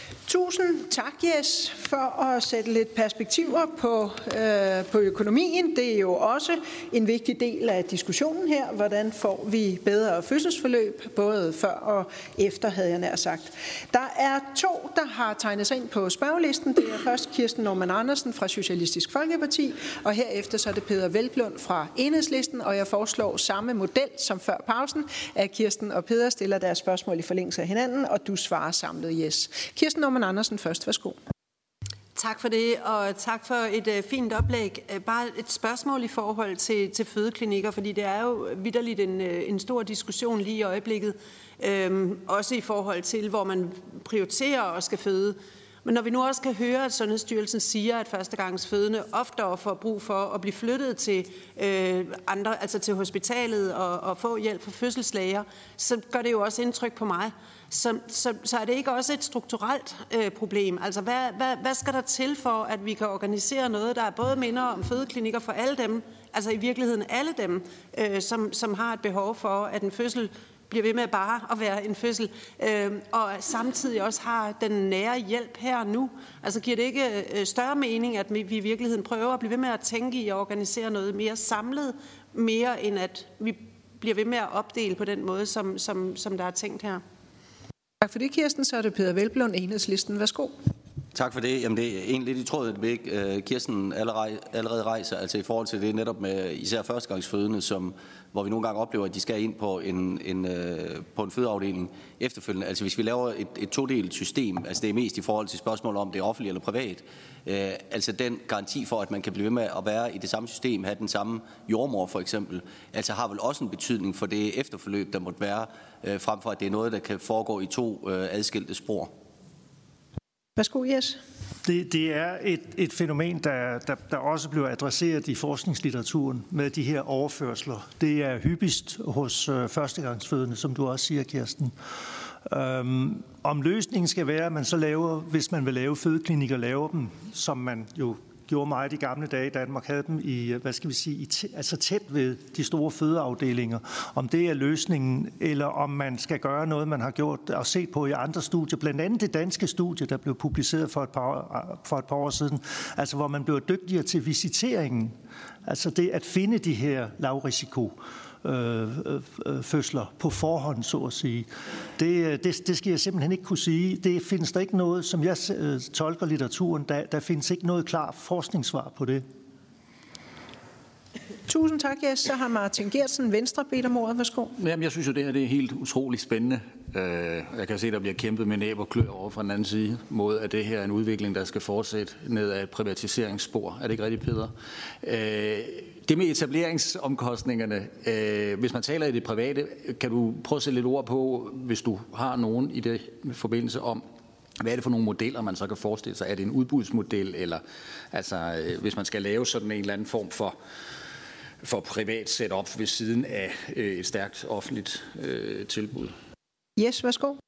Tusind tak, Jes, for at sætte lidt perspektiver på, øh, på økonomien. Det er jo også en vigtig del af diskussionen her. Hvordan får vi bedre fødselsforløb, både før og efter, havde jeg nær sagt. Der er to, der har tegnet sig ind på spørgelisten. Det er først Kirsten Normann Andersen fra Socialistisk Folkeparti, og herefter så er det Peder Hvelplund fra Enhedslisten, og jeg foreslår samme model som før pausen, at Kirsten og Peder stiller deres spørgsmål i forlængelse af hinanden, og du svarer samlet, Jes. Kirsten Normann Andersen først. Værsgo. Tak for det, og tak for et uh, fint oplæg. Uh, bare et spørgsmål i forhold til, til fødeklinikker, fordi det er jo vitterligt en, uh, en stor diskussion lige i øjeblikket, uh, også i forhold til, hvor man prioriterer og skal føde. Men når vi nu også kan høre, at Sundhedsstyrelsen siger, at førstegangsfødende oftere får brug for at blive flyttet til øh, andre, altså til hospitalet og, og få hjælp fra fødselslæger, så gør det jo også indtryk på mig. Så, så, så er det ikke også et strukturelt øh, problem? Altså, hvad, hvad, hvad skal der til for, at vi kan organisere noget, der både minder om fødeklinikker for alle dem, altså i virkeligheden alle dem, øh, som, som har et behov for, at en fødsel bliver ved med bare at være en fødsel, øh, og samtidig også har den nære hjælp her og nu. Altså giver det ikke øh, større mening, at vi i virkeligheden prøver at blive ved med at tænke i at organisere noget mere samlet, mere end at vi bliver ved med at opdele på den måde, som, som, som der er tænkt her? Tak for det, Kirsten. Så er det Peder Hvelplund, Enhedslisten. Værsgo. Tak for det. Jamen, det er egentlig lidt i tråd med, Kirsten allerede rejser, altså i forhold til det netop med især førstegangsfødende, som, hvor vi nogle gange oplever, at de skal ind på en, en, på en fødeafdeling efterfølgende. Altså hvis vi laver et, et todelt system, altså det er mest i forhold til spørgsmålet om det er offentligt eller privat, øh, altså den garanti for, at man kan blive ved med at være i det samme system, have den samme jordmor for eksempel, altså har vel også en betydning for det efterforløb, der måtte være, øh, frem for at det er noget, der kan foregå i to øh, adskilte spor. Værsgo, Jes. Det, det er et, et fænomen, der, der, der også bliver adresseret i forskningslitteraturen med de her overførsler. Det er hyppigst hos øh, førstegangsfødende, som du også siger, Kirsten. Øhm, om løsningen skal være, at man så laver, hvis man vil lave fødeklinikker, laver dem, som man jo gjorde meget i gamle dage i Danmark, havde dem i, hvad skal vi sige, i t- altså tæt ved de store fødeafdelinger. Om det er løsningen, eller om man skal gøre noget, man har gjort og set på i andre studier, blandt andet det danske studie, der blev publiceret for et par, for et par år siden, altså hvor man blev dygtigere til visiteringen, altså det at finde de her lavrisiko Øh, øh, fødsler på forhånd, så at sige. Det, det, det skal jeg simpelthen ikke kunne sige. Det findes der ikke noget, som jeg øh, tolker litteraturen, der, der findes ikke noget klart forskningssvar på det. Tusind tak, Jes. Så har Martin Geertsen, Venstre, bedt om ordet. Værsgo. Jamen, jeg synes jo, det her det er helt utroligt spændende. Jeg kan se, at der bliver kæmpet med næb og klør over fra den anden side, mod at det her er en udvikling, der skal fortsætte ned ad et privatiseringsspor. Er det ikke rigtigt, Peder? Det med etableringsomkostningerne, hvis man taler i det private, kan du prøve at sætte lidt ord på, hvis du har nogen i det forbindelse om, hvad er det for nogle modeller, man så kan forestille sig? Er det en udbudsmodel, eller altså, hvis man skal lave sådan en eller anden form for for privat setup ved siden af et stærkt offentligt øh, tilbud? Yes, værsgo.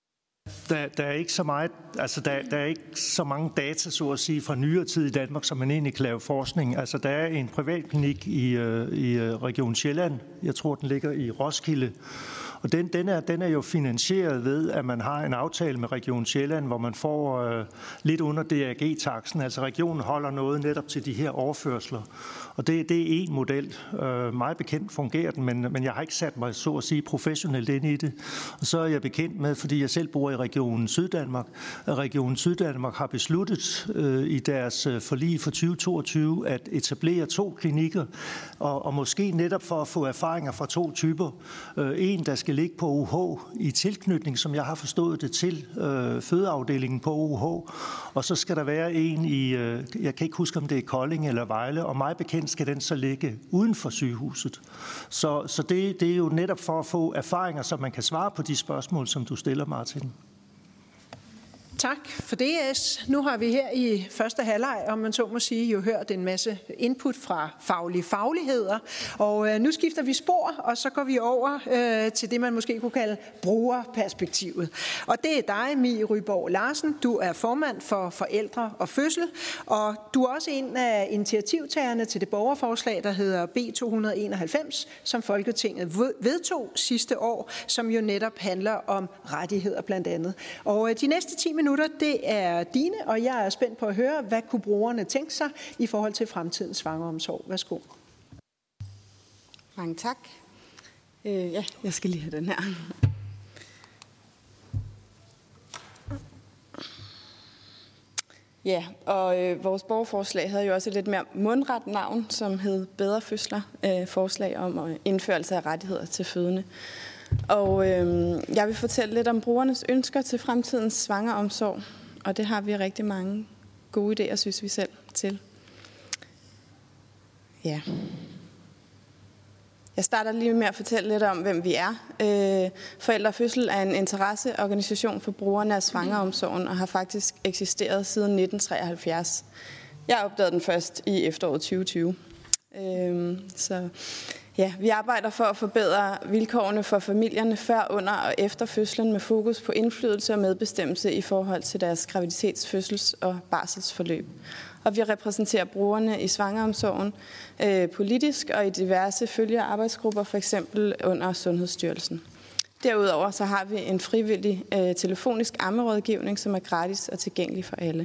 Der, der er ikke så meget, altså der, der er ikke så mange data, så at sige, fra nyere tid i Danmark, som man egentlig kan lave forskning. Altså der er en privatklinik i, i Region Sjælland. Jeg tror, den ligger i Roskilde. Og den, den, er, den er jo finansieret ved, at man har en aftale med Region Sjælland, hvor man får øh, lidt under D R G-taksen. Altså regionen holder noget netop til de her overførsler. Og det, det er en model. Øh, meget bekendt fungerer den, men, men jeg har ikke sat mig så at sige professionelt ind i det. Og så er jeg bekendt med, fordi jeg selv bor i Regionen Syddanmark, at Regionen Syddanmark har besluttet øh, i deres forlig for tyve toogtyve at etablere to klinikker, og, og måske netop for at få erfaringer fra to typer. Øh, en, der skal ligge på U H i tilknytning, som jeg har forstået det, til øh, fødeafdelingen på U H. Og så skal der være en i, øh, jeg kan ikke huske, om det er Kolding eller Vejle, og mig bekendt skal den så ligge uden for sygehuset. Så, så det, det er jo netop for at få erfaringer, så man kan svare på de spørgsmål, som du stiller, Martin. Tak for det, S. Nu har vi her i første halvleg, om man så må sige, jo hørt en masse input fra faglige fagligheder. Og øh, nu skifter vi spor, og så går vi over øh, til det, man måske kunne kalde brugerperspektivet. Og det er dig, Mie Ryborg Larsen. Du er formand for Forældre og Fødsel, og du er også en af initiativtagerne til det borgerforslag, der hedder B to hundrede enoghalvfems, som Folketinget vedtog sidste år, som jo netop handler om rettigheder blandt andet. Og øh, de næste ti minutter, det er dine, og jeg er spændt på at høre, hvad kunne brugerne tænke sig i forhold til fremtidens svangreomsorg. Værsgo. Mange tak. Øh, ja, jeg skal lige have den her. Ja, og øh, vores borgerforslag havde jo også et lidt mere mundret navn, som hed Bedre Fødsler. Øh, forslag om indførelse af rettigheder til fødende. Og øh, jeg vil fortælle lidt om brugernes ønsker til fremtidens svangreomsorg, og det har vi rigtig mange gode idéer, synes vi selv, til. Ja. Jeg starter lige med at fortælle lidt om, hvem vi er. Øh, Forældre og Fødsel er en interesseorganisation for brugerne af svangreomsorgen og har faktisk eksisteret siden nitten treoghalvfjerds. Jeg opdagede den først i efteråret tyve tyve. Øh, så... Ja, vi arbejder for at forbedre vilkårene for familierne før, under og efter fødslen med fokus på indflydelse og medbestemmelse i forhold til deres graviditets-, fødsels- og barselsforløb. Og vi repræsenterer brugerne i svangreomsorgen øh, politisk og i diverse følge- og arbejdsgrupper, for eksempel under Sundhedsstyrelsen. Derudover så har vi en frivillig øh, telefonisk ammerådgivning, som er gratis og tilgængelig for alle.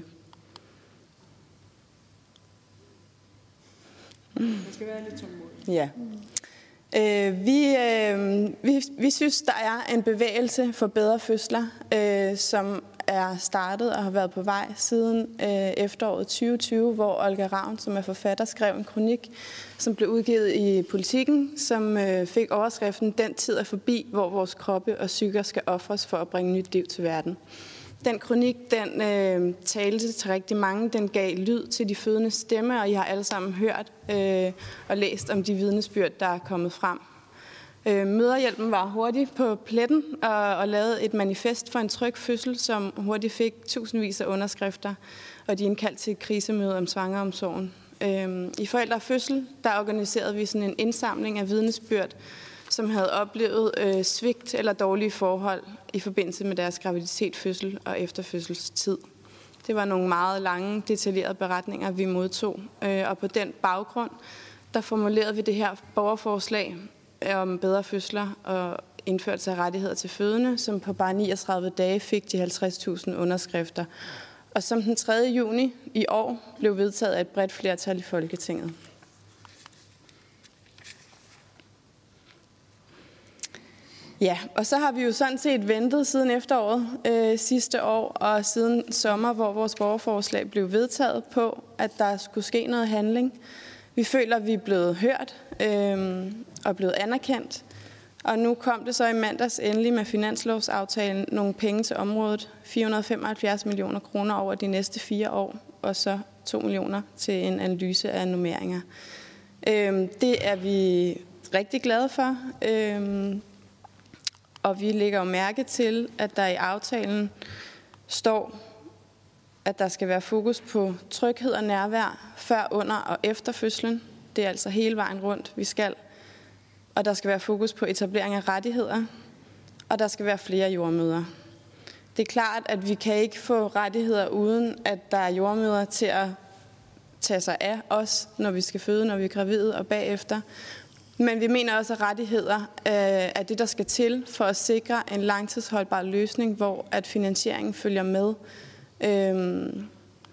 Man skal være lidt tålmodig. Ja. Øh, vi, øh, vi, vi synes, der er en bevægelse for bedre fødsler, øh, som er startet og har været på vej siden øh, efteråret tyve tyve, hvor Olga Ravn, som er forfatter, skrev en kronik, som blev udgivet i Politikken, som øh, fik overskriften "Den tid er forbi, hvor vores kroppe og psyker skal ofres for at bringe nyt liv til verden". Den kronik, den øh, talte til rigtig mange, den gav lyd til de fødende stemme, og I har alle sammen hørt øh, og læst om de vidnesbyrd, der er kommet frem. Øh, Mødrehjælpen var hurtigt på pletten og, og lavede et manifest for en tryg fødsel, som hurtigt fik tusindvis af underskrifter, og de indkaldte til et krisemøde om svangreomsorgen. Øh, I Forældre og Fødsel, der organiserede vi sådan en indsamling af vidnesbyrd, som havde oplevet øh, svigt eller dårlige forhold i forbindelse med deres graviditet, fødsel og efterfødselstid. Det var nogle meget lange, detaljerede beretninger, vi modtog, øh, og på den baggrund, der formulerede vi det her borgerforslag om bedre fødsler og indførelse af rettigheder til fødende, som på bare niogtredive dage fik de halvtreds tusind underskrifter, og som den tredje juni i år blev vedtaget af et bredt flertal i Folketinget. Ja, og så har vi jo sådan set ventet siden efteråret øh, sidste år og siden sommer, hvor vores borgerforslag blev vedtaget på, at der skulle ske noget handling. Vi føler, at vi er blevet hørt øh, og blevet anerkendt, og nu kom det så i mandags endelig med finanslovsaftalen nogle penge til området, fire hundrede og femoghalvfjerds millioner kroner over de næste fire år, og så to millioner til en analyse af normeringer. Øh, det er vi rigtig glade for. Øh, Og vi lægger jo mærke til, at der i aftalen står, at der skal være fokus på tryghed og nærvær før, under og efter fødslen. Det er altså hele vejen rundt, vi skal. Og der skal være fokus på etablering af rettigheder, og der skal være flere jordmødre. Det er klart, at vi kan ikke få rettigheder, uden at der er jordmødre til at tage sig af os, når vi skal føde, når vi er gravide og bagefter. Men vi mener også, at rettigheder er det, der skal til for at sikre en langtidsholdbar løsning, hvor at finansieringen følger med. Øhm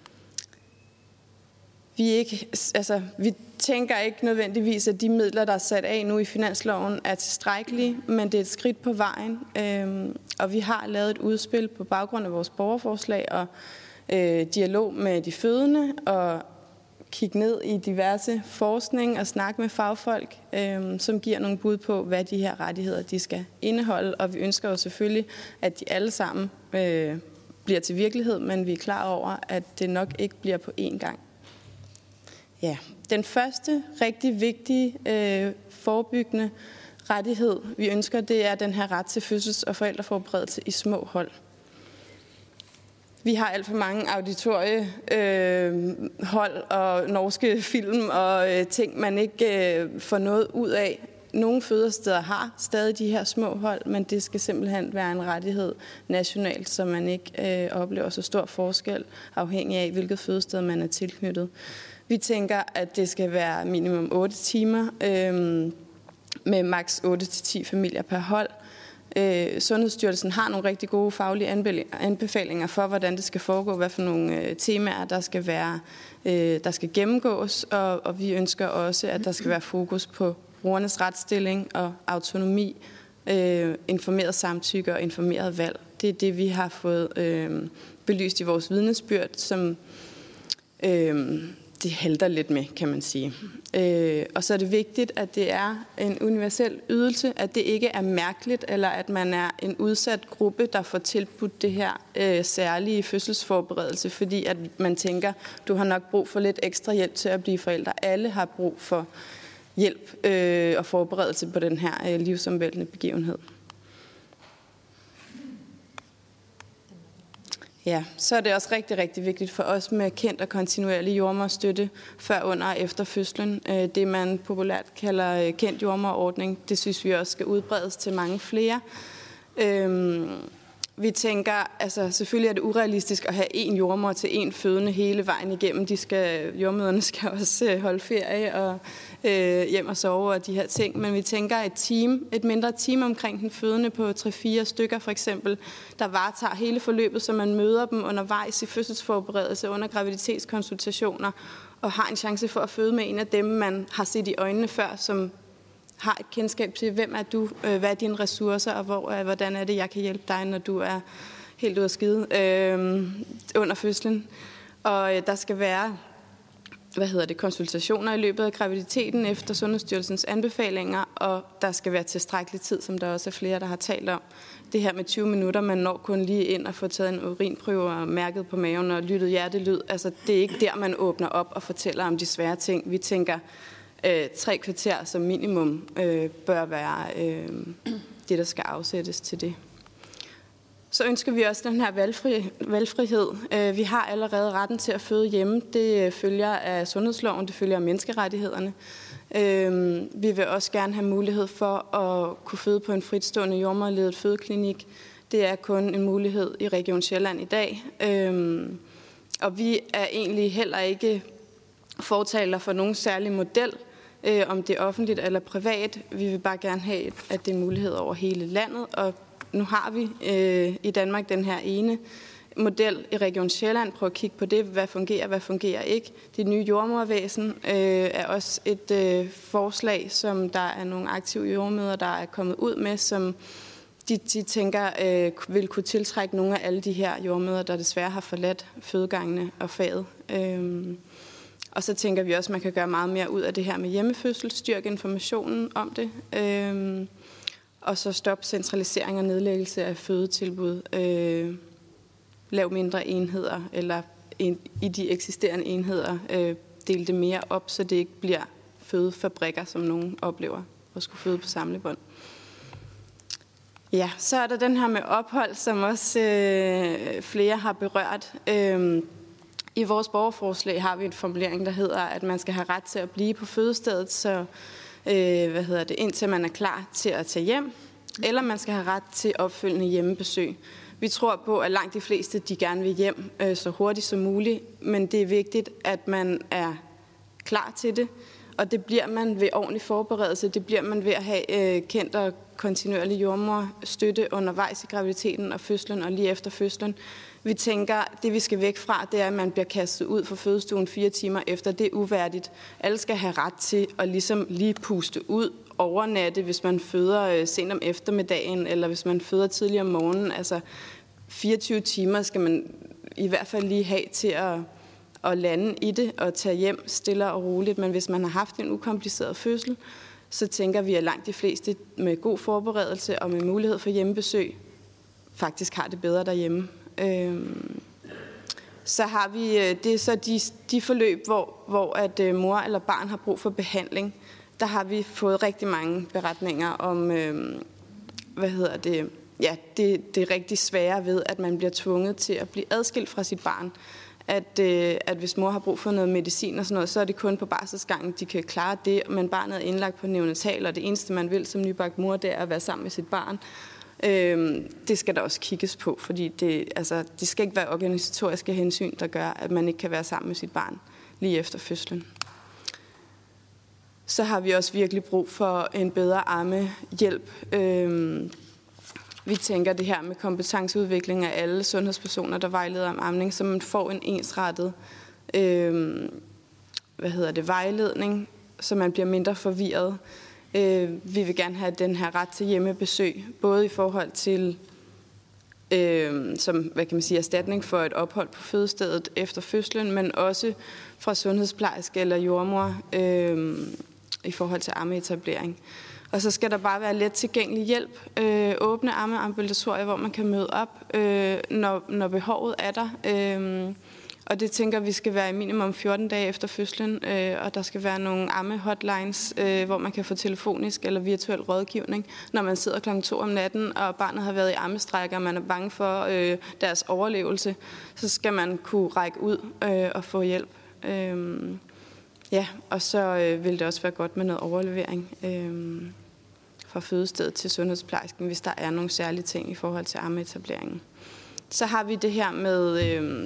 Vi, ikke, altså, vi tænker ikke nødvendigvis, at de midler, der er sat af nu i finansloven, er tilstrækkelige, men det er et skridt på vejen. Øhm, og vi har lavet et udspil på baggrund af vores borgerforslag og øh, dialog med de fødende og kigge ned i diverse forskning og snakke med fagfolk, øh, som giver nogle bud på, hvad de her rettigheder de skal indeholde. Og vi ønsker jo selvfølgelig, at de alle sammen øh, bliver til virkelighed, men vi er klar over, at det nok ikke bliver på én gang. Ja, den første rigtig vigtige øh, forebyggende rettighed, vi ønsker, det er den her ret til fødsels- og forældreforberedelse i små hold. Vi har alt for mange auditoriehold øh, og norske film og øh, ting, man ikke øh, får noget ud af. Nogle fødesteder har stadig de her små hold, men det skal simpelthen være en rettighed nationalt, så man ikke øh, oplever så stor forskel, afhængig af, hvilket fødested man er tilknyttet. Vi tænker, at det skal være minimum otte timer øh, med maks otte til ti familier per hold. Øh, Sundhedsstyrelsen har nogle rigtig gode faglige anbefalinger for, hvordan det skal foregå, hvad for nogle øh, temaer, der skal, være, øh, der skal gennemgås, og, og vi ønsker også, at der skal være fokus på brugernes retsstilling og autonomi, øh, informeret samtykke og informeret valg. Det er det, vi har fået øh, belyst i vores vidnesbyrd, som øh, det halter lidt med, kan man sige. Øh, og så er det vigtigt, at det er en universel ydelse, at det ikke er mærkeligt, eller at man er en udsat gruppe, der får tilbudt det her øh, særlige fødselsforberedelse, fordi at man tænker, du har nok brug for lidt ekstra hjælp til at blive forældre. Alle har brug for hjælp øh, og forberedelse på den her øh, livsomvæltende begivenhed. Ja, så er det også rigtig, rigtig vigtigt for os med kendt og kontinuerlig jordemoderstøtte før, under og efter fødslen. Det, man populært kalder kendt jordemoderordning, det synes vi også skal udbredes til mange flere. Vi tænker, altså selvfølgelig er det urealistisk at have én jordemoder til én fødende hele vejen igennem. De skal, jordemøderne skal også holde ferie og øh, hjem og sove og de her ting. Men vi tænker et team, et mindre team omkring den fødende på tre fire stykker for eksempel, der varetager hele forløbet, så man møder dem undervejs i fødselsforberedelse under graviditetskonsultationer og har en chance for at føde med en af dem, man har set i øjnene før, som har et kendskab til, hvem er du, hvad er dine ressourcer, og hvor, hvordan er det, jeg kan hjælpe dig, når du er helt ude af skide øh, under fødslen. Og øh, der skal være hvad hedder det, konsultationer i løbet af graviditeten efter Sundhedsstyrelsens anbefalinger, og der skal være tilstrækkelig tid, som der også er flere, der har talt om. Det her med tyve minutter, man når kun lige ind og får taget en urinprøve og mærket på maven og lyttet hjertelyd. Altså, det er ikke der, man åbner op og fortæller om de svære ting. Vi tænker, Øh, tre kvarter som minimum øh, bør være øh, det, der skal afsættes til det. Så ønsker vi også den her valgfri, valgfrihed. Øh, vi har allerede retten til at føde hjemme. Det følger af sundhedsloven, det følger af menneskerettighederne. Øh, vi vil også gerne have mulighed for at kunne føde på en fritstående jordemoderledet fødeklinik. Det er kun en mulighed i Region Sjælland i dag. Øh, og vi er egentlig heller ikke fortaler for nogen særlig model, øh, om det er offentligt eller privat. Vi vil bare gerne have, at det er mulighed over hele landet, og nu har vi øh, i Danmark den her ene model i Region Sjælland. Prøv at kigge på det, hvad fungerer, hvad fungerer ikke. Det nye jordemodervæsen øh, er også et øh, forslag, som der er nogle aktive jordemødre, der er kommet ud med, som de, de tænker øh, vil kunne tiltrække nogle af alle de her jordemødre, der desværre har forladt fødegangene og faget. Øh, Og så tænker vi også, at man kan gøre meget mere ud af det her med hjemmefødsel, styrke informationen om det, øh, og så stoppe centralisering og nedlæggelse af fødetilbud, øh, lav mindre enheder, eller en, i de eksisterende enheder øh, dele det mere op, så det ikke bliver fødefabrikker, som nogen oplever at skulle føde på samlebånd. Ja, så er der den her med ophold, som også øh, flere har berørt. Øh, I vores borgerforslag har vi en formulering, der hedder, at man skal have ret til at blive på fødestedet, så øh, hvad hedder det, indtil man er klar til at tage hjem, eller man skal have ret til opfølgende hjemmebesøg. Vi tror på, at langt de fleste de gerne vil hjem øh, så hurtigt som muligt, men det er vigtigt, at man er klar til det, og det bliver man ved ordentlig forberedelse. Det bliver man ved at have øh, kendt og kontinuerlig jordmorstøtte undervejs i graviditeten og fødslen og lige efter fødslen. Vi tænker, at det vi skal væk fra, det er, at man bliver kastet ud fra fødestuen fire timer efter. Det er uværdigt. Alle skal have ret til at ligesom lige puste ud, overnatte, hvis man føder øh, sent om eftermiddagen, eller hvis man føder tidligere om morgenen. Altså fireogtyve timer skal man i hvert fald lige have til at, at lande i det og tage hjem stille og roligt. Men hvis man har haft en ukompliceret fødsel, så tænker vi, at langt de fleste med god forberedelse og med mulighed for hjemmebesøg faktisk har det bedre derhjemme. Øhm, så har vi det er så de, de forløb, hvor, hvor at mor eller barn har brug for behandling. Der har vi fået rigtig mange beretninger om, øhm, hvad hedder det, ja, det, det er rigtig svære ved, at man bliver tvunget til at blive adskilt fra sit barn. At, øh, at hvis mor har brug for noget medicin og sådan noget, så er det kun på barselsgangen, de kan klare det, men barnet er indlagt på neonatal, og det eneste, man vil som nybagt mor, det er at være sammen med sit barn. Øhm, det skal der også kigges på, fordi det, altså, det skal ikke være organisatoriske hensyn, der gør, at man ikke kan være sammen med sit barn lige efter fødslen. Så har vi også virkelig brug for en bedre ammehjælp. Øhm, vi tænker det her med kompetenceudvikling af alle sundhedspersoner, der vejleder om amning, så man får en ensrettet øhm, hvad hedder det, vejledning, så man bliver mindre forvirret. Øh, vi vil gerne have den her ret til hjemmebesøg, både i forhold til øh, som, hvad kan man sige, erstatning for et ophold på fødestedet efter fødslen, men også fra sundhedsplejerske eller jordmor øh, i forhold til ammeetablering. Og så skal der bare være let tilgængelig hjælp, øh, åbne ammeambulatorier, hvor man kan møde op, øh, når, når behovet er der. Øh, Og det tænker vi skal være i minimum fjorten dage efter fødslen, øh, og der skal være nogle amme-hotlines, øh, hvor man kan få telefonisk eller virtuel rådgivning, når man sidder klokken to om natten, og barnet har været i ammestrækker, og man er bange for øh, deres overlevelse, så skal man kunne række ud øh, og få hjælp. Øh, ja, og så øh, vil det også være godt med noget overlevering øh, fra fødestedet til sundhedsplejersken, hvis der er nogle særlige ting i forhold til ammeetableringen. Så har vi det her med Øh,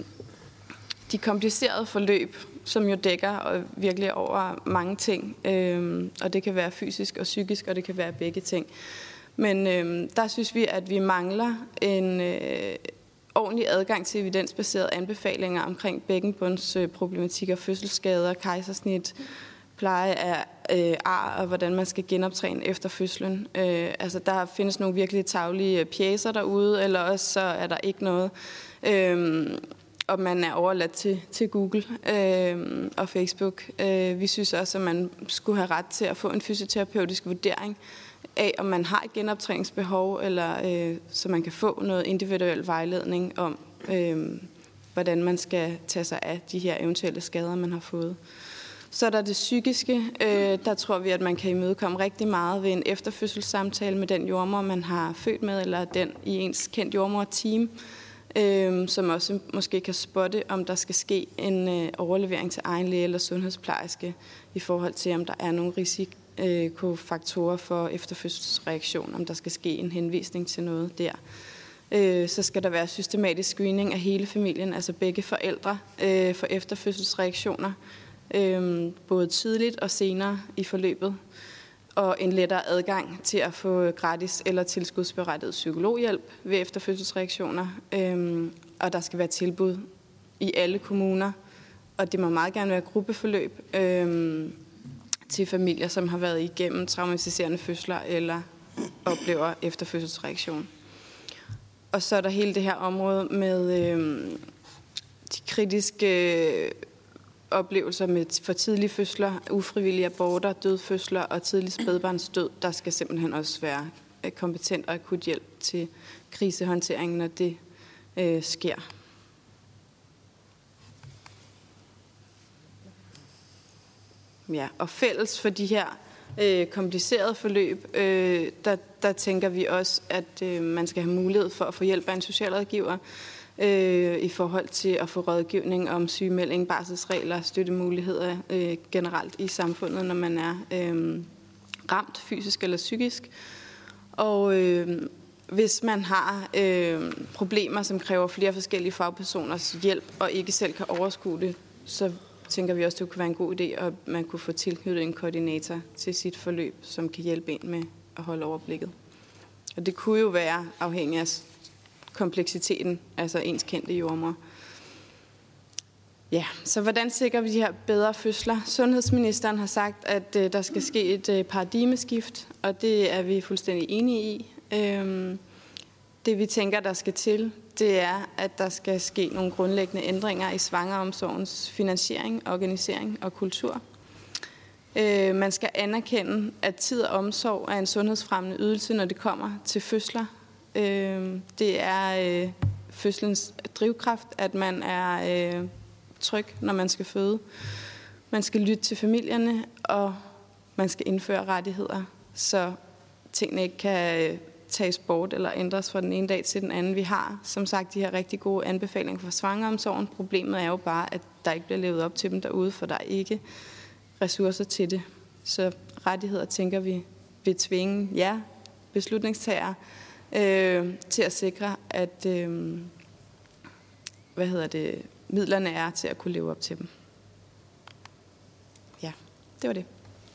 de komplicerede forløb, som jo dækker og virkelig over mange ting. Øhm, og det kan være fysisk og psykisk, og det kan være begge ting. Men øhm, der synes vi, at vi mangler en øh, ordentlig adgang til evidensbaserede anbefalinger omkring bækkenbundsproblematikker, fødselsskader, kejsersnit, pleje af øh, ar og hvordan man skal genoptræne efter fødslen. Øh, altså der findes nogle virkelig tarvelige pjecer derude, eller også så er der ikke noget. Øh, og man er overladt til, til Google øh, og Facebook. Øh, vi synes også, at man skulle have ret til at få en fysioterapeutisk vurdering af, om man har et genoptræningsbehov, eller øh, så man kan få noget individuel vejledning om, øh, hvordan man skal tage sig af de her eventuelle skader, man har fået. Så er der det psykiske. Øh, der tror vi, at man kan imødekomme rigtig meget ved en efterfødselssamtale med den jordmor, man har født med, eller den i ens kendt jordmor-team, øh, som også måske kan spotte, om der skal ske en øh, overlevering til egen læge eller sundhedsplejerske, i forhold til, om der er nogle risikofaktorer for efterfødselsreaktion, om der skal ske en henvisning til noget der. Øh, så skal der være systematisk screening af hele familien, altså begge forældre, øh, for efterfødselsreaktioner, øh, både tidligt og senere i forløbet, og en lettere adgang til at få gratis eller tilskudsberettiget psykologhjælp ved efterfødselsreaktioner. Øh, og der skal være tilbud i alle kommuner, og det må meget gerne være gruppeforløb øh, til familier, som har været igennem traumatiserende fødsler eller oplever efterfødselsreaktion. Og så er der hele det her område med øh, de kritiske øh, oplevelser med for tidlige fødsler, ufrivillige aborter, dødfødsler og tidlig spædbarnsdød. Der skal simpelthen også være kompetent og akut hjælp til krisehåndtering, når det øh, sker. Ja, og fælles for de her øh, komplicerede forløb, øh, der, der tænker vi også, at øh, man skal have mulighed for at få hjælp af en socialrådgiver øh, i forhold til at få rådgivning om sygemelding, barselsregler, støttemuligheder øh, generelt i samfundet, når man er øh, ramt fysisk eller psykisk. Og, øh, hvis man har øh, problemer, som kræver flere forskellige fagpersoners hjælp, og ikke selv kan overskue det, så tænker vi også, at det kunne være en god idé, at man kunne få tilknyttet en koordinator til sit forløb, som kan hjælpe en med at holde overblikket. Og det kunne jo være afhængig af kompleksiteten, altså ens kendte jordmor. Ja, så hvordan sikrer vi de her bedre fødsler? Sundhedsministeren har sagt, at øh, der skal ske et øh, paradigmeskift, og det er vi fuldstændig enige i. Øhm, det vi tænker, der skal til, det er, at der skal ske nogle grundlæggende ændringer i svangreomsorgens finansiering, organisering og kultur. Øh, man skal anerkende, at tid og omsorg er en sundhedsfremmende ydelse, når det kommer til fødsler. Øh, det er øh, fødselens drivkraft, at man er øh, tryg, når man skal føde. Man skal lytte til familierne, og man skal indføre rettigheder, så tingene ikke kan øh, tages bort eller ændres fra den ene dag til den anden. Vi har, som sagt, de her rigtig gode anbefalinger for svangreomsorgen. Problemet er jo bare, at der ikke bliver levet op til dem derude, for der er ikke ressourcer til det. Så rettigheder, tænker vi, vil tvinge jer, beslutningstagere, øh, til at sikre, at øh, hvad hedder det, midlerne er til at kunne leve op til dem. Ja, det var det.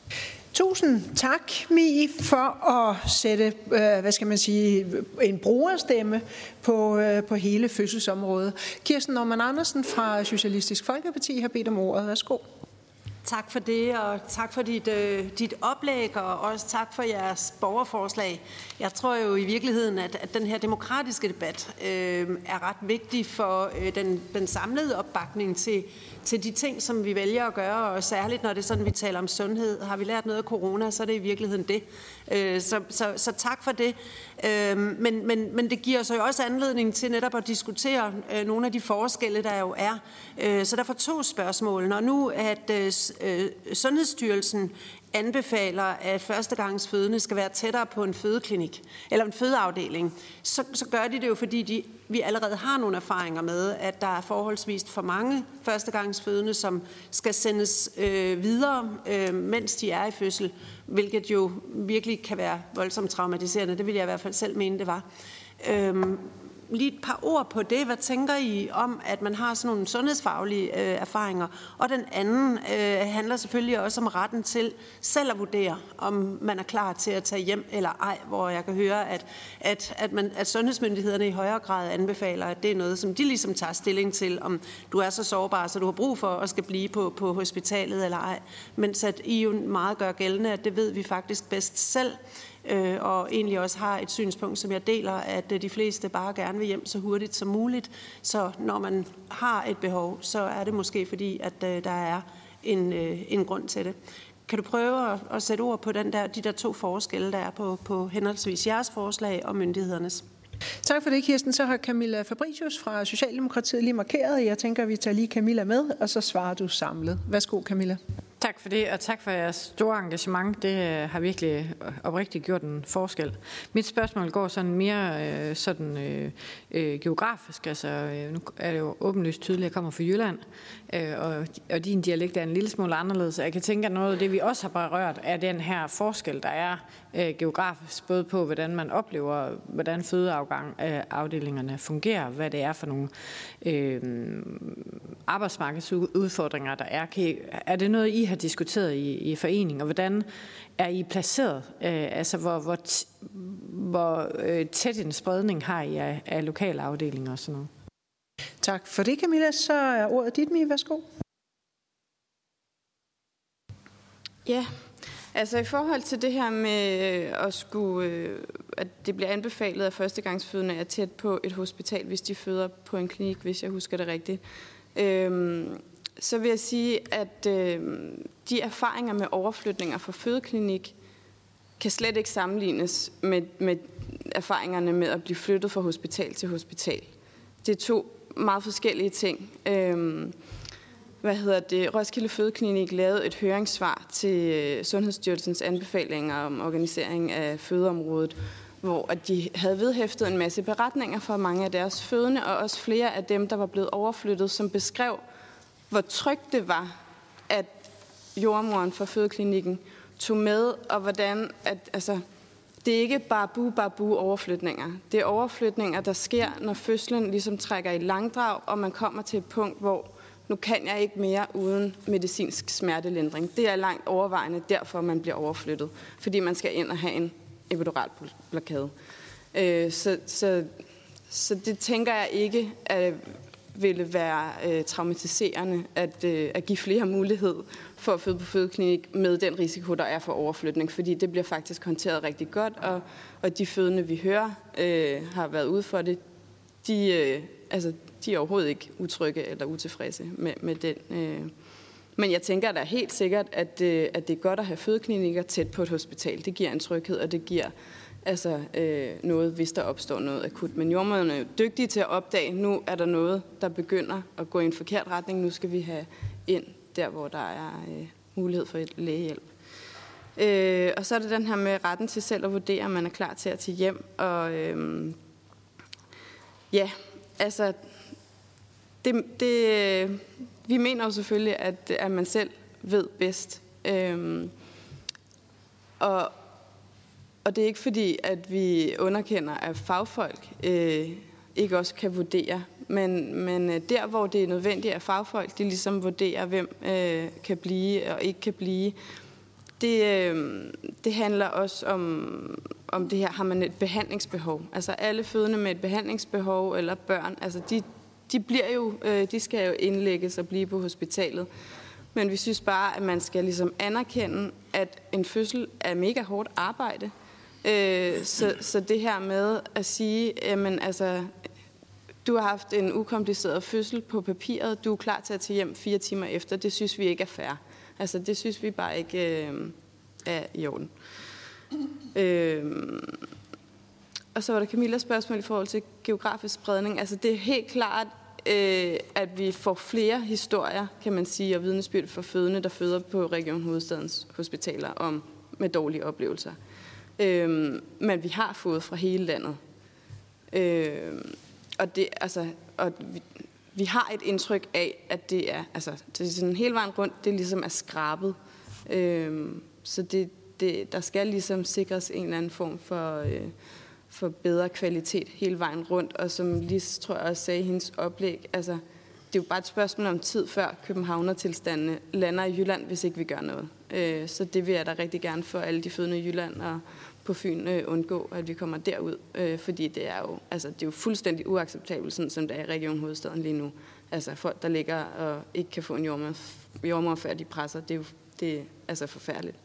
Tusind tak, Mie, for at sætte, øh, hvad skal man sige, en brugerstemme på, øh, på hele fødselsområdet. Kirsten Normann Andersen fra Socialistisk Folkeparti har bedt om ordet. Værsgo. Tak for det, og tak for dit, øh, dit oplæg, og også tak for jeres borgerforslag. Jeg tror jo i virkeligheden, at, at den her demokratiske debat øh, er ret vigtig for øh, den, den samlede opbakning til, til de ting, som vi vælger at gøre, og særligt når det er sådan, vi taler om sundhed. Har vi lært noget af corona, så er det i virkeligheden det. Øh, så, så, så tak for det. Øh, men, men, men det giver os jo også anledning til netop at diskutere øh, nogle af de forskelle, der jo er. Øh, så derfor to spørgsmål. Når nu at øh, Sundhedsstyrelsen anbefaler, at førstegangsfødende skal være tættere på en fødeklinik eller en fødeafdeling, så, så gør de det jo, fordi de, vi allerede har nogle erfaringer med, at der er forholdsvis for mange førstegangsfødende, som skal sendes øh, videre, øh, mens de er i fødsel, hvilket jo virkelig kan være voldsomt traumatiserende. Det vil jeg i hvert fald selv mene, det var. Øhm, Lige et par ord på det. Hvad tænker I om, at man har sådan nogle sundhedsfaglige øh, erfaringer? Og den anden øh, handler selvfølgelig også om retten til selv at vurdere, om man er klar til at tage hjem eller ej, hvor jeg kan høre, at, at, at, man, at sundhedsmyndighederne i højere grad anbefaler, at det er noget, som de ligesom tager stilling til, om du er så sårbar, så du har brug for at skal blive på, på hospitalet eller ej. Mens at I jo meget gør gældende, at det ved vi faktisk bedst selv, og egentlig også har et synspunkt, som jeg deler, at de fleste bare gerne vil hjem så hurtigt som muligt. Så når man har et behov, så er det måske fordi, at der er en, en grund til det. Kan du prøve at, at sætte ord på den der, de der to forskelle, der er på, på henholdsvis jeres forslag og myndighedernes? Tak for det, Kirsten. Så har Camilla Fabricius fra Socialdemokratiet lige markeret. Jeg tænker, at vi tager lige Camilla med, og så svarer du samlet. Værsgo, Camilla. Tak for det, og tak for jeres store engagement. Det har virkelig oprigtigt gjort en forskel. Mit spørgsmål går sådan mere øh, sådan, øh, øh, geografisk. Altså, øh, nu er det jo åbenlyst tydeligt, at jeg kommer fra Jylland, øh, og, og din dialekt er en lille smule anderledes. Jeg kan tænke, at noget af det, vi også har berørt, er den her forskel, der er øh, geografisk, både på, hvordan man oplever, hvordan fødeafdelingerne fungerer, hvad det er for nogle øh, arbejdsmarkedsudfordringer, der er. Kan I, er det noget, I har diskuteret i, i foreningen, og hvordan er I placeret? Øh, altså, hvor, hvor, t- hvor øh, tæt en spredning har I af, af lokale afdelinger og sådan noget? Tak for det, Camilla. Så er ordet dit, Mie. Værsgo. Ja, altså i forhold til det her med at skulle, at det bliver anbefalet, at førstegangsfødende er tæt på et hospital, hvis de føder på en klinik, hvis jeg husker det rigtigt. Øhm, så vil jeg sige, at øh, de erfaringer med overflytninger fra fødeklinik kan slet ikke sammenlignes med, med erfaringerne med at blive flyttet fra hospital til hospital. Det er to meget forskellige ting. Øhm, hvad hedder det? Roskilde Fødeklinik lavede et høringssvar til Sundhedsstyrelsens anbefalinger om organisering af fødeområdet, hvor at de havde vedhæftet en masse beretninger fra mange af deres fødende, og også flere af dem, der var blevet overflyttet, som beskrev, hvor trygt det var, at jordmoren fra fødeklinikken tog med, og hvordan at, altså, det er ikke babu babu overflytninger. Det er overflytninger, der sker, når fødslen ligesom trækker i langdrag, og man kommer til et punkt, hvor nu kan jeg ikke mere uden medicinsk smertelindring. Det er langt overvejende derfor, man bliver overflyttet, fordi man skal ind og have en epidural blokade. Øh, så, så, så det tænker jeg ikke at ville være øh, traumatiserende at, øh, at give flere mulighed for at føde på fødeklinik med den risiko, der er for overflytning, fordi det bliver faktisk håndteret rigtig godt, og, og de fødende, vi hører, øh, har været ude for det, de, øh, altså, de er overhovedet ikke utrygge eller utilfredse med, med den. Øh. Men jeg tænker da helt sikkert, at, øh, at det er godt at have fødeklinikker tæt på et hospital. Det giver en tryghed, og det giver altså, øh, noget, hvis der opstår noget akut. Men jordemødrene er jo dygtige til at opdage, nu er der noget, der begynder at gå i en forkert retning. Nu skal vi have ind der, hvor der er øh, mulighed for et lægehjælp. Øh, og så er det den her med retten til selv at vurdere, om man er klar til at tage hjem. Og øh, ja, altså, det, det, vi mener jo selvfølgelig, at, at man selv ved bedst. Øh, og Og det er ikke fordi, at vi underkender, at fagfolk øh, ikke også kan vurdere. Men, men der, hvor det er nødvendigt, at fagfolk de ligesom vurderer, hvem øh, kan blive og ikke kan blive, det, øh, det handler også om, om det her, har man et behandlingsbehov. Altså alle fødende med et behandlingsbehov eller børn, altså de, de, bliver jo, øh, de skal jo indlægges og blive på hospitalet. Men vi synes bare, at man skal ligesom anerkende, at en fødsel er mega hårdt arbejde. Øh, så, så det her med at sige, jamen altså, du har haft en ukompliceret fødsel på papiret, du er klar til at tage hjem fire timer efter, det synes vi ikke er fair. Altså det synes vi bare ikke øh, er i orden. Øh, og så var der Camillas spørgsmål i forhold til geografisk spredning. Altså det er helt klart, øh, at vi får flere historier, kan man sige, og vidnesbyrd for fødende, der føder på Region Hovedstadens hospitaler om med dårlige oplevelser. Øhm, men vi har fået fra hele landet. Øhm, og det, altså, og vi, vi har et indtryk af, at det er, altså, det er sådan hele vejen rundt, det ligesom er skrabet. Øhm, så det, det, der skal ligesom sikres en eller anden form for, øh, for bedre kvalitet hele vejen rundt. Og som Lis, tror jeg også sagde i hendes oplæg, altså, det er jo bare et spørgsmål om tid, før københavnertilstandene lander i Jylland, hvis ikke vi gør noget. Så det vil jeg da rigtig gerne for alle de fødende i Jylland og på Fyn undgå, at vi kommer derud. Fordi det er jo, altså, det er jo fuldstændig uacceptabelt, sådan som det er i Region Hovedstaden lige nu. Altså folk, der ligger og ikke kan få en jordmor, før de presser, det er jo det er, altså forfærdeligt.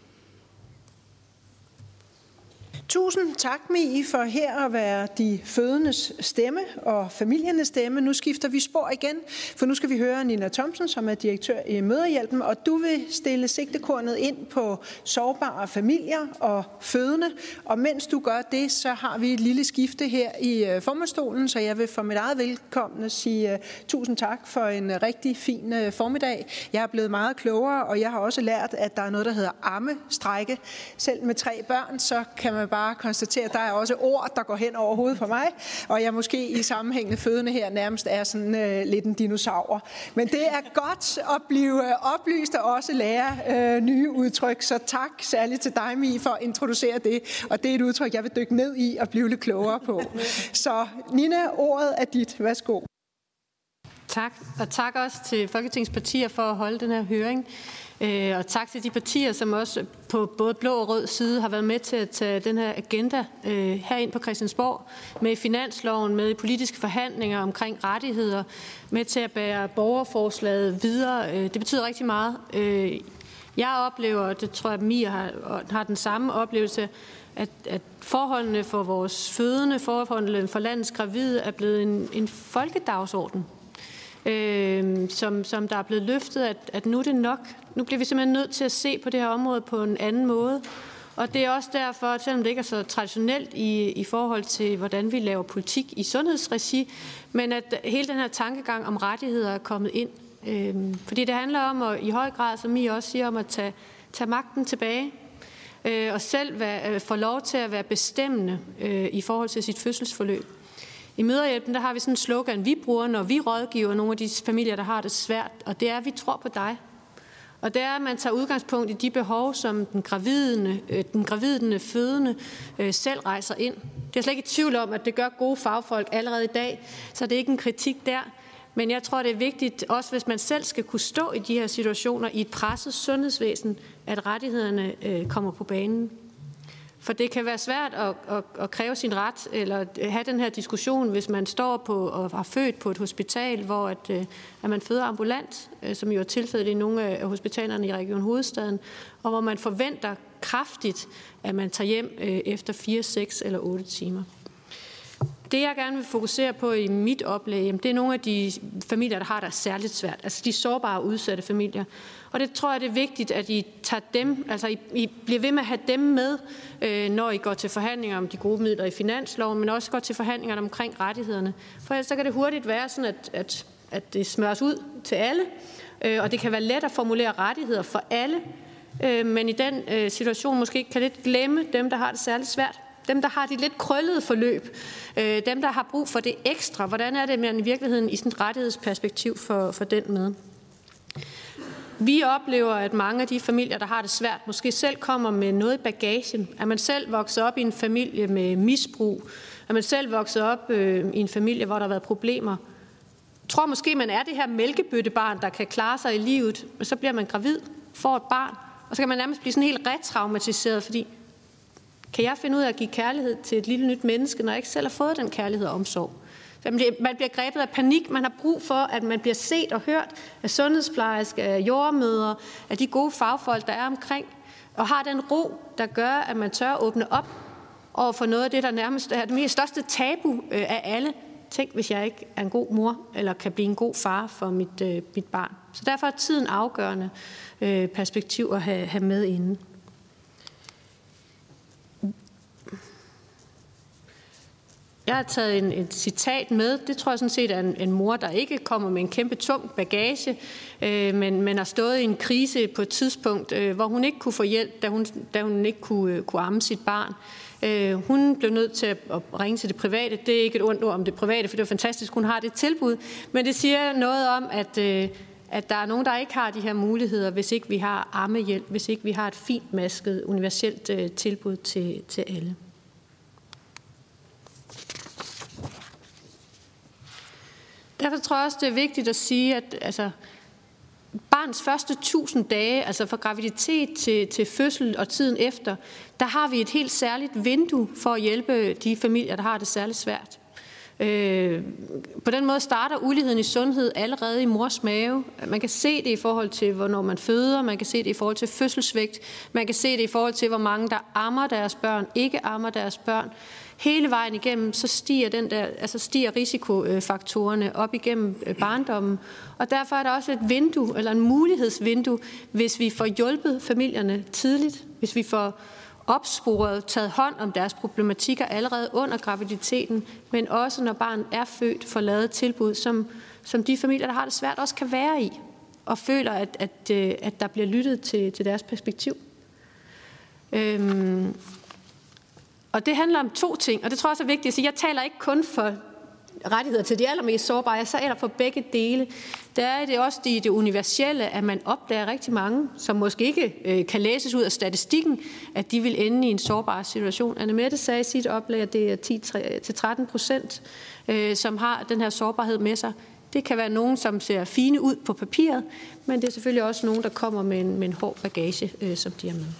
Tusind tak, Mie, for her at være de fødendes stemme og familiernes stemme. Nu skifter vi spor igen, for nu skal vi høre Nina Thomsen, som er direktør i Mødrehjælpen, og du vil stille sigtekornet ind på sårbare familier og fødende. Og mens du gør det, så har vi et lille skifte her i formandsstolen, så jeg vil for mit eget velkomne sige tusind tak for en rigtig fin formiddag. Jeg er blevet meget klogere, og jeg har også lært, at der er noget, der hedder ammestrække. Selv med tre børn, så kan man bare konstatere, at der er også ord, der går hen over hovedet på mig, og jeg måske i sammenhængende fødende her nærmest er sådan øh, lidt en dinosaur. Men det er godt at blive oplyst og også lære øh, nye udtryk, så tak særligt til dig, Mie, for at introducere det, og det er et udtryk, jeg vil dykke ned i og blive lidt klogere på. Så Nina, ordet er dit. Værsgo. Tak, og tak også til Folketingets partier for at holde den her høring. Og tak til de partier, som også på både blå og rød side har været med til at tage den her agenda øh, herind på Christiansborg, med finansloven, med politiske forhandlinger omkring rettigheder, med til at bære borgerforslaget videre. Det betyder rigtig meget. Jeg oplever, og det tror jeg, at Mia har, har den samme oplevelse, at, at forholdene for vores fødende, forholdene for landets gravide er blevet en, en folkedagsorden. Øh, som, som der er blevet løftet, at, at nu er det nok. Nu bliver vi simpelthen nødt til at se på det her område på en anden måde. Og det er også derfor, at selvom det ikke er så traditionelt i, i forhold til, hvordan vi laver politik i sundhedsregi, men at hele den her tankegang om rettigheder er kommet ind. Øh, fordi det handler om, at i høj grad, som I også siger, om at tage, tage magten tilbage. Øh, og selv være, få lov til at være bestemmende øh, i forhold til sit fødselsforløb. I Mødrehjælpen, der har vi sådan en slogan, vi bruger, når vi rådgiver nogle af de familier, der har det svært, og det er, at vi tror på dig. Og det er, at man tager udgangspunkt i de behov, som den gravide, den gravide fødende selv rejser ind. Det er slet ikke i tvivl om, at det gør gode fagfolk allerede i dag, så det er ikke en kritik der. Men jeg tror, det er vigtigt, også hvis man selv skal kunne stå i de her situationer i et presset sundhedsvæsen, at rettighederne kommer på banen. For det kan være svært at, at, at kræve sin ret, eller have den her diskussion, hvis man står på og har født på et hospital, hvor at, at man føder ambulant, som jo er tilfældet i nogle af hospitalerne i Region Hovedstaden, og hvor man forventer kraftigt, at man tager hjem efter fire, seks eller otte timer. Det, jeg gerne vil fokusere på i mit oplæg, det er nogle af de familier, der har det særligt svært. Altså de sårbare og udsatte familier. Og det tror jeg, det er vigtigt, at I tager dem, altså I, I bliver ved med at have dem med, øh, når I går til forhandlinger om de gode midler i finansloven, men også går til forhandlinger omkring rettighederne. For ellers så kan det hurtigt være sådan, at, at, at det smøres ud til alle, øh, og det kan være let at formulere rettigheder for alle, øh, men i den øh, situation måske kan lidt glemme dem, der har det særligt svært. Dem, der har de lidt krøllede forløb, øh, dem, der har brug for det ekstra. Hvordan er det, man i virkeligheden i sådan et rettighedsperspektiv for, for den med? Vi oplever, at mange af de familier, der har det svært, måske selv kommer med noget i bagagen. Er man selv vokset op i en familie med misbrug? Er man selv vokset op øh, i en familie, hvor der har været problemer? Jeg tror måske, man er det her mælkebøttebarn, der kan klare sig i livet, men så bliver man gravid, får et barn, og så kan man nærmest blive sådan helt retraumatiseret, fordi kan jeg finde ud af at give kærlighed til et lille nyt menneske, når jeg ikke selv har fået den kærlighed og omsorg? Man bliver, man bliver grebet af panik. Man har brug for, at man bliver set og hørt af sundhedsplejersker, af jordmødre, af de gode fagfolk, der er omkring, og har den ro, der gør, at man tør at åbne op over for noget af det, der nærmest er det mest største tabu af alle. Tænk, hvis jeg ikke er en god mor, eller kan blive en god far for mit, øh, mit barn. Så derfor er tiden afgørende øh, perspektiv at have, have med inden. Jeg har taget en, et citat med. Det tror jeg sådan set er en, en mor, der ikke kommer med en kæmpe tung bagage, øh, men, men har stået i en krise på et tidspunkt, øh, hvor hun ikke kunne få hjælp, da hun, da hun ikke kunne, øh, kunne amme sit barn. Øh, hun blev nødt til at, at ringe til det private. Det er ikke et ondt ord om det private, for det er fantastisk, hun har det tilbud. Men det siger noget om, at, øh, at der er nogen, der ikke har de her muligheder, hvis ikke vi har ammehjælp, hvis ikke vi har et fint masket, universelt øh, tilbud til, til alle. Derfor tror jeg også, det er vigtigt at sige, at altså, barns første tusind dage, altså fra graviditet til, til fødsel og tiden efter, der har vi et helt særligt vindue for at hjælpe de familier, der har det særligt svært. Øh, på den måde starter uligheden i sundhed allerede i mors mave. Man kan se det i forhold til, hvornår man føder, man kan se det i forhold til fødselsvægt, man kan se det i forhold til, hvor mange der ammer deres børn, ikke ammer deres børn. Hele vejen igennem, så stiger, den der, altså stiger risikofaktorerne op igennem barndommen. Og derfor er der også et vindue, eller en mulighedsvindue, hvis vi får hjulpet familierne tidligt, hvis vi får opsporet, taget hånd om deres problematikker allerede under graviditeten, men også når barnet er født, får lavet tilbud, som, som de familier, der har det svært, også kan være i, og føler, at, at, at der bliver lyttet til, til deres perspektiv. Øhm Og det handler om to ting, og det tror jeg også er vigtigt. Så jeg taler ikke kun for rettigheder til de allermest sårbare, jeg taler for begge dele. Der er det også det, det universelle, at man opdager rigtig mange, som måske ikke øh, kan læses ud af statistikken, at de vil ende i en sårbar situation. Annemette sagde i sit oplæg, at det er ti til tretten procent, øh, som har den her sårbarhed med sig. Det kan være nogen, som ser fine ud på papiret, men det er selvfølgelig også nogen, der kommer med en, med en hård bagage, øh, som de er med.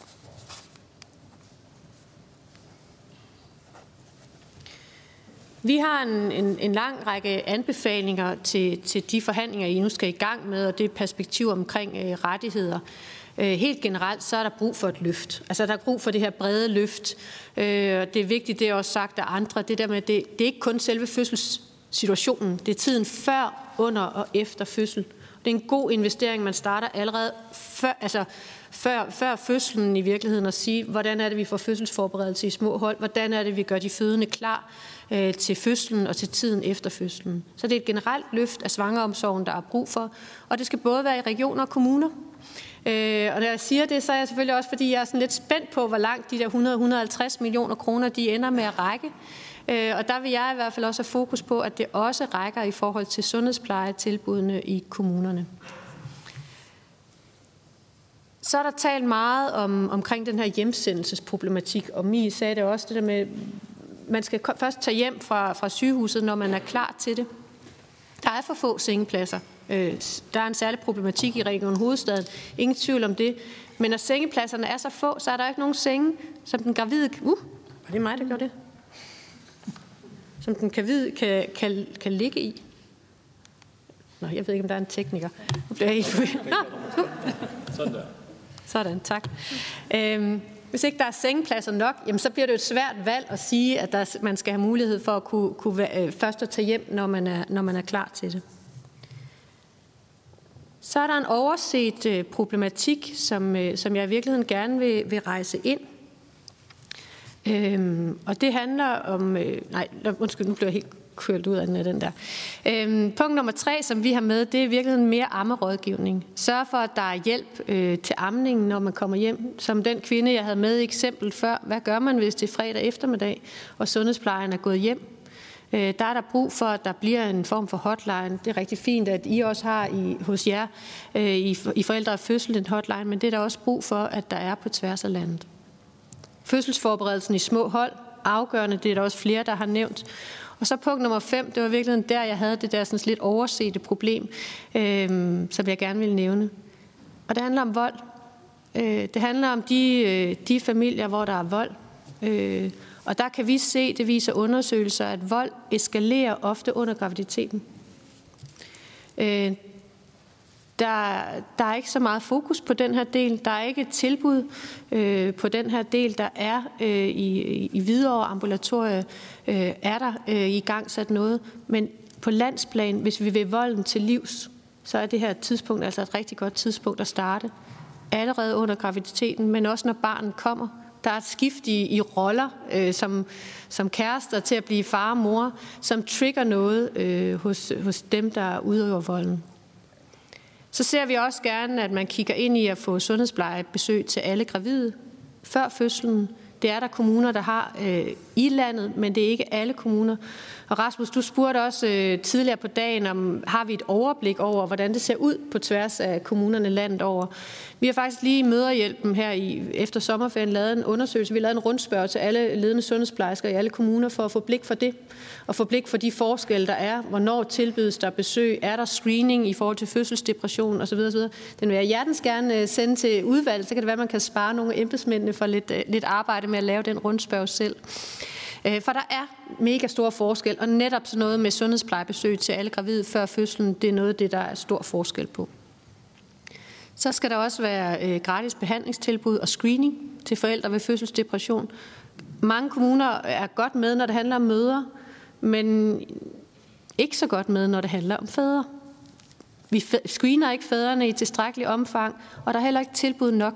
Vi har en, en, en lang række anbefalinger til, til de forhandlinger, I nu skal i gang med, og det perspektiv omkring øh, rettigheder. Øh, helt generelt, så er der brug for et løft. Altså, der er brug for det her brede løft. Øh, det er vigtigt, det er også sagt af andre, det der med, det, det er ikke kun selve fødselssituationen, det er tiden før, under og efter fødsel. Det er en god investering, man starter allerede før, altså før, før fødslen i virkeligheden, at sige, hvordan er det, vi får fødselsforberedelse i små hold, hvordan er det, vi gør de fødende klar øh, til fødslen og til tiden efter fødslen. Så det er et generelt løft af svangreomsorgen, der er brug for, og det skal både være i regioner og kommuner. Øh, og når jeg siger det, så er jeg selvfølgelig også, fordi jeg er sådan lidt spændt på, hvor langt de der hundrede til hundrede og halvtreds millioner kroner, de ender med at række. Øh, og der vil jeg i hvert fald også have fokus på, at det også rækker i forhold til sundhedsplejetilbudene i kommunerne. Så er der talt meget om, omkring den her hjemsendelsesproblematik, og Mie sagde det også, det der med, man skal først tage hjem fra, fra sygehuset, når man er klar til det. Der er for få sengepladser. Der er en særlig problematik i Region Hovedstaden. Ingen tvivl om det. Men når sengepladserne er så få, så er der ikke nogen senge, som den gravide... Uh, var det mig, der gjorde det? Som den gravide kan, kan, kan ligge i. Nå, jeg ved ikke, om der er en tekniker. Nu bliver jeg helt... Nå, sådan der. Sådan, tak. Øhm, hvis ikke der er sengepladser nok, jamen, så bliver det et svært valg at sige, at der, man skal have mulighed for at kunne, kunne øh, først at tage hjem, når man, er, når man er klar til det. Så er der en overset øh, problematik, som, øh, som jeg i virkeligheden gerne vil, vil rejse ind. Øhm, og det handler om... Øh, nej, undskyld, nu bliver jeg helt kørt ud af den, den der. Øhm, punkt nummer tre, som vi har med, det er i virkeligheden mere ammerådgivning. Sørg for, at der er hjælp øh, til amningen, når man kommer hjem. Som den kvinde, jeg havde med i eksempel før. Hvad gør man, hvis det er fredag eftermiddag, og sundhedsplejen er gået hjem? Øh, der er der brug for, at der bliver en form for hotline. Det er rigtig fint, at I også har i, hos jer øh, i, i Forældre og Fødsel en hotline, men det er der også brug for, at der er på tværs af landet. Fødselsforberedelsen i små hold, afgørende, det er der også flere, der har nævnt. Og så punkt nummer fem, det var virkelig der, jeg havde det der sådan lidt oversete problem, øh, som jeg gerne ville nævne. Og det handler om vold. Øh, det handler om de, øh, de familier, hvor der er vold. Øh, og der kan vi se, det viser undersøgelser, at vold eskalerer ofte under graviditeten. Øh, Der, der er ikke så meget fokus på den her del. Der er ikke et tilbud øh, på den her del. Der er øh, i, i Hvidovre ambulatorie øh, er der øh, i gang sat noget. Men på landsplan, hvis vi vil volden til livs, så er det her tidspunkt altså et rigtig godt tidspunkt at starte. Allerede under graviditeten, men også når barnet kommer. Der er et skift i, i roller øh, som, som kærester til at blive far og mor, som trigger noget øh, hos, hos dem, der udøver volden. Så ser vi også gerne, at man kigger ind i at få sundhedsplejebesøg til alle gravide før fødslen. Det er der kommuner, der har øh, i landet, men det er ikke alle kommuner. Og Rasmus, du spurgte også øh, tidligere på dagen, om har vi et overblik over, hvordan det ser ud på tværs af kommunerne landet over. Vi har faktisk lige i Mødrehjælpen her i, efter sommerferien lavet en undersøgelse. Vi har lavet en rundspørg til alle ledende sundhedsplejersker i alle kommuner for at få blik for det, og få blik for de forskelle, der er. Hvornår tilbydes der besøg? Er der screening i forhold til fødselsdepression osv. osv.? Den vil jeg hjertens gerne sende til udvalget. Så kan det være, at man kan spare nogle af embedsmændene for lidt, lidt arbejde med at lave den rundspørg selv. For der er mega stor forskel, og netop sådan noget med sundhedsplejebesøg til alle gravide før fødslen, det er noget af det, der er stor forskel på. Så skal der også være gratis behandlingstilbud og screening til forældre ved fødselsdepression. Mange kommuner er godt med, når det handler om mødre, men ikke så godt med, når det handler om fædre. Vi screener ikke fædrene i tilstrækkelig omfang, og der er heller ikke tilbud nok.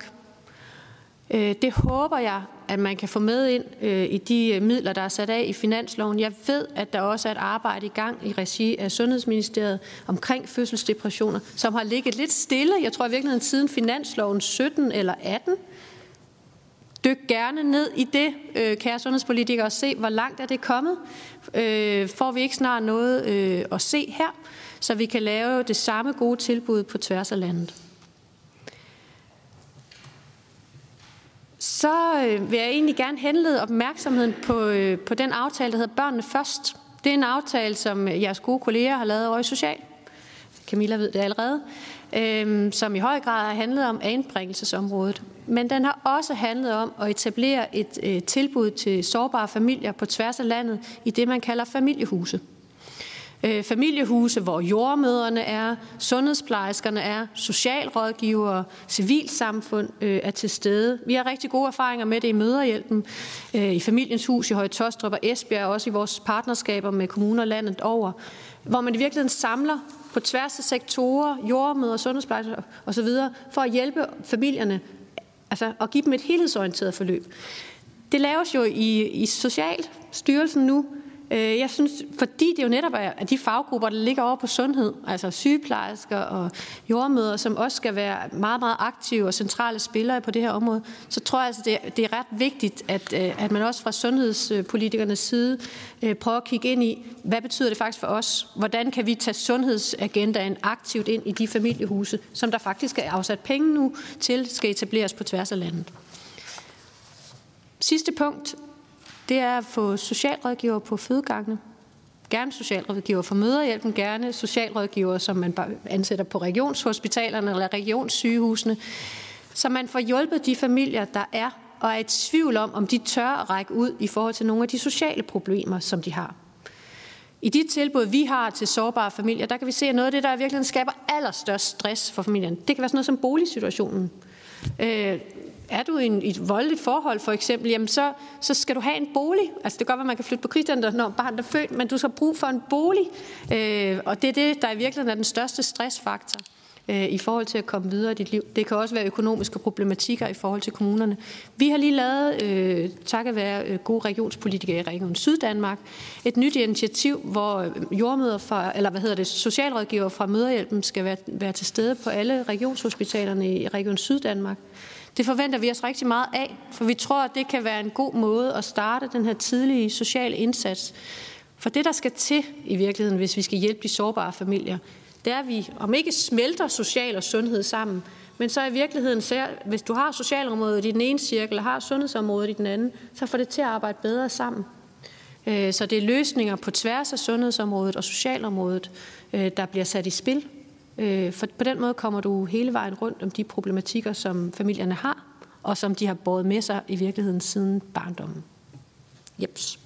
Det håber jeg, at man kan få med ind i de midler, der er sat af i finansloven. Jeg ved, at der også er et arbejde i gang i regi af Sundhedsministeriet omkring fødselsdepressioner, som har ligget lidt stille. Jeg tror i virkeligheden siden finansloven sytten eller atten. Dyk gerne ned i det, kære sundhedspolitikere, og se, hvor langt er det kommet. Får vi ikke snart noget at se her, så vi kan lave det samme gode tilbud på tværs af landet. Så vil jeg egentlig gerne henlede opmærksomheden på, på den aftale, der hedder Børnene Først. Det er en aftale, som jeres gode kolleger har lavet over i Social. Camilla ved det allerede. Øhm, som i høj grad har handlet om anbringelsesområdet. Men den har også handlet om at etablere et øh, tilbud til sårbare familier på tværs af landet i det, man kalder familiehuse. Øh, familiehuse, hvor jordemødrene er, sundhedsplejerskerne er, socialrådgivere, civilsamfund øh, er til stede. Vi har rigtig gode erfaringer med det i Mødrehjælpen, øh, i Familiens Hus i Høje Taastrup og Esbjerg, og også i vores partnerskaber med kommuner landet over, hvor man i virkeligheden samler på tværs af sektorer, jordemødre, sundhedsplejersker osv., for at hjælpe familierne, altså at give dem et helhedsorienteret forløb. Det laves jo i, i Socialstyrelsen nu. Jeg synes, fordi det jo netop er de faggrupper, der ligger over på sundhed, altså sygeplejersker og jordemødre, som også skal være meget, meget aktive og centrale spillere på det her område, så tror jeg altså, det er, det er ret vigtigt, at, at man også fra sundhedspolitikernes side prøver at kigge ind i, hvad betyder det faktisk for os? Hvordan kan vi tage sundhedsagendaen aktivt ind i de familiehuse, som der faktisk er afsat penge nu til, skal etableres på tværs af landet. Sidste punkt, det er at få socialrådgiver på fødegangene. Gerne socialrådgiver for Mødrehjælpen, gerne socialrådgiver, som man bare ansætter på regionshospitalerne eller regionssygehusene, så man får hjulpet de familier, der er, og er i tvivl om, om de tør at række ud i forhold til nogle af de sociale problemer, som de har. I de tilbud, vi har til sårbare familier, der kan vi se, at noget af det, der i virkeligheden skaber allerstørst stress for familien, det kan være sådan noget som boligsituationen. Øh, Er du i en, i et voldeligt forhold, for eksempel, jamen så, så skal du have en bolig. Altså det kan godt være, at man kan flytte på krisecenter, når barnet er født, men du skal bruge for en bolig. Øh, og det er det, der i virkeligheden er den største stressfaktor øh, i forhold til at komme videre i dit liv. Det kan også være økonomiske problematikker i forhold til kommunerne. Vi har lige lavet, øh, takket være øh, gode regionspolitikere i Region Syddanmark, et nyt initiativ, hvor jordemødre fra, eller hvad hedder det, socialrådgiver fra Mødrehjælpen skal være, være til stede på alle regionshospitalerne i Region Syddanmark. Det forventer vi os rigtig meget af, for vi tror, at det kan være en god måde at starte den her tidlige sociale indsats. For det, der skal til i virkeligheden, hvis vi skal hjælpe de sårbare familier, det er, at vi om ikke smelter social og sundhed sammen, men så i virkeligheden, hvis du har socialområdet i den ene cirkel og har sundhedsområdet i den anden, så får det til at arbejde bedre sammen. Så det er løsninger på tværs af sundhedsområdet og socialområdet, der bliver sat i spil. For på den måde kommer du hele vejen rundt om de problematikker, som familierne har, og som de har båret med sig i virkeligheden siden barndommen. Jeps.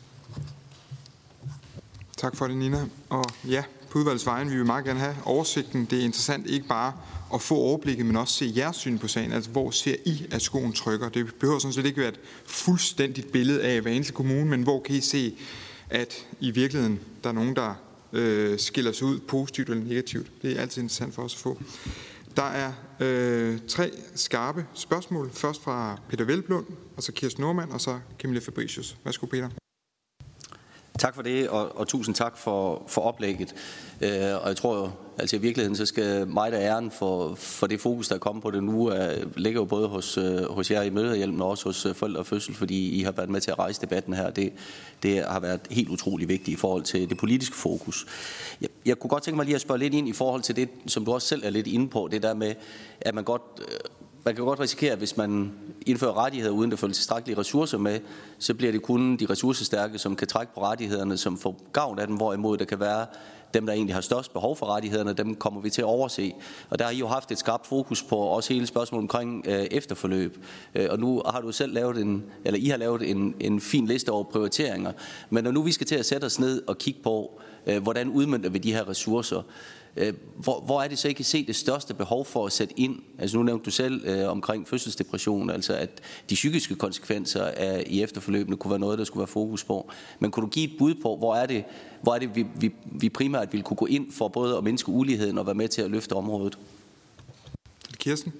Tak for det, Nina. Og ja, på udvalgsvejen vil vi meget gerne have oversigten. Det er interessant ikke bare at få overblikket, men også se jeres syn på sagen. Altså, hvor ser I, at skoen trykker? Det behøver sådan set ikke være et fuldstændigt billede af hver eneste kommune, men hvor kan I se, at i virkeligheden der er nogen, der øh, skiller sig ud positivt eller negativt? Det er altid interessant for os at få. Der er øh, tre skarpe spørgsmål. Først fra Peter Velblund, og så Kirsten Normann, og så Camilla Fabricius. Værsgo, Peter. Tak for det, og, og tusind tak for, for oplægget. Øh, og jeg tror jo, altså i virkeligheden, så skal mig der æren for, for det fokus, der er kommet på det nu, er, ligger jo både hos, øh, hos jer i Mødrehjælpen og også hos øh, Forældre og Fødsel, fordi I har været med til at rejse debatten her. Det, det har været helt utrolig vigtigt i forhold til det politiske fokus. Jeg, jeg kunne godt tænke mig lige at spørge lidt ind i forhold til det, som du også selv er lidt inde på, det der med, at man godt... Øh, Man kan godt risikere, at hvis man indfører rettigheder uden at følge tilstrækkelige ressourcer med, så bliver det kun de ressourcestærke, som kan trække på rettighederne, som får gavn af dem, hvorimod der kan være dem, der egentlig har størst behov for rettighederne, dem kommer vi til at overse. Og der har I jo haft et skarpt fokus på også hele spørgsmålet omkring øh, efterforløb. Øh, og nu har du selv lavet en, eller I har lavet en, en fin liste over prioriteringer. Men når nu vi skal til at sætte os ned og kigge på, øh, hvordan udmønter vi de her ressourcer, Hvor, hvor er det så, I kan se det største behov for at sætte ind? Altså nu nævnte du selv øh, omkring fødselsdepression, altså at de psykiske konsekvenser af, i efterforløbene kunne være noget, der skulle være fokus på. Men kunne du give et bud på, hvor er det, hvor er det vi, vi, vi primært ville kunne gå ind for både at mindske uligheden og være med til at løfte området? Kirsten?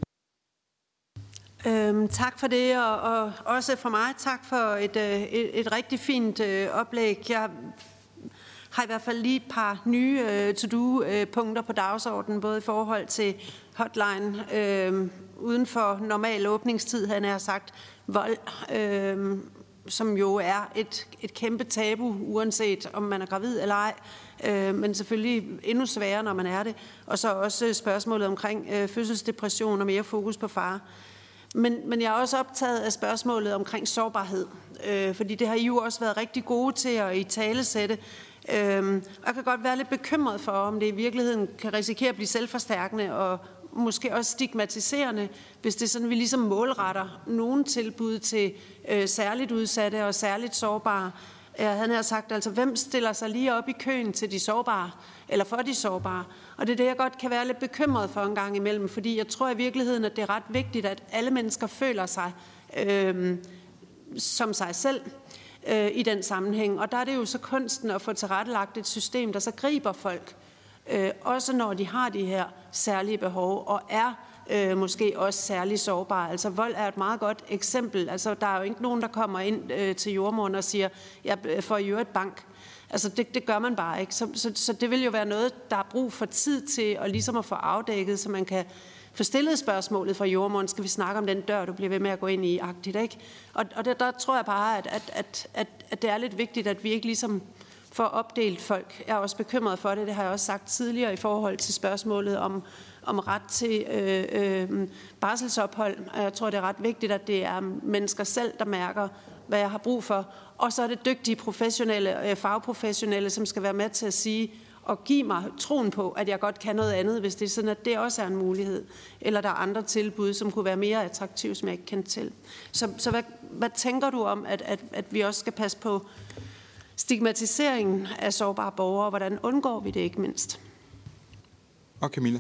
Øhm, tak for det, og, og også fra mig tak for et, et, et rigtig fint øh, oplæg. Jeg har i hvert fald lige et par nye øh, to-do-punkter på dagsordenen, både i forhold til hotline, øh, uden for normal åbningstid, han har sagt, vold, øh, som jo er et, et kæmpe tabu, uanset om man er gravid eller ej, øh, men selvfølgelig endnu sværere, når man er det. Og så også spørgsmålet omkring øh, fødselsdepression og mere fokus på far. Men, men jeg er også optaget af spørgsmålet omkring sårbarhed, øh, fordi det har I jo også været rigtig gode til at italesætte. Øhm, jeg kan godt være lidt bekymret for, om det i virkeligheden kan risikere at blive selvforstærkende og måske også stigmatiserende, hvis det er sådan, vi ligesom målretter nogle tilbud til øh, særligt udsatte og særligt sårbare. Jeg havde nær sagt, altså hvem stiller sig lige op i køen til de sårbare, eller for de sårbare? Og det er det, jeg godt kan være lidt bekymret for en gang imellem, fordi jeg tror i virkeligheden, at det er ret vigtigt, at alle mennesker føler sig øh, som sig selv i den sammenhæng. Og der er det jo så kunsten at få tilrettelagt et system, der så griber folk, øh, også når de har de her særlige behov, og er øh, måske også særlig sårbare. Altså vold er et meget godt eksempel. Altså der er jo ikke nogen, der kommer ind øh, til jordemoderen og siger, jeg får i øvrigt bank. Altså det, det gør man bare ikke. Så, så, så det vil jo være noget, der er brug for tid til at ligesom at få afdækket, så man kan få stillet spørgsmålet fra jordemoderen, skal vi snakke om den dør, du bliver ved med at gå ind i agtigt, ikke? Og, og der, der tror jeg bare, at, at, at, at, at det er lidt vigtigt, at vi ikke ligesom får opdelt folk. Jeg er også bekymret for det, det har jeg også sagt tidligere i forhold til spørgsmålet om, om ret til øh, øh, barselsophold. Jeg tror, det er ret vigtigt, at det er mennesker selv, der mærker, hvad jeg har brug for. Og så er det dygtige professionelle, øh, fagprofessionelle, som skal være med til at sige, og give mig troen på, at jeg godt kan noget andet, hvis det er sådan, at det også er en mulighed. Eller der er andre tilbud, som kunne være mere attraktive, som jeg ikke kendte til. Så, så hvad, hvad tænker du om, at, at, at vi også skal passe på stigmatiseringen af sårbare borgere, og hvordan undgår vi det ikke mindst? Og Camilla?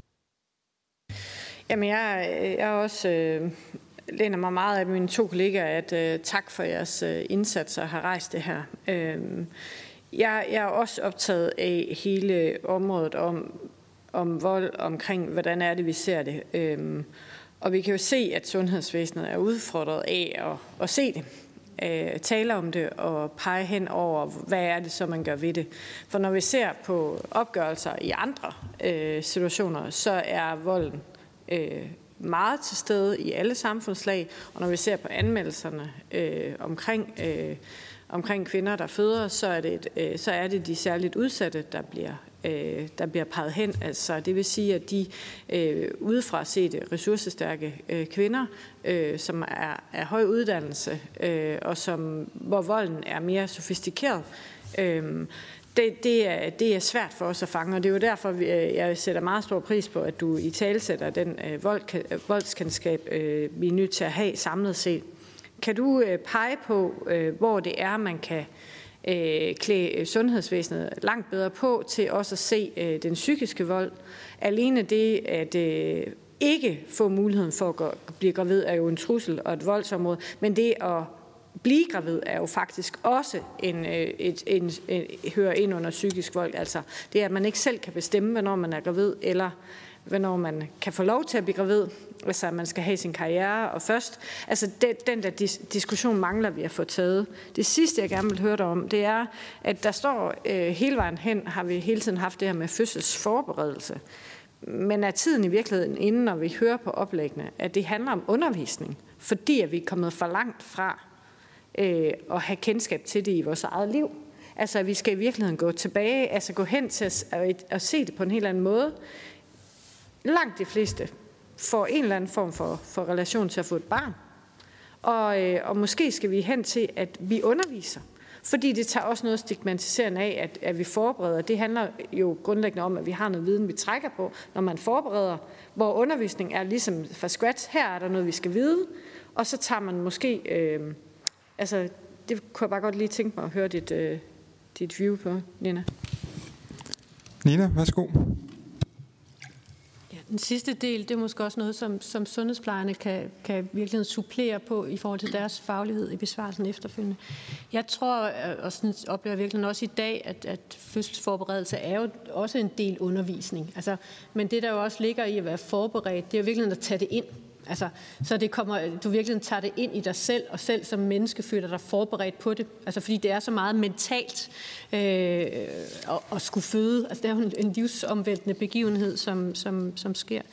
Jamen, jeg, jeg er også øh, læner mig meget af mine to kollegaer, at øh, tak for jeres øh, indsatser har rejst det her. Øh, jeg, jeg er også optaget af hele området om, om vold, omkring hvordan er det, vi ser det. Øh, og vi kan jo se, at sundhedsvæsenet er udfordret af at, at se det. Tale om det og pege hen over, hvad er det så, man gør ved det. For når vi ser på opgørelser i andre øh, situationer, så er volden øh, meget til stede i alle samfundslag, og når vi ser på anmeldelserne øh, omkring, øh, omkring kvinder, der føder, så er det, øh, så er det de særligt udsatte, der bliver øh, der bliver peget hen. Altså, det vil sige, at de øh, udefra sete ressourcestærke øh, kvinder, øh, som er af høj uddannelse, øh, og som, hvor volden er mere sofistikeret, øh, det, det, er, det er svært for os at fange, og det er jo derfor, vi, jeg sætter meget stor pris på, at du i tale sætter den øh, vold, voldskendskab, øh, vi er nødt til at have samlet set. Kan du øh, pege på, øh, hvor det er, man kan øh, klæde sundhedsvæsenet langt bedre på til også at se øh, den psykiske vold? Alene det, at øh, ikke få muligheden for at gå, blive gravid, er jo en trussel og et voldsområde, men det at blive gravid er jo faktisk også en, et, en, en, hører ind under psykisk vold. Altså det, at man ikke selv kan bestemme, hvornår man er gravid, eller hvornår man kan få lov til at blive gravid. Altså at man skal have sin karriere og først. Altså den, den der dis, diskussion mangler vi at få taget. Det sidste, jeg gerne vil høre dig om, det er, at der står øh, hele vejen hen, har vi hele tiden haft det her med fødselsforberedelse. Men er tiden i virkeligheden inde, når vi hører på oplæggene, at det handler om undervisning, fordi at vi er kommet for langt fra øh, at have kendskab til det i vores eget liv. Altså at vi skal i virkeligheden gå tilbage, altså gå hen til at, at, at se det på en helt anden måde. Langt de fleste får en eller anden form for, for relation til at få et barn. Og, øh, og måske skal vi hen til, at vi underviser. Fordi det tager også noget stigmatiserende af, at, at vi forbereder. Det handler jo grundlæggende om, at vi har noget viden, vi trækker på, når man forbereder, hvor undervisning er ligesom fra scratch. Her er der noget, vi skal vide, og så tager man måske... Øh, altså, det kunne jeg bare godt lige tænke mig at høre dit, øh, dit view på, Nina. Nina, værsgo. Den sidste del, det er måske også noget, som, som sundhedsplejerne kan, kan virkelig supplere på i forhold til deres faglighed i besvarelsen efterfølgende. Jeg tror, og sådan oplever jeg virkelig også i dag, at, at fødselsforberedelse er jo også en del undervisning. Altså, men det, der jo også ligger i at være forberedt, det er jo virkelig at tage det ind. Altså, så det kommer, du virkelig tager det ind i dig selv, og selv som menneske føler dig forberedt på det. Altså, fordi det er så meget mentalt øh, at, at skulle føde. Altså, det er jo en, en livsomvæltende begivenhed, som, som, som sker.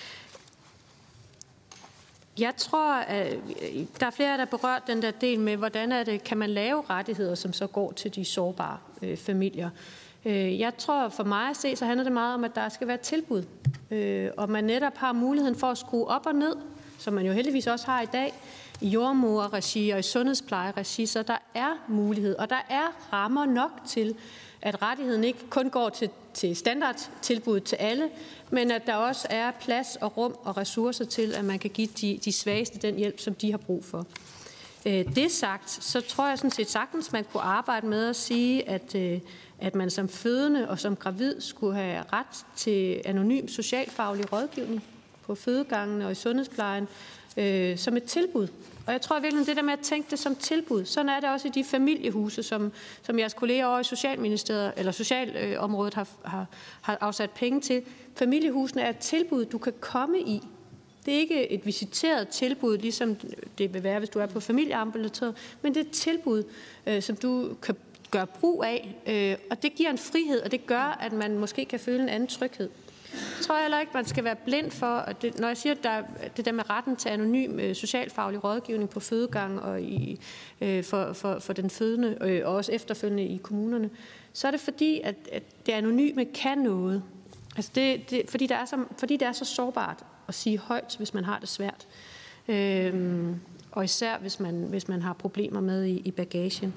Jeg tror, at der er flere, der har berørt den der del med, hvordan er det, kan man lave rettigheder, som så går til de sårbare øh, familier. Jeg tror, for mig at se, så handler det meget om, at der skal være et tilbud. Og man netop har muligheden for at skrue op og ned, som man jo heldigvis også har i dag, i jordemoderregi og i sundhedsplejeregi, så der er mulighed. Og der er rammer nok til, at rettigheden ikke kun går til, til standardtilbud til alle, men at der også er plads og rum og ressourcer til, at man kan give de, de svageste den hjælp, som de har brug for. Det sagt, så tror jeg sådan set sagtens, man kunne arbejde med at sige, at, at man som fødende og som gravid skulle have ret til anonym socialfaglig rådgivning på fødegangene og i sundhedsplejen øh, som et tilbud. Og jeg tror virkelig, det der med at tænke det som tilbud, sådan er det også i de familiehuse, som, som jeres kolleger over i Socialministeriet eller Socialområdet har, har, har afsat penge til. Familiehusene er et tilbud, du kan komme i. Det er ikke et visiteret tilbud, ligesom det vil være, hvis du er på familieambulatoriet, men det er et tilbud, øh, som du kan gøre brug af. Øh, og det giver en frihed, og det gør, at man måske kan føle en anden tryghed. Jeg tror heller ikke, man skal være blind for, at det, når jeg siger, at der, det der med retten til anonym øh, socialfaglig rådgivning på fødegang og i, øh, for, for, for den fødende, øh, og også efterfølgende i kommunerne, så er det fordi, at, at det anonyme kan noget. Altså det, det, fordi, der er så, fordi det er så sårbart at sige højt, hvis man har det svært. Øh, og især hvis man, hvis man har problemer med i, i bagagen.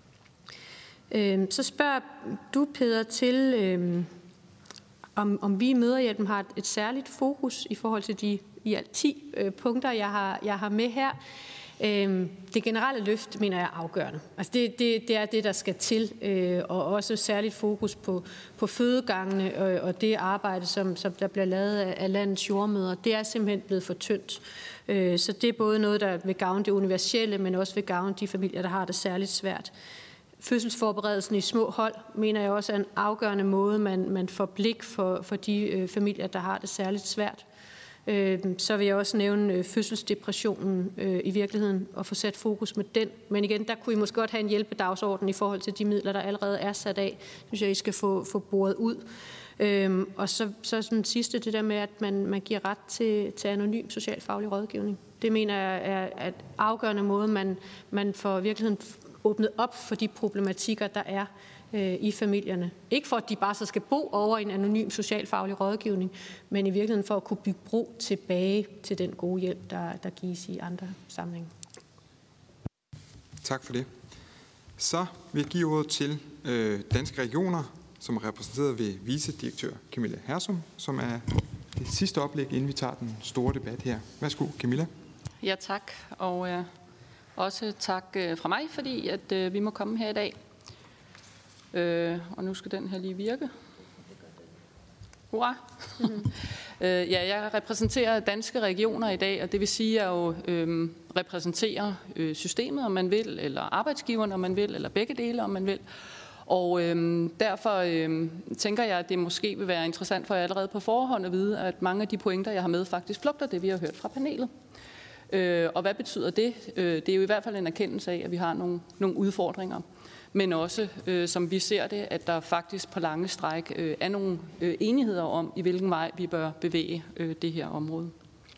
Øh, så spørger du, Peder, til... Øh, Om, om vi i Mødrehjælpen har et, et særligt fokus i forhold til de i alt ti øh, punkter, jeg har, jeg har med her. Øhm, det generelle løft, mener jeg, er afgørende. Altså det, det, det er det, der skal til, øh, og også særligt fokus på, på fødegangene og, og det arbejde, som, som der bliver lavet af, af landets jordmødre. Det er simpelthen blevet for tyndt. Øh, så det er både noget, der vil gavne det universelle, men også vil gavne de familier, der har det særligt svært. Fødselsforberedelsen i små hold, mener jeg også er en afgørende måde, man, man får blik for, for de øh, familier, der har det særligt svært. Øh, så vil jeg også nævne øh, fødselsdepressionen øh, i virkeligheden, og få sat fokus med den. Men igen, der kunne I måske godt have en hjælpedagsorden i forhold til de midler, der allerede er sat af. Det synes jeg, I skal få, få boret ud. Øh, og så, så sådan sidste, det der med, at man, man giver ret til, til anonym socialfaglig rådgivning. Det mener jeg er, er et afgørende måde, man, man får virkeligheden åbnet op for de problematikker, der er øh, i familierne. Ikke for, at de bare så skal bo over i en anonym socialfaglig rådgivning, men i virkeligheden for at kunne bygge bro tilbage til den gode hjælp, der, der gives i andre sammenhænge. Tak for det. Så vil jeg give ordet til øh, Danske Regioner, som er repræsenteret ved vicedirektør Camilla Hersum, som er det sidste oplæg, inden vi tager den store debat her. Værsgo, Camilla. Ja, tak. Og øh, også tak øh, fra mig, fordi at øh, vi må komme her i dag. Øh, og nu skal den her lige virke. Hurra! Mm-hmm. øh, ja, jeg repræsenterer Danske Regioner i dag, og det vil sige, at jeg jo øh, repræsenterer øh, systemet, om man vil, eller arbejdsgiveren, om man vil, eller begge dele, om man vil. Og øh, derfor øh, tænker jeg, at det måske vil være interessant for jer allerede på forhånd at vide, at mange af de pointer, jeg har med, faktisk flugter det, vi har hørt fra panelet. Øh, og hvad betyder det? Øh, det er jo i hvert fald en erkendelse af, at vi har nogle, nogle udfordringer. Men også, øh, som vi ser det, at der faktisk på lange stræk øh, er nogle øh, enigheder om, i hvilken vej vi bør bevæge øh, det her område.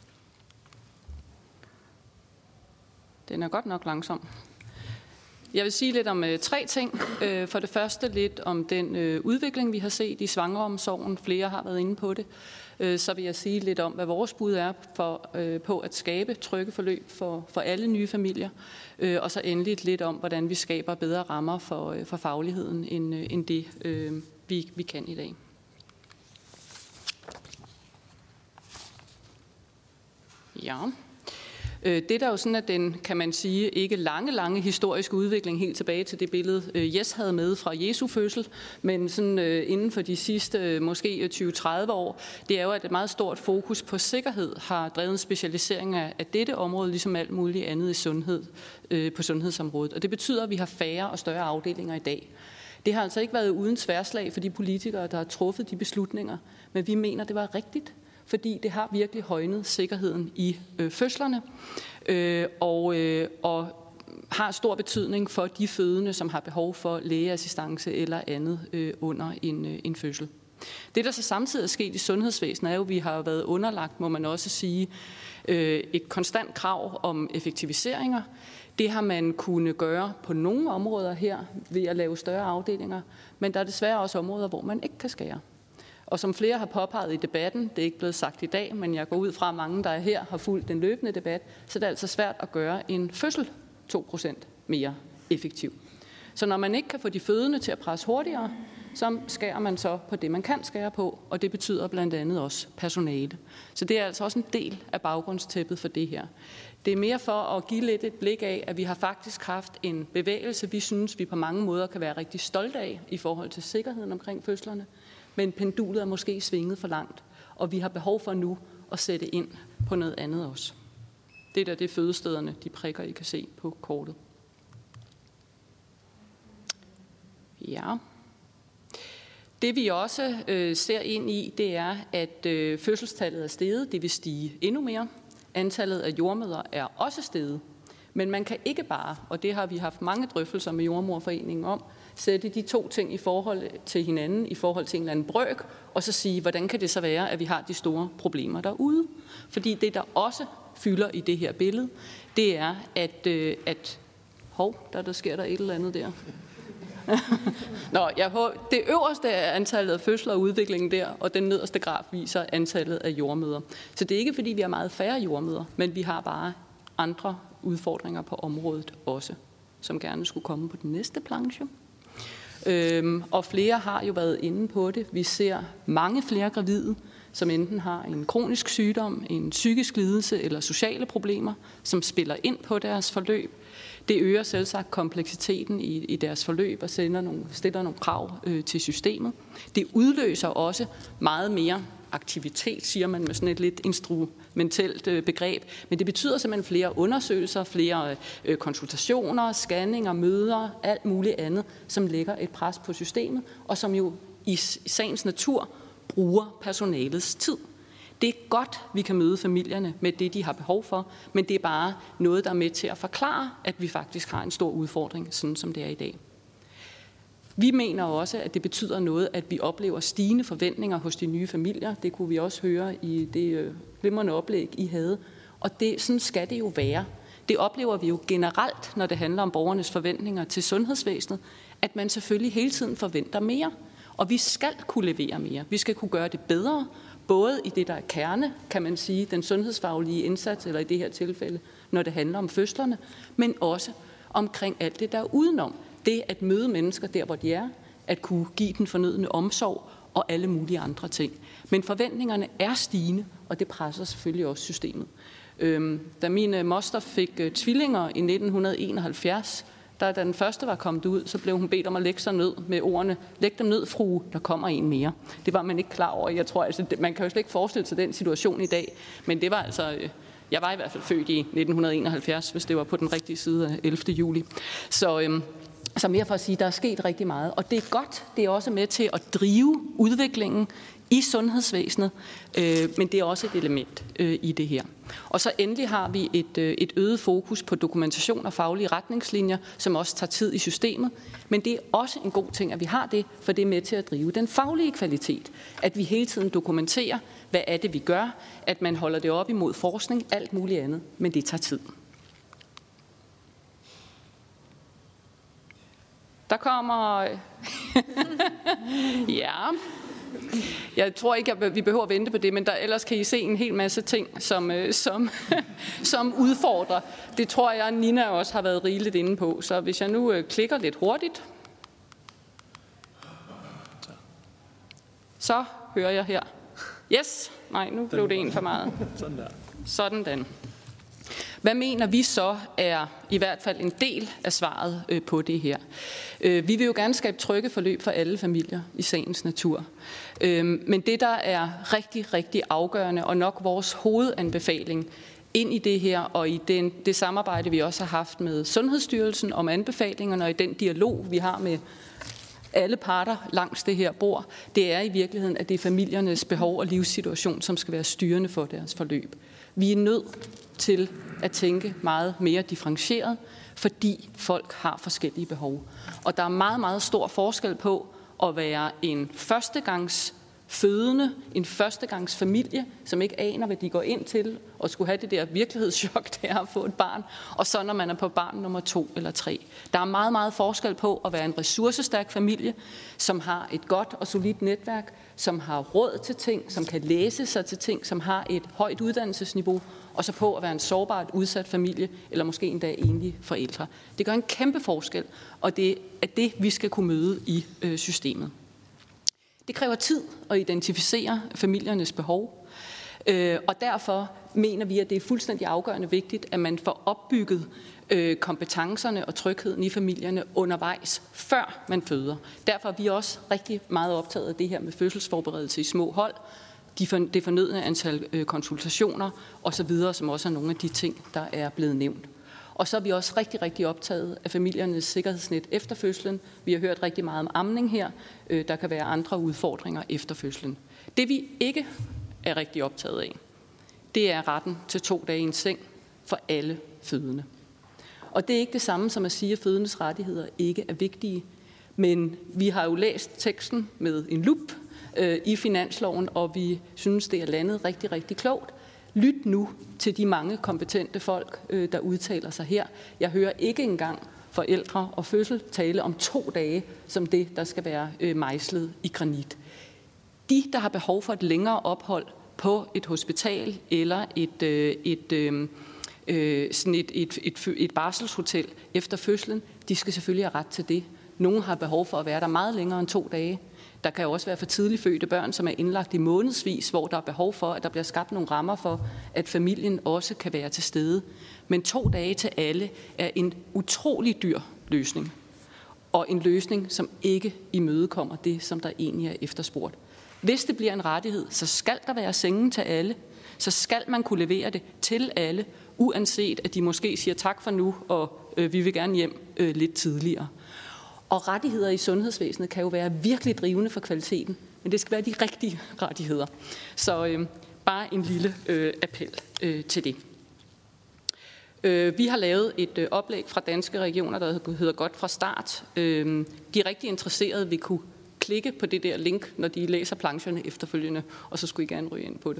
Den er godt nok langsom. Jeg vil sige lidt om øh, tre ting. Øh, for det første lidt om den øh, udvikling, vi har set i svangreomsorgen. Flere har været inde på det. Øh, så vil jeg sige lidt om, hvad vores bud er for, øh, på at skabe trygge forløb for, for alle nye familier. Øh, og så endelig lidt om, hvordan vi skaber bedre rammer for, øh, for fagligheden, end, øh, end det, øh, vi, vi kan i dag. Ja. Det der jo sådan, at den, kan man sige, ikke lange, lange historiske udvikling helt tilbage til det billede, Jes havde med fra Jesu fødsel, men sådan uh, inden for de sidste uh, måske tyve til tredive år, det er jo, at et meget stort fokus på sikkerhed har drevet en specialisering af, af dette område, ligesom alt muligt andet i sundhed, uh, på sundhedsområdet. Og det betyder, at vi har færre og større afdelinger i dag. Det har altså ikke været uden tværslag for de politikere, der har truffet de beslutninger, men vi mener, det var rigtigt, fordi det har virkelig højnet sikkerheden i øh, fødslerne, øh, og, øh, og har stor betydning for de fødende, som har behov for lægeassistance eller andet øh, under en, øh, en fødsel. Det, der så samtidig er sket i sundhedsvæsenet, er jo, at vi har været underlagt, må man også sige, øh, et konstant krav om effektiviseringer. Det har man kunnet gøre på nogle områder her ved at lave større afdelinger, men der er desværre også områder, hvor man ikke kan skære. Og som flere har påpeget i debatten, det er ikke blevet sagt i dag, men jeg går ud fra, at mange, der er her, har fulgt den løbende debat, så det er altså svært at gøre en fødsel to procent mere effektiv. Så når man ikke kan få de fødende til at presse hurtigere, så skærer man så på det, man kan skære på, og det betyder blandt andet også personale. Så det er altså også en del af baggrundstæppet for det her. Det er mere for at give lidt et blik af, at vi har faktisk haft en bevægelse, vi synes, vi på mange måder kan være rigtig stolte af i forhold til sikkerheden omkring fødslerne. Men pendulet er måske svinget for langt, og vi har behov for nu at sætte ind på noget andet også. Det er da det fødestederne, de prikker, I kan se på kortet. Ja. Det vi også øh, ser ind i, det er, at øh, fødselstallet er steget, det vil stige endnu mere. Antallet af jordmødre er også steget. Men man kan ikke bare, og det har vi haft mange drøftelser med Jordemoderforeningen om, sætte de to ting i forhold til hinanden, i forhold til en eller anden brøk, og så sige, hvordan kan det så være, at vi har de store problemer derude? Fordi det, der også fylder i det her billede, det er, at, øh, at hov, der, der sker der et eller andet der. Nå, jeg håber, det øverste er antallet af fødsler og udviklingen der, og den nederste graf viser antallet af jordmødre. Så det er ikke, fordi vi har meget færre jordmødre, men vi har bare andre udfordringer på området også, som gerne skulle komme på den næste planche. Øhm, og flere har jo været inde på det. Vi ser mange flere gravide, som enten har en kronisk sygdom, en psykisk lidelse eller sociale problemer, som spiller ind på deres forløb. Det øger selvsagt kompleksiteten i, i deres forløb og sender nogle, stiller nogle krav øh, til systemet. Det udløser også meget mere aktivitet, siger man med sådan et lidt instrumentelt øh, begreb. Men det betyder simpelthen flere undersøgelser, flere øh, konsultationer, scanninger, møder, alt muligt andet, som lægger et pres på systemet, og som jo i, i sagens natur bruger personalets tid. Det er godt, vi kan møde familierne med det, de har behov for, men det er bare noget, der er med til at forklare, at vi faktisk har en stor udfordring, sådan som det er i dag. Vi mener også, at det betyder noget, at vi oplever stigende forventninger hos de nye familier. Det kunne vi også høre i det glimrende oplæg, I havde. Og det, sådan skal det jo være. Det oplever vi jo generelt, når det handler om borgernes forventninger til sundhedsvæsenet, at man selvfølgelig hele tiden forventer mere. Og vi skal kunne levere mere. Vi skal kunne gøre det bedre, både i det, der er kerne, kan man sige, den sundhedsfaglige indsats, eller i det her tilfælde, når det handler om fødslerne, men også omkring alt det, der er udenom. Det at møde mennesker der, hvor de er, at kunne give den fornødne omsorg og alle mulige andre ting. Men forventningerne er stigende, og det presser selvfølgelig også systemet. Øhm, da min moster fik uh, tvillinger i nitten enoghalvfjerds, da den første var kommet ud, så blev hun bedt om at lægge sig ned med ordene, læg dem ned, frue, der kommer en mere. Det var man ikke klar over. Jeg tror, altså, man kan jo slet ikke forestille sig den situation i dag, men det var altså... Øh, Jeg var i hvert fald født i nitten enoghalvfjerds, hvis det var på den rigtige side af ellevte juli. Så, øhm, så mere for at sige, at der er sket rigtig meget. Og det er godt, det er også med til at drive udviklingen i sundhedsvæsenet, øh, men det er også et element øh, i det her. Og så endelig har vi et, øh, et øget fokus på dokumentation og faglige retningslinjer, som også tager tid i systemet. Men det er også en god ting, at vi har det, for det er med til at drive den faglige kvalitet. At vi hele tiden dokumenterer, hvad er det, vi gør, at man holder det op imod forskning, alt muligt andet, men det tager tid. Der kommer... ja... Jeg tror ikke, at vi behøver at vente på det, men der, ellers kan I se en hel masse ting, som, som, som udfordrer. Det tror jeg, Nina også har været rigeligt inde på. Så hvis jeg nu klikker lidt hurtigt, så hører jeg her. Yes! Nej, nu blev det en for meget. Sådan der. Sådan den. Hvad mener vi så er i hvert fald en del af svaret øh, på det her? Øh, vi vil jo gerne skabe trygge forløb for alle familier i sagens natur. Øh, men det, der er rigtig, rigtig afgørende, og nok vores hovedanbefaling ind i det her, og i den, det samarbejde, vi også har haft med Sundhedsstyrelsen om anbefalingerne, og i den dialog, vi har med alle parter langs det her bord, det er i virkeligheden, at det er familiernes behov og livssituation, som skal være styrende for deres forløb. Vi er nødt til at tænke meget mere differentieret, fordi folk har forskellige behov. Og der er meget, meget stor forskel på at være en førstegangs fødende, en førstegangsfamilie, som ikke aner, hvad de går ind til, og skulle have det der virkelighedschok, det er at få et barn, og så når man er på barn nummer to eller tre. Der er meget, meget forskel på at være en ressourcestærk familie, som har et godt og solidt netværk, som har råd til ting, som kan læse sig til ting, som har et højt uddannelsesniveau, og så på at være en sårbart udsat familie, eller måske endda enlige forældre. Det gør en kæmpe forskel, og det er det, vi skal kunne møde i øh, systemet. Det kræver tid at identificere familiernes behov, øh, og derfor mener vi, at det er fuldstændig afgørende vigtigt, at man får opbygget øh, kompetencerne og trygheden i familierne undervejs, før man føder. Derfor er vi også rigtig meget optaget af det her med fødselsforberedelse i små hold, de for, det fornødne antal øh, konsultationer osv., som også er nogle af de ting, der er blevet nævnt. Og så er vi også rigtig, rigtig optaget af familiernes sikkerhedsnet efter fødslen. Vi har hørt rigtig meget om amning her. Der kan være andre udfordringer efter fødslen. Det vi ikke er rigtig optaget af, det er retten til to dage i en seng for alle fødende. Og det er ikke det samme som at sige, at fødendes rettigheder ikke er vigtige. Men vi har jo læst teksten med en lup øh, i finansloven, og vi synes, det er landet rigtig, rigtig klogt. Lyt nu til de mange kompetente folk, øh, der udtaler sig her. Jeg hører ikke engang forældre og fødsel tale om to dage som det, der skal være øh, mejslet i granit. De, der har behov for et længere ophold på et hospital eller et, øh, et, øh, øh, sådan et, et, et, et barselshotel efter fødslen, de skal selvfølgelig have ret til det. Nogle har behov for at være der meget længere end to dage. Der kan jo også være for tidligt fødte børn, som er indlagt i månedsvis, hvor der er behov for, at der bliver skabt nogle rammer for, at familien også kan være til stede. Men to dage til alle er en utrolig dyr løsning. Og en løsning, som ikke imødekommer det, som der egentlig er efterspurgt. Hvis det bliver en rettighed, så skal der være senge til alle. Så skal man kunne levere det til alle, uanset at de måske siger tak for nu, og øh, vi vil gerne hjem øh, lidt tidligere. Og rettigheder i sundhedsvæsenet kan jo være virkelig drivende for kvaliteten, men det skal være de rigtige rettigheder. Så øh, bare en lille øh, appel øh, til det. Øh, vi har lavet et øh, oplæg fra Danske Regioner, der hedder Godt fra start. Øh, de er rigtig interesserede, vi kunne klikke på det der link, når de læser plancherne efterfølgende, og så skulle I gerne ryge ind på det.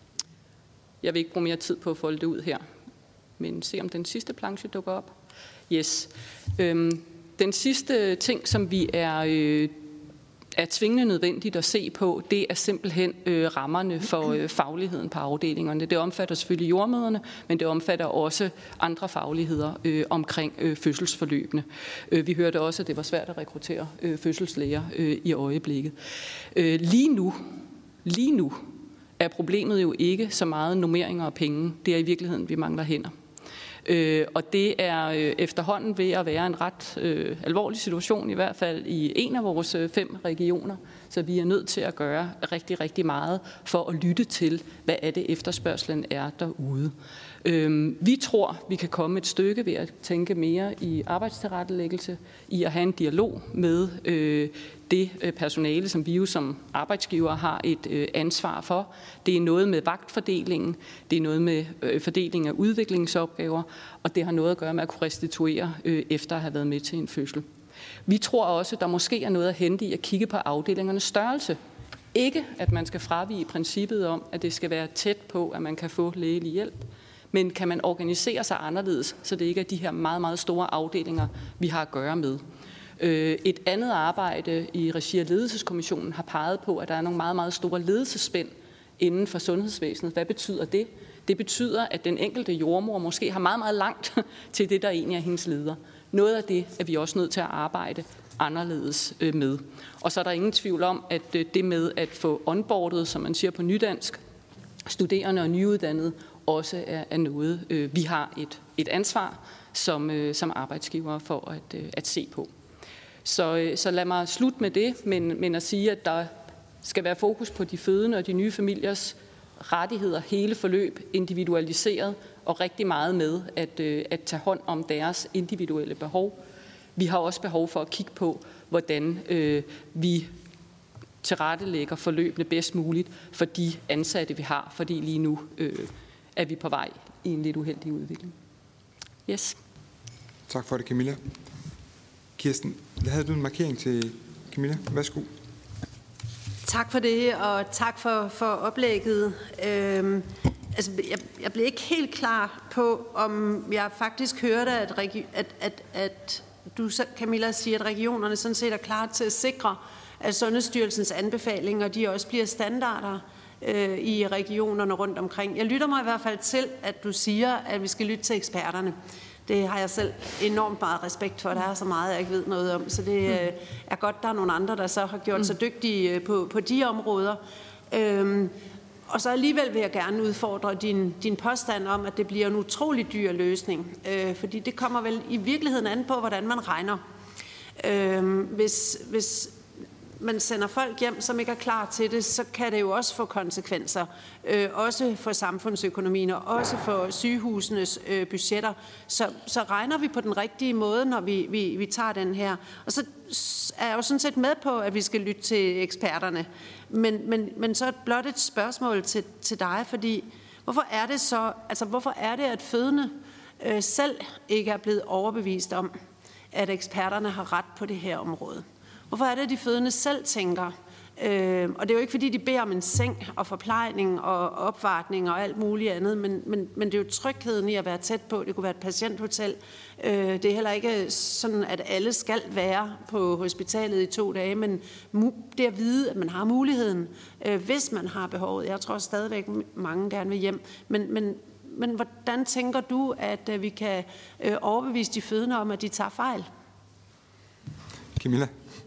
Jeg vil ikke bruge mere tid på at folde det ud her, men se om den sidste planche dukker op. Yes. Øh, Den sidste ting, som vi er, øh, er tvingende nødvendigt at se på, det er simpelthen øh, rammerne for øh, fagligheden på afdelingerne. Det omfatter selvfølgelig jordmøderne, men det omfatter også andre fagligheder øh, omkring øh, fødselsforløbene. Øh, vi hørte også, at det var svært at rekruttere øh, fødselslæger øh, i øjeblikket. Øh, lige nu, lige nu er problemet jo ikke så meget normeringer og penge. Det er i virkeligheden, vi mangler hænder. Øh, og det er øh, efterhånden ved at være en ret øh, alvorlig situation, i hvert fald i en af vores øh, fem regioner. Så vi er nødt til at gøre rigtig, rigtig meget for at lytte til, hvad er det efterspørgselen er derude. Øh, vi tror, vi kan komme et stykke ved at tænke mere i arbejdstilrettelæggelse, i at have en dialog med øh, det personale, som vi jo som arbejdsgiver har et øh, ansvar for. Det er noget med vagtfordelingen, det er noget med øh, fordeling af udviklingsopgaver, og det har noget at gøre med at kunne restituere øh, efter at have været med til en fødsel. Vi tror også, der måske er noget at hente i at kigge på afdelingernes størrelse. Ikke, at man skal fravige princippet om, at det skal være tæt på, at man kan få lægelig hjælp, men kan man organisere sig anderledes, så det ikke er de her meget, meget store afdelinger, vi har at gøre med. Et andet arbejde i regi af ledelseskommissionen har peget på, at der er nogle meget, meget store ledelsesspænd inden for sundhedsvæsenet. Hvad betyder det? Det betyder, at den enkelte jordmor måske har meget, meget langt til det, der egentlig er hendes leder. Noget af det er vi også nødt til at arbejde anderledes med. Og så er der ingen tvivl om, at det med at få onboardet, som man siger på nydansk, studerende og nyuddannede, også er noget, vi har et, et ansvar som, som arbejdsgiver for at, at se på. Så, så lad mig slutte med det, men, men at sige, at der skal være fokus på de fødende og de nye familiers rettigheder, hele forløb, individualiseret og rigtig meget med at, at tage hånd om deres individuelle behov. Vi har også behov for at kigge på, hvordan øh, vi tilrettelægger forløbene bedst muligt for de ansatte, vi har, fordi lige nu øh, er vi på vej i en lidt uheldig udvikling. Yes. Tak for det, Camilla. Kirsten, havde du en markering til Camilla? Værsgo. Tak for det, og tak for, for oplægget. Øhm, altså, jeg, jeg blev ikke helt klar på, om jeg faktisk hørte, at, at, at, at du, Camilla, siger, at regionerne sådan set er klar til at sikre, at Sundhedsstyrelsens anbefalinger, de også bliver standarder øh, i regionerne rundt omkring. Jeg lytter mig i hvert fald til, at du siger, at vi skal lytte til eksperterne. Det har jeg selv enormt meget respekt for. Der er så meget, jeg ikke ved noget om. Så det øh, er godt, der er nogle andre, der så har gjort sig dygtige på, på de områder. Øhm, og så alligevel vil jeg gerne udfordre din, din påstand om, at det bliver en utrolig dyr løsning. Øh, fordi det kommer vel i virkeligheden an på, hvordan man regner. Øh, hvis, hvis man sender folk hjem, som ikke er klar til det, så kan det jo også få konsekvenser. Øh, også for samfundsøkonomien og også for sygehusenes øh, budgetter. Så, så regner vi på den rigtige måde, når vi, vi, vi tager den her. Og så er jeg jo sådan set med på, at vi skal lytte til eksperterne. Men, men, men så blot et spørgsmål til, til dig, fordi hvorfor er det så, altså hvorfor er det, at fødende øh, selv ikke er blevet overbevist om, at eksperterne har ret på det her område? Hvorfor er det, at de fødende selv tænker, øh, og det er jo ikke fordi, de beder om en seng og forplejning og opvartning og alt muligt andet, men, men, men det er jo trygheden i at være tæt på. Det kunne være et patienthotel. Øh, det er heller ikke sådan, at alle skal være på hospitalet i to dage, men det at vide, at man har muligheden, øh, hvis man har behovet. Jeg tror stadigvæk, mange gerne vil hjem, men, men Men hvordan tænker du, at vi kan overbevise de fødende om, at de tager fejl? Camilla?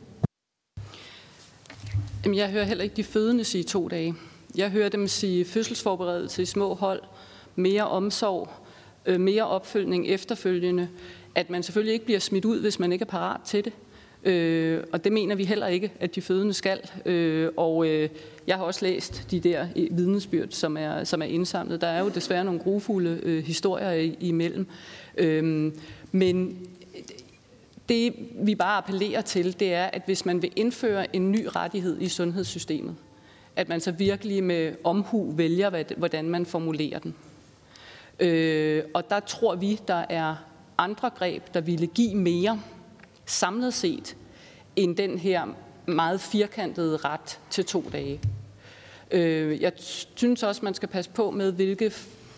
Jamen, jeg hører heller ikke de fødende sige to dage. Jeg hører dem sige fødselsforberedelse i små hold, mere omsorg, mere opfølgning efterfølgende, at man selvfølgelig ikke bliver smidt ud, hvis man ikke er parat til det. Øh, og det mener vi heller ikke, at de fødende skal. Øh, og øh, jeg har også læst de der vidnesbyrd, som er, som er indsamlet. Der er jo desværre nogle grufulde øh, historier imellem. Øh, men det vi bare appellerer til, det er, at hvis man vil indføre en ny rettighed i sundhedssystemet, at man så virkelig med omhu vælger, hvordan man formulerer den. Øh, og der tror vi, der er andre greb, der ville give mere samlet set, end den her meget firkantede ret til to dage. Jeg synes også, man skal passe på med, hvilke,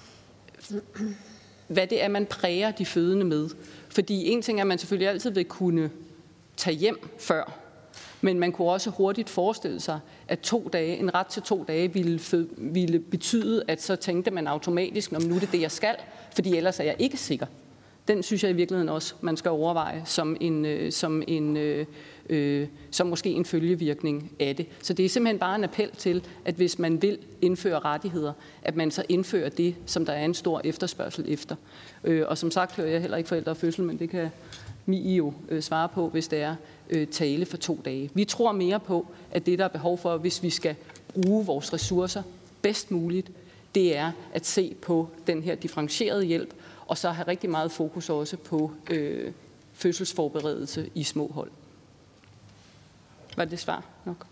hvad det er, man præger de fødende med. Fordi en ting er, at man selvfølgelig altid vil kunne tage hjem før, men man kunne også hurtigt forestille sig, at to dage, en ret til to dage ville, ville betyde, at så tænkte man automatisk, om nu er det det, jeg skal, fordi ellers er jeg ikke sikker. Den synes jeg i virkeligheden også, man skal overveje som, en, som, en, øh, som måske en følgevirkning af det. Så det er simpelthen bare en appel til, at hvis man vil indføre rettigheder, at man så indfører det, som der er en stor efterspørgsel efter. Øh, og som sagt hører jeg heller ikke forældre og fødsel, men det kan Mi jo øh, svare på, hvis det er øh, tale for to dage. Vi tror mere på, at det, der er behov for, hvis vi skal bruge vores ressourcer bedst muligt, det er at se på den her differentierede hjælp, og så have rigtig meget fokus også på øh, fødselsforberedelse i små hold. Var det svar nok?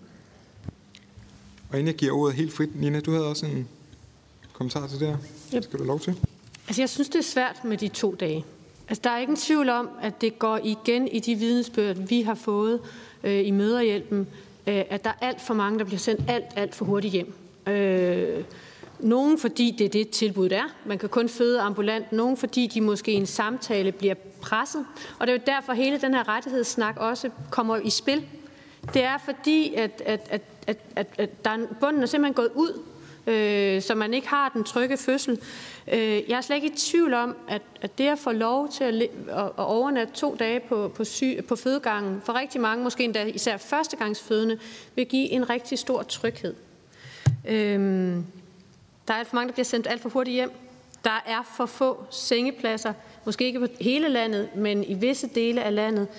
Og inden jeg giver ordet helt frit, Nina, du havde også en kommentar til det her. Yep. Skal du lov til? Altså, jeg synes, det er svært med de to dage. Altså, der er ikke en tvivl om, at det går igen i de vidnesbyrd, vi har fået øh, i Mødrehjælpen, øh, at der er alt for mange, der bliver sendt alt, alt for hurtigt hjem. Øh, Nogen fordi det er det tilbud, der er. Man kan kun føde ambulant. Nogen fordi de måske i en samtale bliver presset. Og det er jo derfor, hele den her rettighedssnak også kommer i spil. Det er fordi, at, at, at, at, at, at der er, bunden er simpelthen gået ud, øh, så man ikke har den trygge fødsel. Øh, jeg er slet ikke i tvivl om, at, at det at få lov til at, at, at overnatte to dage på, på, syg, på fødegangen, for rigtig mange, måske endda især førstegangsfødende, vil give en rigtig stor tryghed. Øh, Der er alt for mange, der bliver sendt alt for hurtigt hjem. Der er for få sengepladser, måske ikke på hele landet, men i visse dele af landet.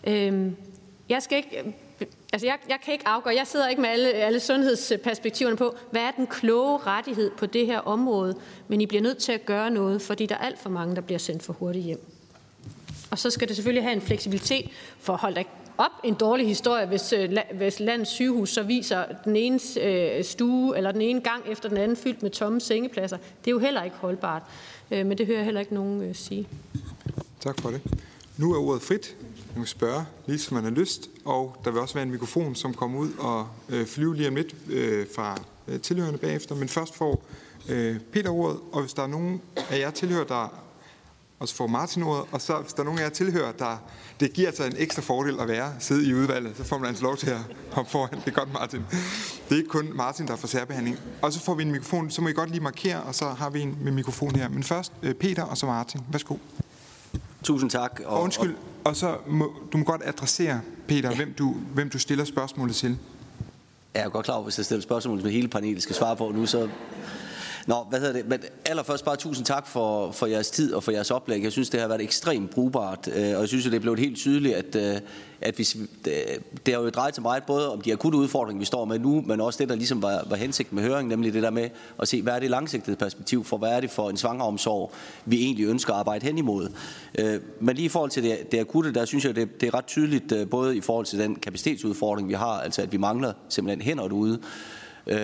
Jeg skal ikke, altså jeg, jeg kan ikke afgøre, jeg sidder ikke med alle, alle sundhedsperspektiverne på, hvad er den kloge rettighed på det her område, men I bliver nødt til at gøre noget, fordi der er alt for mange, der bliver sendt for hurtigt hjem. Og så skal det selvfølgelig have en fleksibilitet for at holde dig op en dårlig historie, hvis, hvis landets sygehus så viser den ene øh, stue eller den ene gang efter den anden fyldt med tomme sengepladser. Det er jo heller ikke holdbart, øh, men det hører jeg heller ikke nogen øh, sige. Tak for det. Nu er ordet frit. Du kan spørge, lige som man har lyst, og der vil også være en mikrofon, som kommer ud og øh, flyver lige om lidt øh, fra øh, tilhørende bagefter. Men først får øh, Peter ordet, og hvis der er nogen af jer tilhører, der og så får Martin ordet, og så hvis der er nogen af jer tilhører, der det giver altså en ekstra fordel at være sidde i udvalget, så får man altså lov til at hoppe foran. Det er godt, Martin. Det er ikke kun Martin, der får særbehandling. Og så får vi en mikrofon, så må I godt lige markere, og så har vi en med mikrofon her. Men først Peter, og så Martin. Værsgo. Tusind tak. Og, og undskyld, og så må du må godt adressere, Peter, hvem du, hvem du stiller spørgsmålet til. Jeg er godt klar over, hvis jeg stiller spørgsmål, som hele panelet skal svare på nu, så... Nå, hvad hedder det? Men allerførst bare tusind tak for, for jeres tid og for jeres oplæg. Jeg synes, det har været ekstremt brugbart, og jeg synes, det er blevet helt tydeligt, at, at hvis, det har jo drejet sig meget både om de akutte udfordringer, vi står med nu, men også det, der ligesom var, var hensigt med høringen, nemlig det der med at se, hvad er det langsigtede perspektiv for, hvad er det for en svangeromsorg, vi egentlig ønsker at arbejde hen imod. Men lige i forhold til det, det akutte, der synes jeg, det, det er ret tydeligt, både i forhold til den kapacitetsudfordring, vi har, altså at vi mangler simpelthen hænder derude,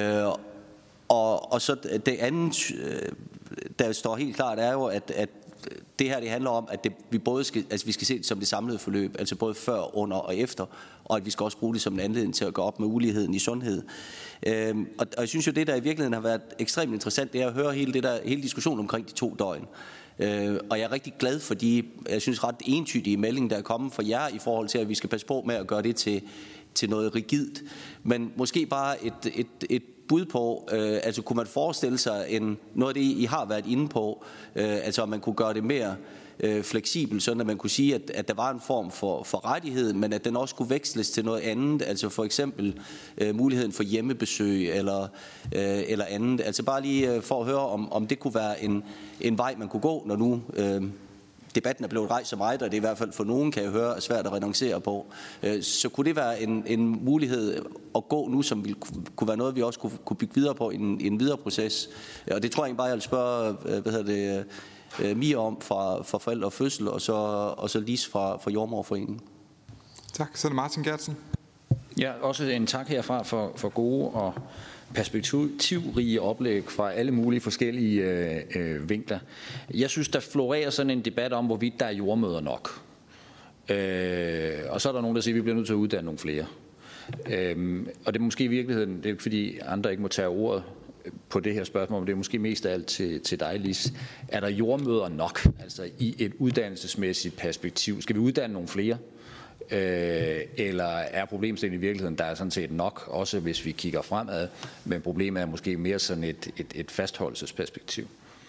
Og, og så det andet, der står helt klart, er jo, at, at det her det handler om, at det, vi både skal, altså vi skal se det som det samlede forløb, altså både før, under og efter, og at vi skal også bruge det som en anledning til at gå op med uligheden i sundhed. Øhm, og, og jeg synes jo, det der i virkeligheden har været ekstremt interessant, det er at høre hele, det der, hele diskussionen omkring de to døgn. Øh, og jeg er rigtig glad for de, jeg synes, ret entydige meldinger, der er kommet fra jer i forhold til, at vi skal passe på med at gøre det til, til noget rigidt. Men måske bare et, et, et bud på, øh, altså kunne man forestille sig en, noget af det, I har været inde på, øh, altså om man kunne gøre det mere øh, fleksibel, sådan at man kunne sige, at, at der var en form for, for rettighed, men at den også kunne veksles til noget andet, altså for eksempel øh, muligheden for hjemmebesøg eller, øh, eller andet. Altså bare lige øh, for at høre, om, om det kunne være en, en vej, man kunne gå, når nu øh, debatten er blevet rejst så meget, og det er i hvert fald for nogen, kan jeg høre, er svært at renoncere på. Øh, så kunne det være en, en mulighed at gå nu, som ville, kunne være noget, vi også kunne, kunne bygge videre på i en, i en videre proces. Og det tror jeg bare, jeg vil spørge, hvad hedder det, Mia om fra, fra Forældre og Fødsel, og så, og så Lis fra, fra Jordemoderforeningen. Tak. Så er det Martin Geertsen. Ja, også en tak herfra for, for gode og perspektivrige oplæg fra alle mulige forskellige øh, øh, vinkler. Jeg synes, der florerer sådan en debat om, hvorvidt der er jordemødre nok. Øh, og så er der nogen, der siger, at vi bliver nødt til at uddanne nogle flere. Øh, og det er måske i virkeligheden, det er fordi andre ikke må tage ordet på det her spørgsmål, men det er måske mest af alt til, til dig, Lis. Er der jordemødre nok, altså i et uddannelsesmæssigt perspektiv? Skal vi uddanne nogle flere? Øh, eller er problemstillingen i virkeligheden, der er sådan set nok, også hvis vi kigger fremad, men problemet er måske mere sådan et, et, et fastholdelsesperspektiv.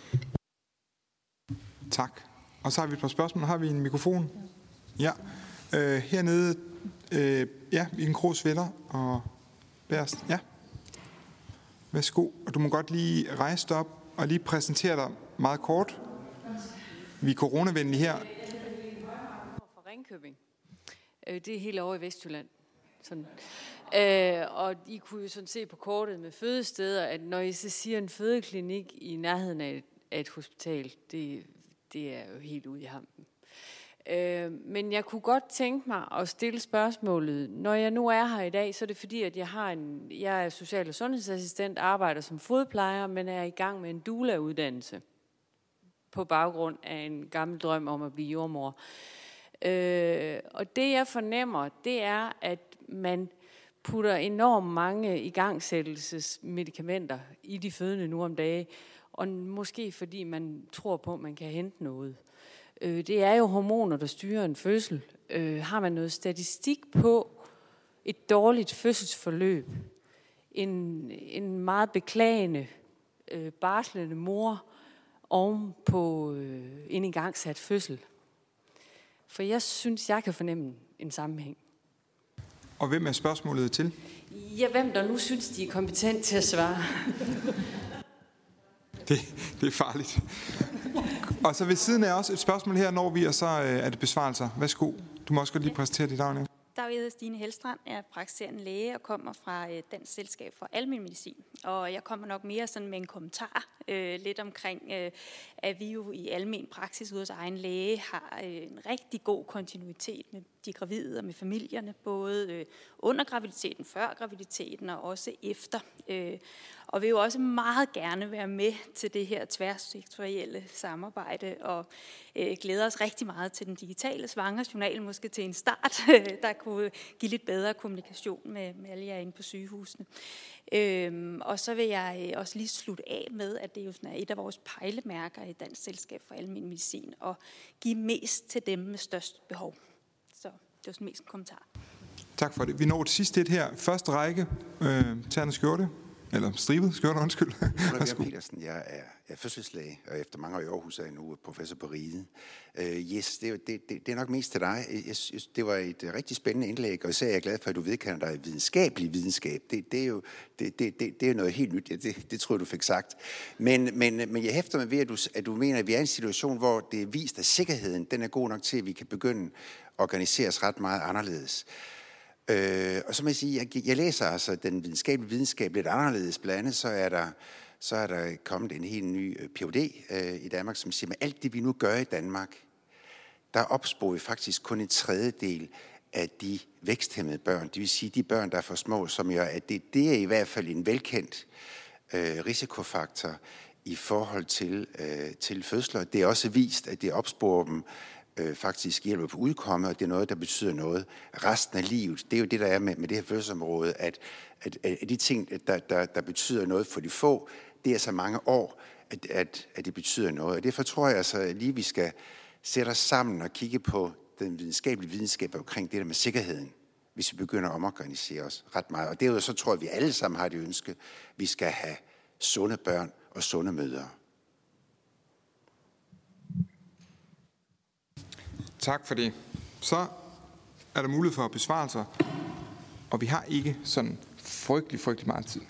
Tak. Og så har vi et par spørgsmål. Har vi en mikrofon? Ja. Øh, hernede, øh, ja, i en grå sweater og bærest. Ja. Værsgo. Og du må godt lige rejse dig op og lige præsentere dig meget kort. Vi er coronavenlige her. Fra Ringkøbing. Det er helt over i Vestjylland. Sådan. Øh, og I kunne jo sådan se på kortet med fødesteder, at når I så siger en fødeklinik i nærheden af et, af et hospital, det, det er jo helt ude i hampen. Øh, men jeg kunne godt tænke mig at stille spørgsmålet. Når jeg nu er her i dag, så er det fordi, at jeg, har en, jeg er social- og sundhedsassistent, arbejder som fodplejer, men er i gang med en doula-uddannelse på baggrund af en gammel drøm om at blive jordmor. Øh, og det jeg fornemmer, det er, at man putter enormt mange igangsættelsesmedikamenter i de fødende nu om dage, og måske fordi man tror på, at man kan hente noget. Øh, det er jo hormoner, der styrer en fødsel. Øh, har man noget statistik på et dårligt fødselsforløb, en, en meget beklagende, øh, barslende mor oven på øh, en igangsat fødsel? For jeg synes, jeg kan fornemme en sammenhæng. Og hvem er spørgsmålet til? Ja, hvem der nu synes, de er kompetent til at svare. det, det er farligt. Og så ved siden af også et spørgsmål her, når vi, og så er det besvarelser. Værsgo. Du må også godt lige præsentere dit navn. Der er jeg Stine Helstrand, jeg er praktiserende læge og kommer fra Dansk Selskab for Almen Medicin. Og jeg kommer nok mere sådan med en kommentar øh, lidt omkring, øh, at vi jo i almen praksis hos egen læge har øh, en rigtig god kontinuitet med de gravide og med familierne, både øh, under graviditeten, før graviditeten og også efter. Øh, og vil jo også meget gerne være med til det her tværsektorielle samarbejde, og øh, glæder os rigtig meget til den digitale svangerjournal, måske til en start, der kunne give lidt bedre kommunikation med, med alle jer inde på sygehusene. Øhm, og så vil jeg også lige slutte af med, at det jo sådan er et af vores pejlemærker i Dansk Selskab for Almen Medicin, at give mest til dem med størst behov. Så det var sådan mest en kommentar. Tak for det. Vi når til sidst et her. Første række, øh, tærne skjorte. Eller stribet skjorte, undskyld. Ulrik Petersen, jeg er, jeg er fødselslæge, og efter mange år i Aarhus er jeg nu professor på Riget. Uh, yes, det, det, det, det er nok mest til dig. Jeg synes, det var et rigtig spændende indlæg, og især er jeg glad for, at du vedkender dig videnskabelig videnskab. Det, det, er jo det, det, det, det er noget helt nyt, det, det tror jeg, du fik sagt. Men, men, men jeg hæfter mig ved, at du, at du mener, at vi er i en situation, hvor det er vist, at sikkerheden den er god nok til, at vi kan begynde at organisere os ret meget anderledes. Øh, og så må jeg sige, jeg, jeg læser altså den videnskabelige videnskab lidt anderledes. Blandt andet så er der, så er der kommet en helt ny P H D øh, i Danmark, som siger, med alt det vi nu gør i Danmark, der opsporer vi faktisk kun en tredjedel af de væksthæmmede børn. Det vil sige de børn, der er for små, som jo, at det, det er i hvert fald en velkendt øh, risikofaktor i forhold til, øh, til fødsler. Det er også vist, at det opsporer dem øh, faktisk hjælper på udkomme, og det er noget, der betyder noget resten af livet. Det er jo det, der er med, med det her fødselsområde, at, at, at de ting, der, der, der betyder noget for de få, det er så mange år, at, at, at det betyder noget. Og derfor tror jeg altså lige, vi skal sætte os sammen og kigge på den videnskabelige videnskab omkring det der med sikkerheden, hvis vi begynder at omorganisere os ret meget. Og derudover så tror jeg, at vi alle sammen har det ønske, at vi skal have sunde børn og sunde mødre. Tak for det. Så er der mulighed for besvarelser, og vi har ikke sådan frygtelig, frygtelig meget tid.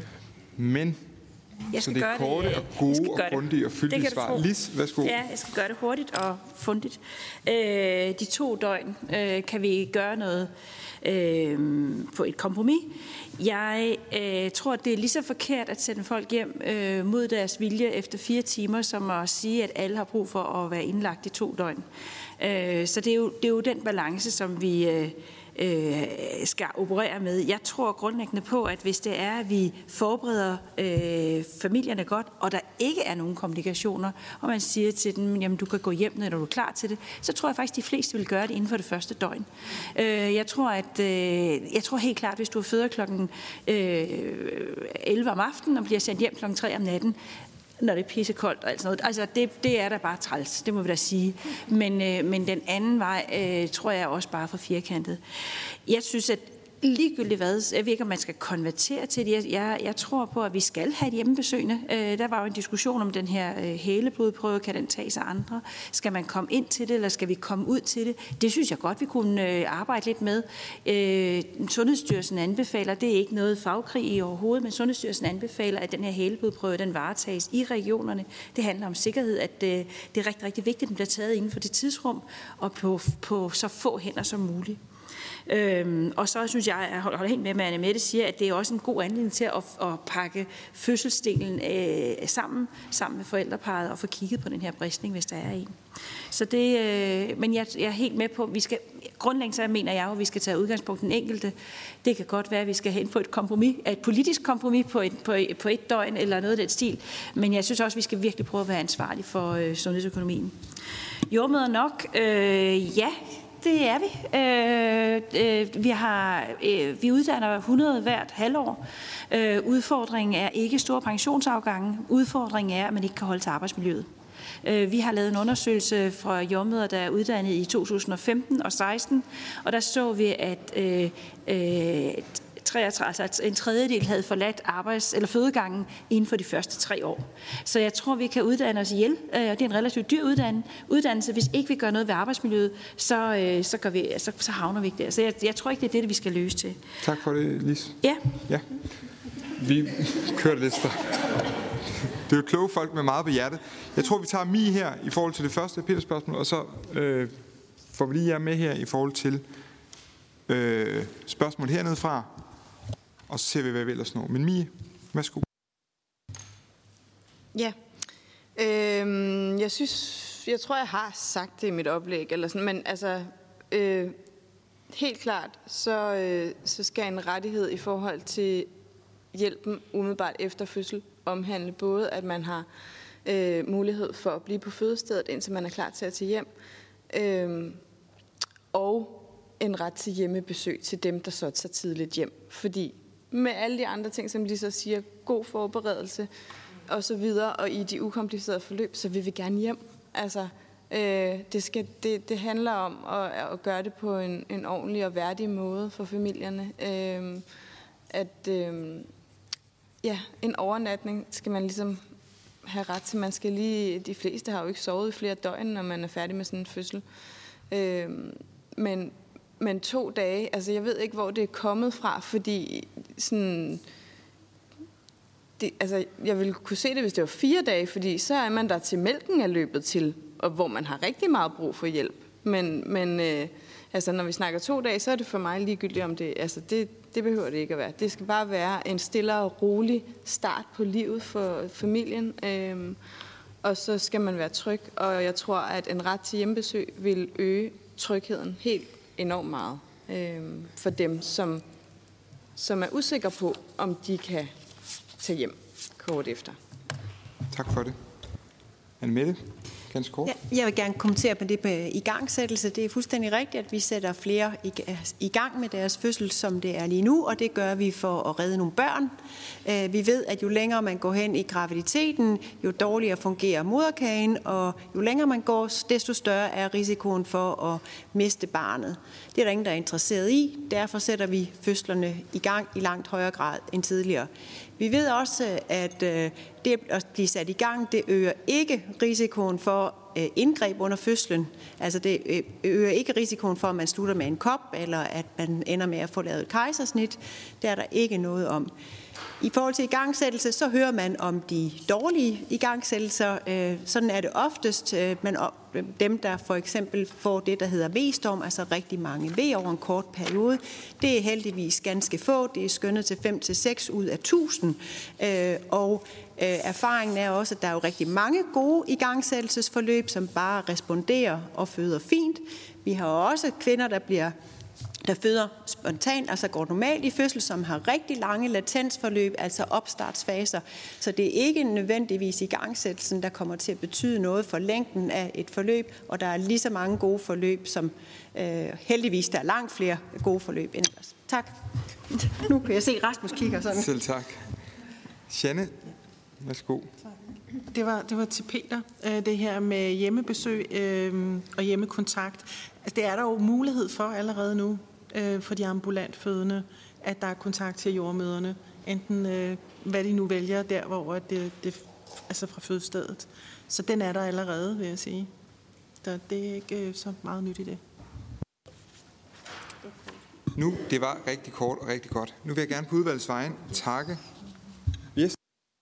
Men så det er korte det, og gode og grundige og fyldige svar. Lis, værsgo. Ja, jeg skal gøre det hurtigt og fundigt. Øh, de to døgn øh, kan vi gøre noget øh, på et kompromis. Jeg øh, tror, det er lige så forkert at sende folk hjem øh, mod deres vilje efter fire timer, som at sige, at alle har brug for at være indlagt i to døgn. Øh, så det er, jo, det er jo den balance, som vi øh, øh, skal operere med. Jeg tror grundlæggende på, at hvis det er, at vi forbereder øh, familierne godt, og der ikke er nogen komplikationer, og man siger til dem, jamen du kan gå hjem, når du er klar til det, så tror jeg faktisk, de fleste vil gøre det inden for det første døgn. Øh, jeg tror, at øh, jeg tror helt klart, hvis du føder klokken øh, elleve om aftenen og bliver sendt hjem klokken tre om natten, når det er pissekoldt og alt sådan noget. Altså, det, det er da bare træls, det må vi da sige. Men, øh, men den anden vej, øh, tror jeg også bare for firkantet. Jeg synes, at ligegyldigt hvad, jeg ved ikke, om man skal konvertere til det. Jeg, jeg tror på, at vi skal have et hjemmebesøgende. Øh, der var jo en diskussion om den her øh, hæleblodprøve. Kan den tages af andre? Skal man komme ind til det, eller skal vi komme ud til det? Det synes jeg godt, vi kunne øh, arbejde lidt med. Øh, Sundhedsstyrelsen anbefaler, det er ikke noget fagkrig i overhovedet, men Sundhedsstyrelsen anbefaler, at den her hæleblodprøve, den varetages i regionerne. Det handler om sikkerhed, at øh, det er rigtig, rigtig vigtigt, at den bliver taget inden for det tidsrum, og på, på så få hænder som muligt. Øhm, og så synes jeg, jeg holder helt med, med Anne Mette siger, at det er også en god anledning til at, at pakke fødselsdelen øh, sammen, sammen med forældreparret og få kigget på den her bristning, hvis der er en. Så det, øh, men jeg, jeg er helt med på, vi skal, grundlæggende så mener jeg jo, at vi skal tage udgangspunkt den enkelte. Det kan godt være, at vi skal hen på et kompromis, et politisk kompromis på et, på, et, på et døgn eller noget af den stil, men jeg synes også, at vi skal virkelig prøve at være ansvarlige for øh, sundhedsøkonomien. Jordmødre nok, øh, ja, det er vi. Øh, øh, vi, har, øh, vi uddanner hundrede hvert halvår. Øh, udfordringen er ikke store pensionsafgange. Udfordringen er, at man ikke kan holde til arbejdsmiljøet. Øh, vi har lavet en undersøgelse fra jordmødre, der er uddannet i to tusind og femten og seksten, og der så vi, at øh, øh, treogtredive, altså en tredjedel havde forladt arbejds- eller fødegangen inden for de første tre år. Så jeg tror, vi kan uddanne os ihjel. Det er en relativt dyr uddannelse. Hvis ikke vi gør noget ved arbejdsmiljøet, så, så, gør vi, så, så havner vi ikke der. Så jeg, jeg tror ikke, det er det, vi skal løse til. Tak for det, Lis. Ja. Ja. Vi kører det lidt større. Det er jo kloge folk med meget på hjertet. Jeg tror, vi tager Mie her i forhold til det første Peter-spørgsmål, og så øh, får vi lige jer med her i forhold til øh, spørgsmål hernede fra. Og så ser vi, hvad vi ellers når. Men Mie, værsgo. Ja. Øhm, jeg synes, jeg tror, jeg har sagt det i mit oplæg, eller sådan, men altså, øh, helt klart, så, øh, så skal en rettighed i forhold til hjælpen umiddelbart efter fødsel omhandle både, at man har øh, mulighed for at blive på fødestedet, indtil man er klar til at tage hjem, øh, og en ret til hjemmebesøg til dem, der så tager tidligt hjem. Fordi med alle de andre ting, som lige så siger, god forberedelse og så videre, og i de ukomplicerede forløb, så vil vi gerne hjem. Altså, øh, det, skal, det, det handler om at, at gøre det på en, en ordentlig og værdig måde for familierne. Øh, at øh, ja, en overnatning skal man ligesom have ret til. Man skal lige, de fleste har jo ikke sovet i flere døgn, når man er færdig med sådan en fødsel. Øh, men Men to dage, altså jeg ved ikke, hvor det er kommet fra, fordi sådan, det, altså jeg ville kunne se det, hvis det var fire dage, fordi så er man der til mælken er løbet til, og hvor man har rigtig meget brug for hjælp. Men, men øh, altså når vi snakker to dage, så er det for mig ligegyldigt om det, altså det, det behøver det ikke at være. Det skal bare være en stille og rolig start på livet for familien, øh, og så skal man være tryg, og jeg tror, at en ret til hjemmebesøg vil øge trygheden helt enormt meget øh, for dem, som, som er usikre på, om de kan tage hjem kort efter. Tak for det. Anne-Mette, ganske kort. Ja, jeg vil gerne kommentere på det med igangsættelse. Det er fuldstændig rigtigt, at vi sætter flere i gang med deres fødsel, som det er lige nu, og det gør vi for at redde nogle børn. Vi ved, at jo længere man går hen i graviditeten, jo dårligere fungerer moderkagen, og jo længere man går, desto større er risikoen for at miste barnet. Det er der ingen, der er interesseret i. Derfor sætter vi fødslerne i gang i langt højere grad end tidligere. Vi ved også, at det at blive sat i gang, det øger ikke risikoen for indgreb under fødslen. Altså det øger ikke risikoen for, at man slutter med en kop, eller at man ender med at få lavet et kejsersnit. Det er der ikke noget om. I forhold til igangsættelse, så hører man om de dårlige igangsættelser. Sådan er det oftest. Men dem, der for eksempel får det, der hedder V-storm, altså rigtig mange V over en kort periode, det er heldigvis ganske få. Det er skønnet til fem til seks ud af tusind. Og erfaringen er også, at der er jo rigtig mange gode igangsættelsesforløb, som bare responderer og føder fint. Vi har også kvinder, der bliver der føder spontant, altså går normalt i fødsel, som har rigtig lange latensforløb, altså opstartsfaser. Så det er ikke nødvendigvis igangsættelsen, der kommer til at betyde noget for længden af et forløb, og der er lige så mange gode forløb, som øh, heldigvis der er langt flere gode forløb end ellers. Tak. Nu kan jeg se, Rasmus kigger sådan. Selv tak. Janne, værsgo. Det var, det var til Peter, det her med hjemmebesøg øh, og hjemmekontakt. Altså, det er der jo mulighed for allerede nu, øh, for de ambulant fødende, at der er kontakt til jordmøderne. Enten øh, hvad de nu vælger der, hvor det, det altså fra fødestedet. Så den er der allerede, vil jeg sige. Så det er ikke øh, så meget nyt i det. Nu, det var rigtig kort og rigtig godt. Nu vil jeg gerne på udvalgsvejen takke. Yes.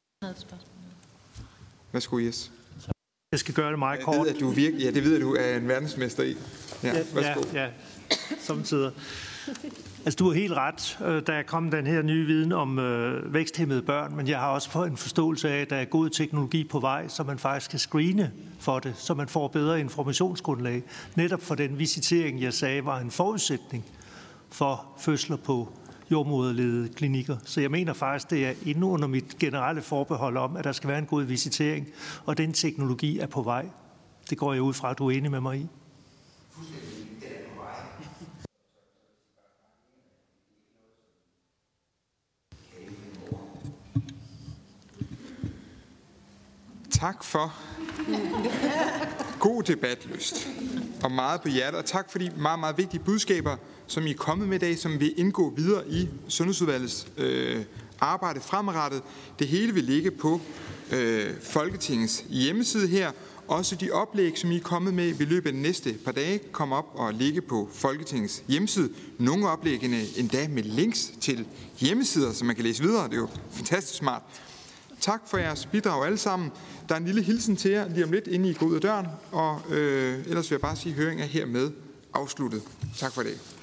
Værsgo, Jes. Jeg skal gøre det meget kort. Jeg ved, at du virkelig, ja, det ved at du er en verdensmester i. Ja, ja, værsgo. Ja, ja. Samtidig. Altså, du har helt ret, da jeg kom den her nye viden om øh, væksthæmmede børn, men jeg har også fået en forståelse af, at der er god teknologi på vej, så man faktisk kan screene for det, så man får bedre informationsgrundlag. Netop for den visitering, jeg sagde, var en forudsætning for fødsler på jordmoderledede klinikker. Så jeg mener faktisk, det er endnu under mit generelle forbehold om, at der skal være en god visitering, og den teknologi er på vej. Det går jeg ud fra, at du er enig med mig i. Tak for god debatlyst og meget på hjertet, og tak for de meget, meget vigtige budskaber, som I er kommet med i dag, som vil indgå videre i Sundhedsudvalgets øh, arbejde fremadrettet. Det hele vil ligge på øh, Folketingets hjemmeside her. Også de oplæg, som I er kommet med i løbet af de næste par dage, kommer op og ligge på Folketingets hjemmeside. Nogle oplæggene endda med links til hjemmesider, som man kan læse videre. Det er jo fantastisk smart. Tak for jeres bidrag alle sammen. Der er en lille hilsen til jer lige om lidt, inden I går ud af døren. Og øh, ellers vil jeg bare sige, at høringen er hermed afsluttet. Tak for det.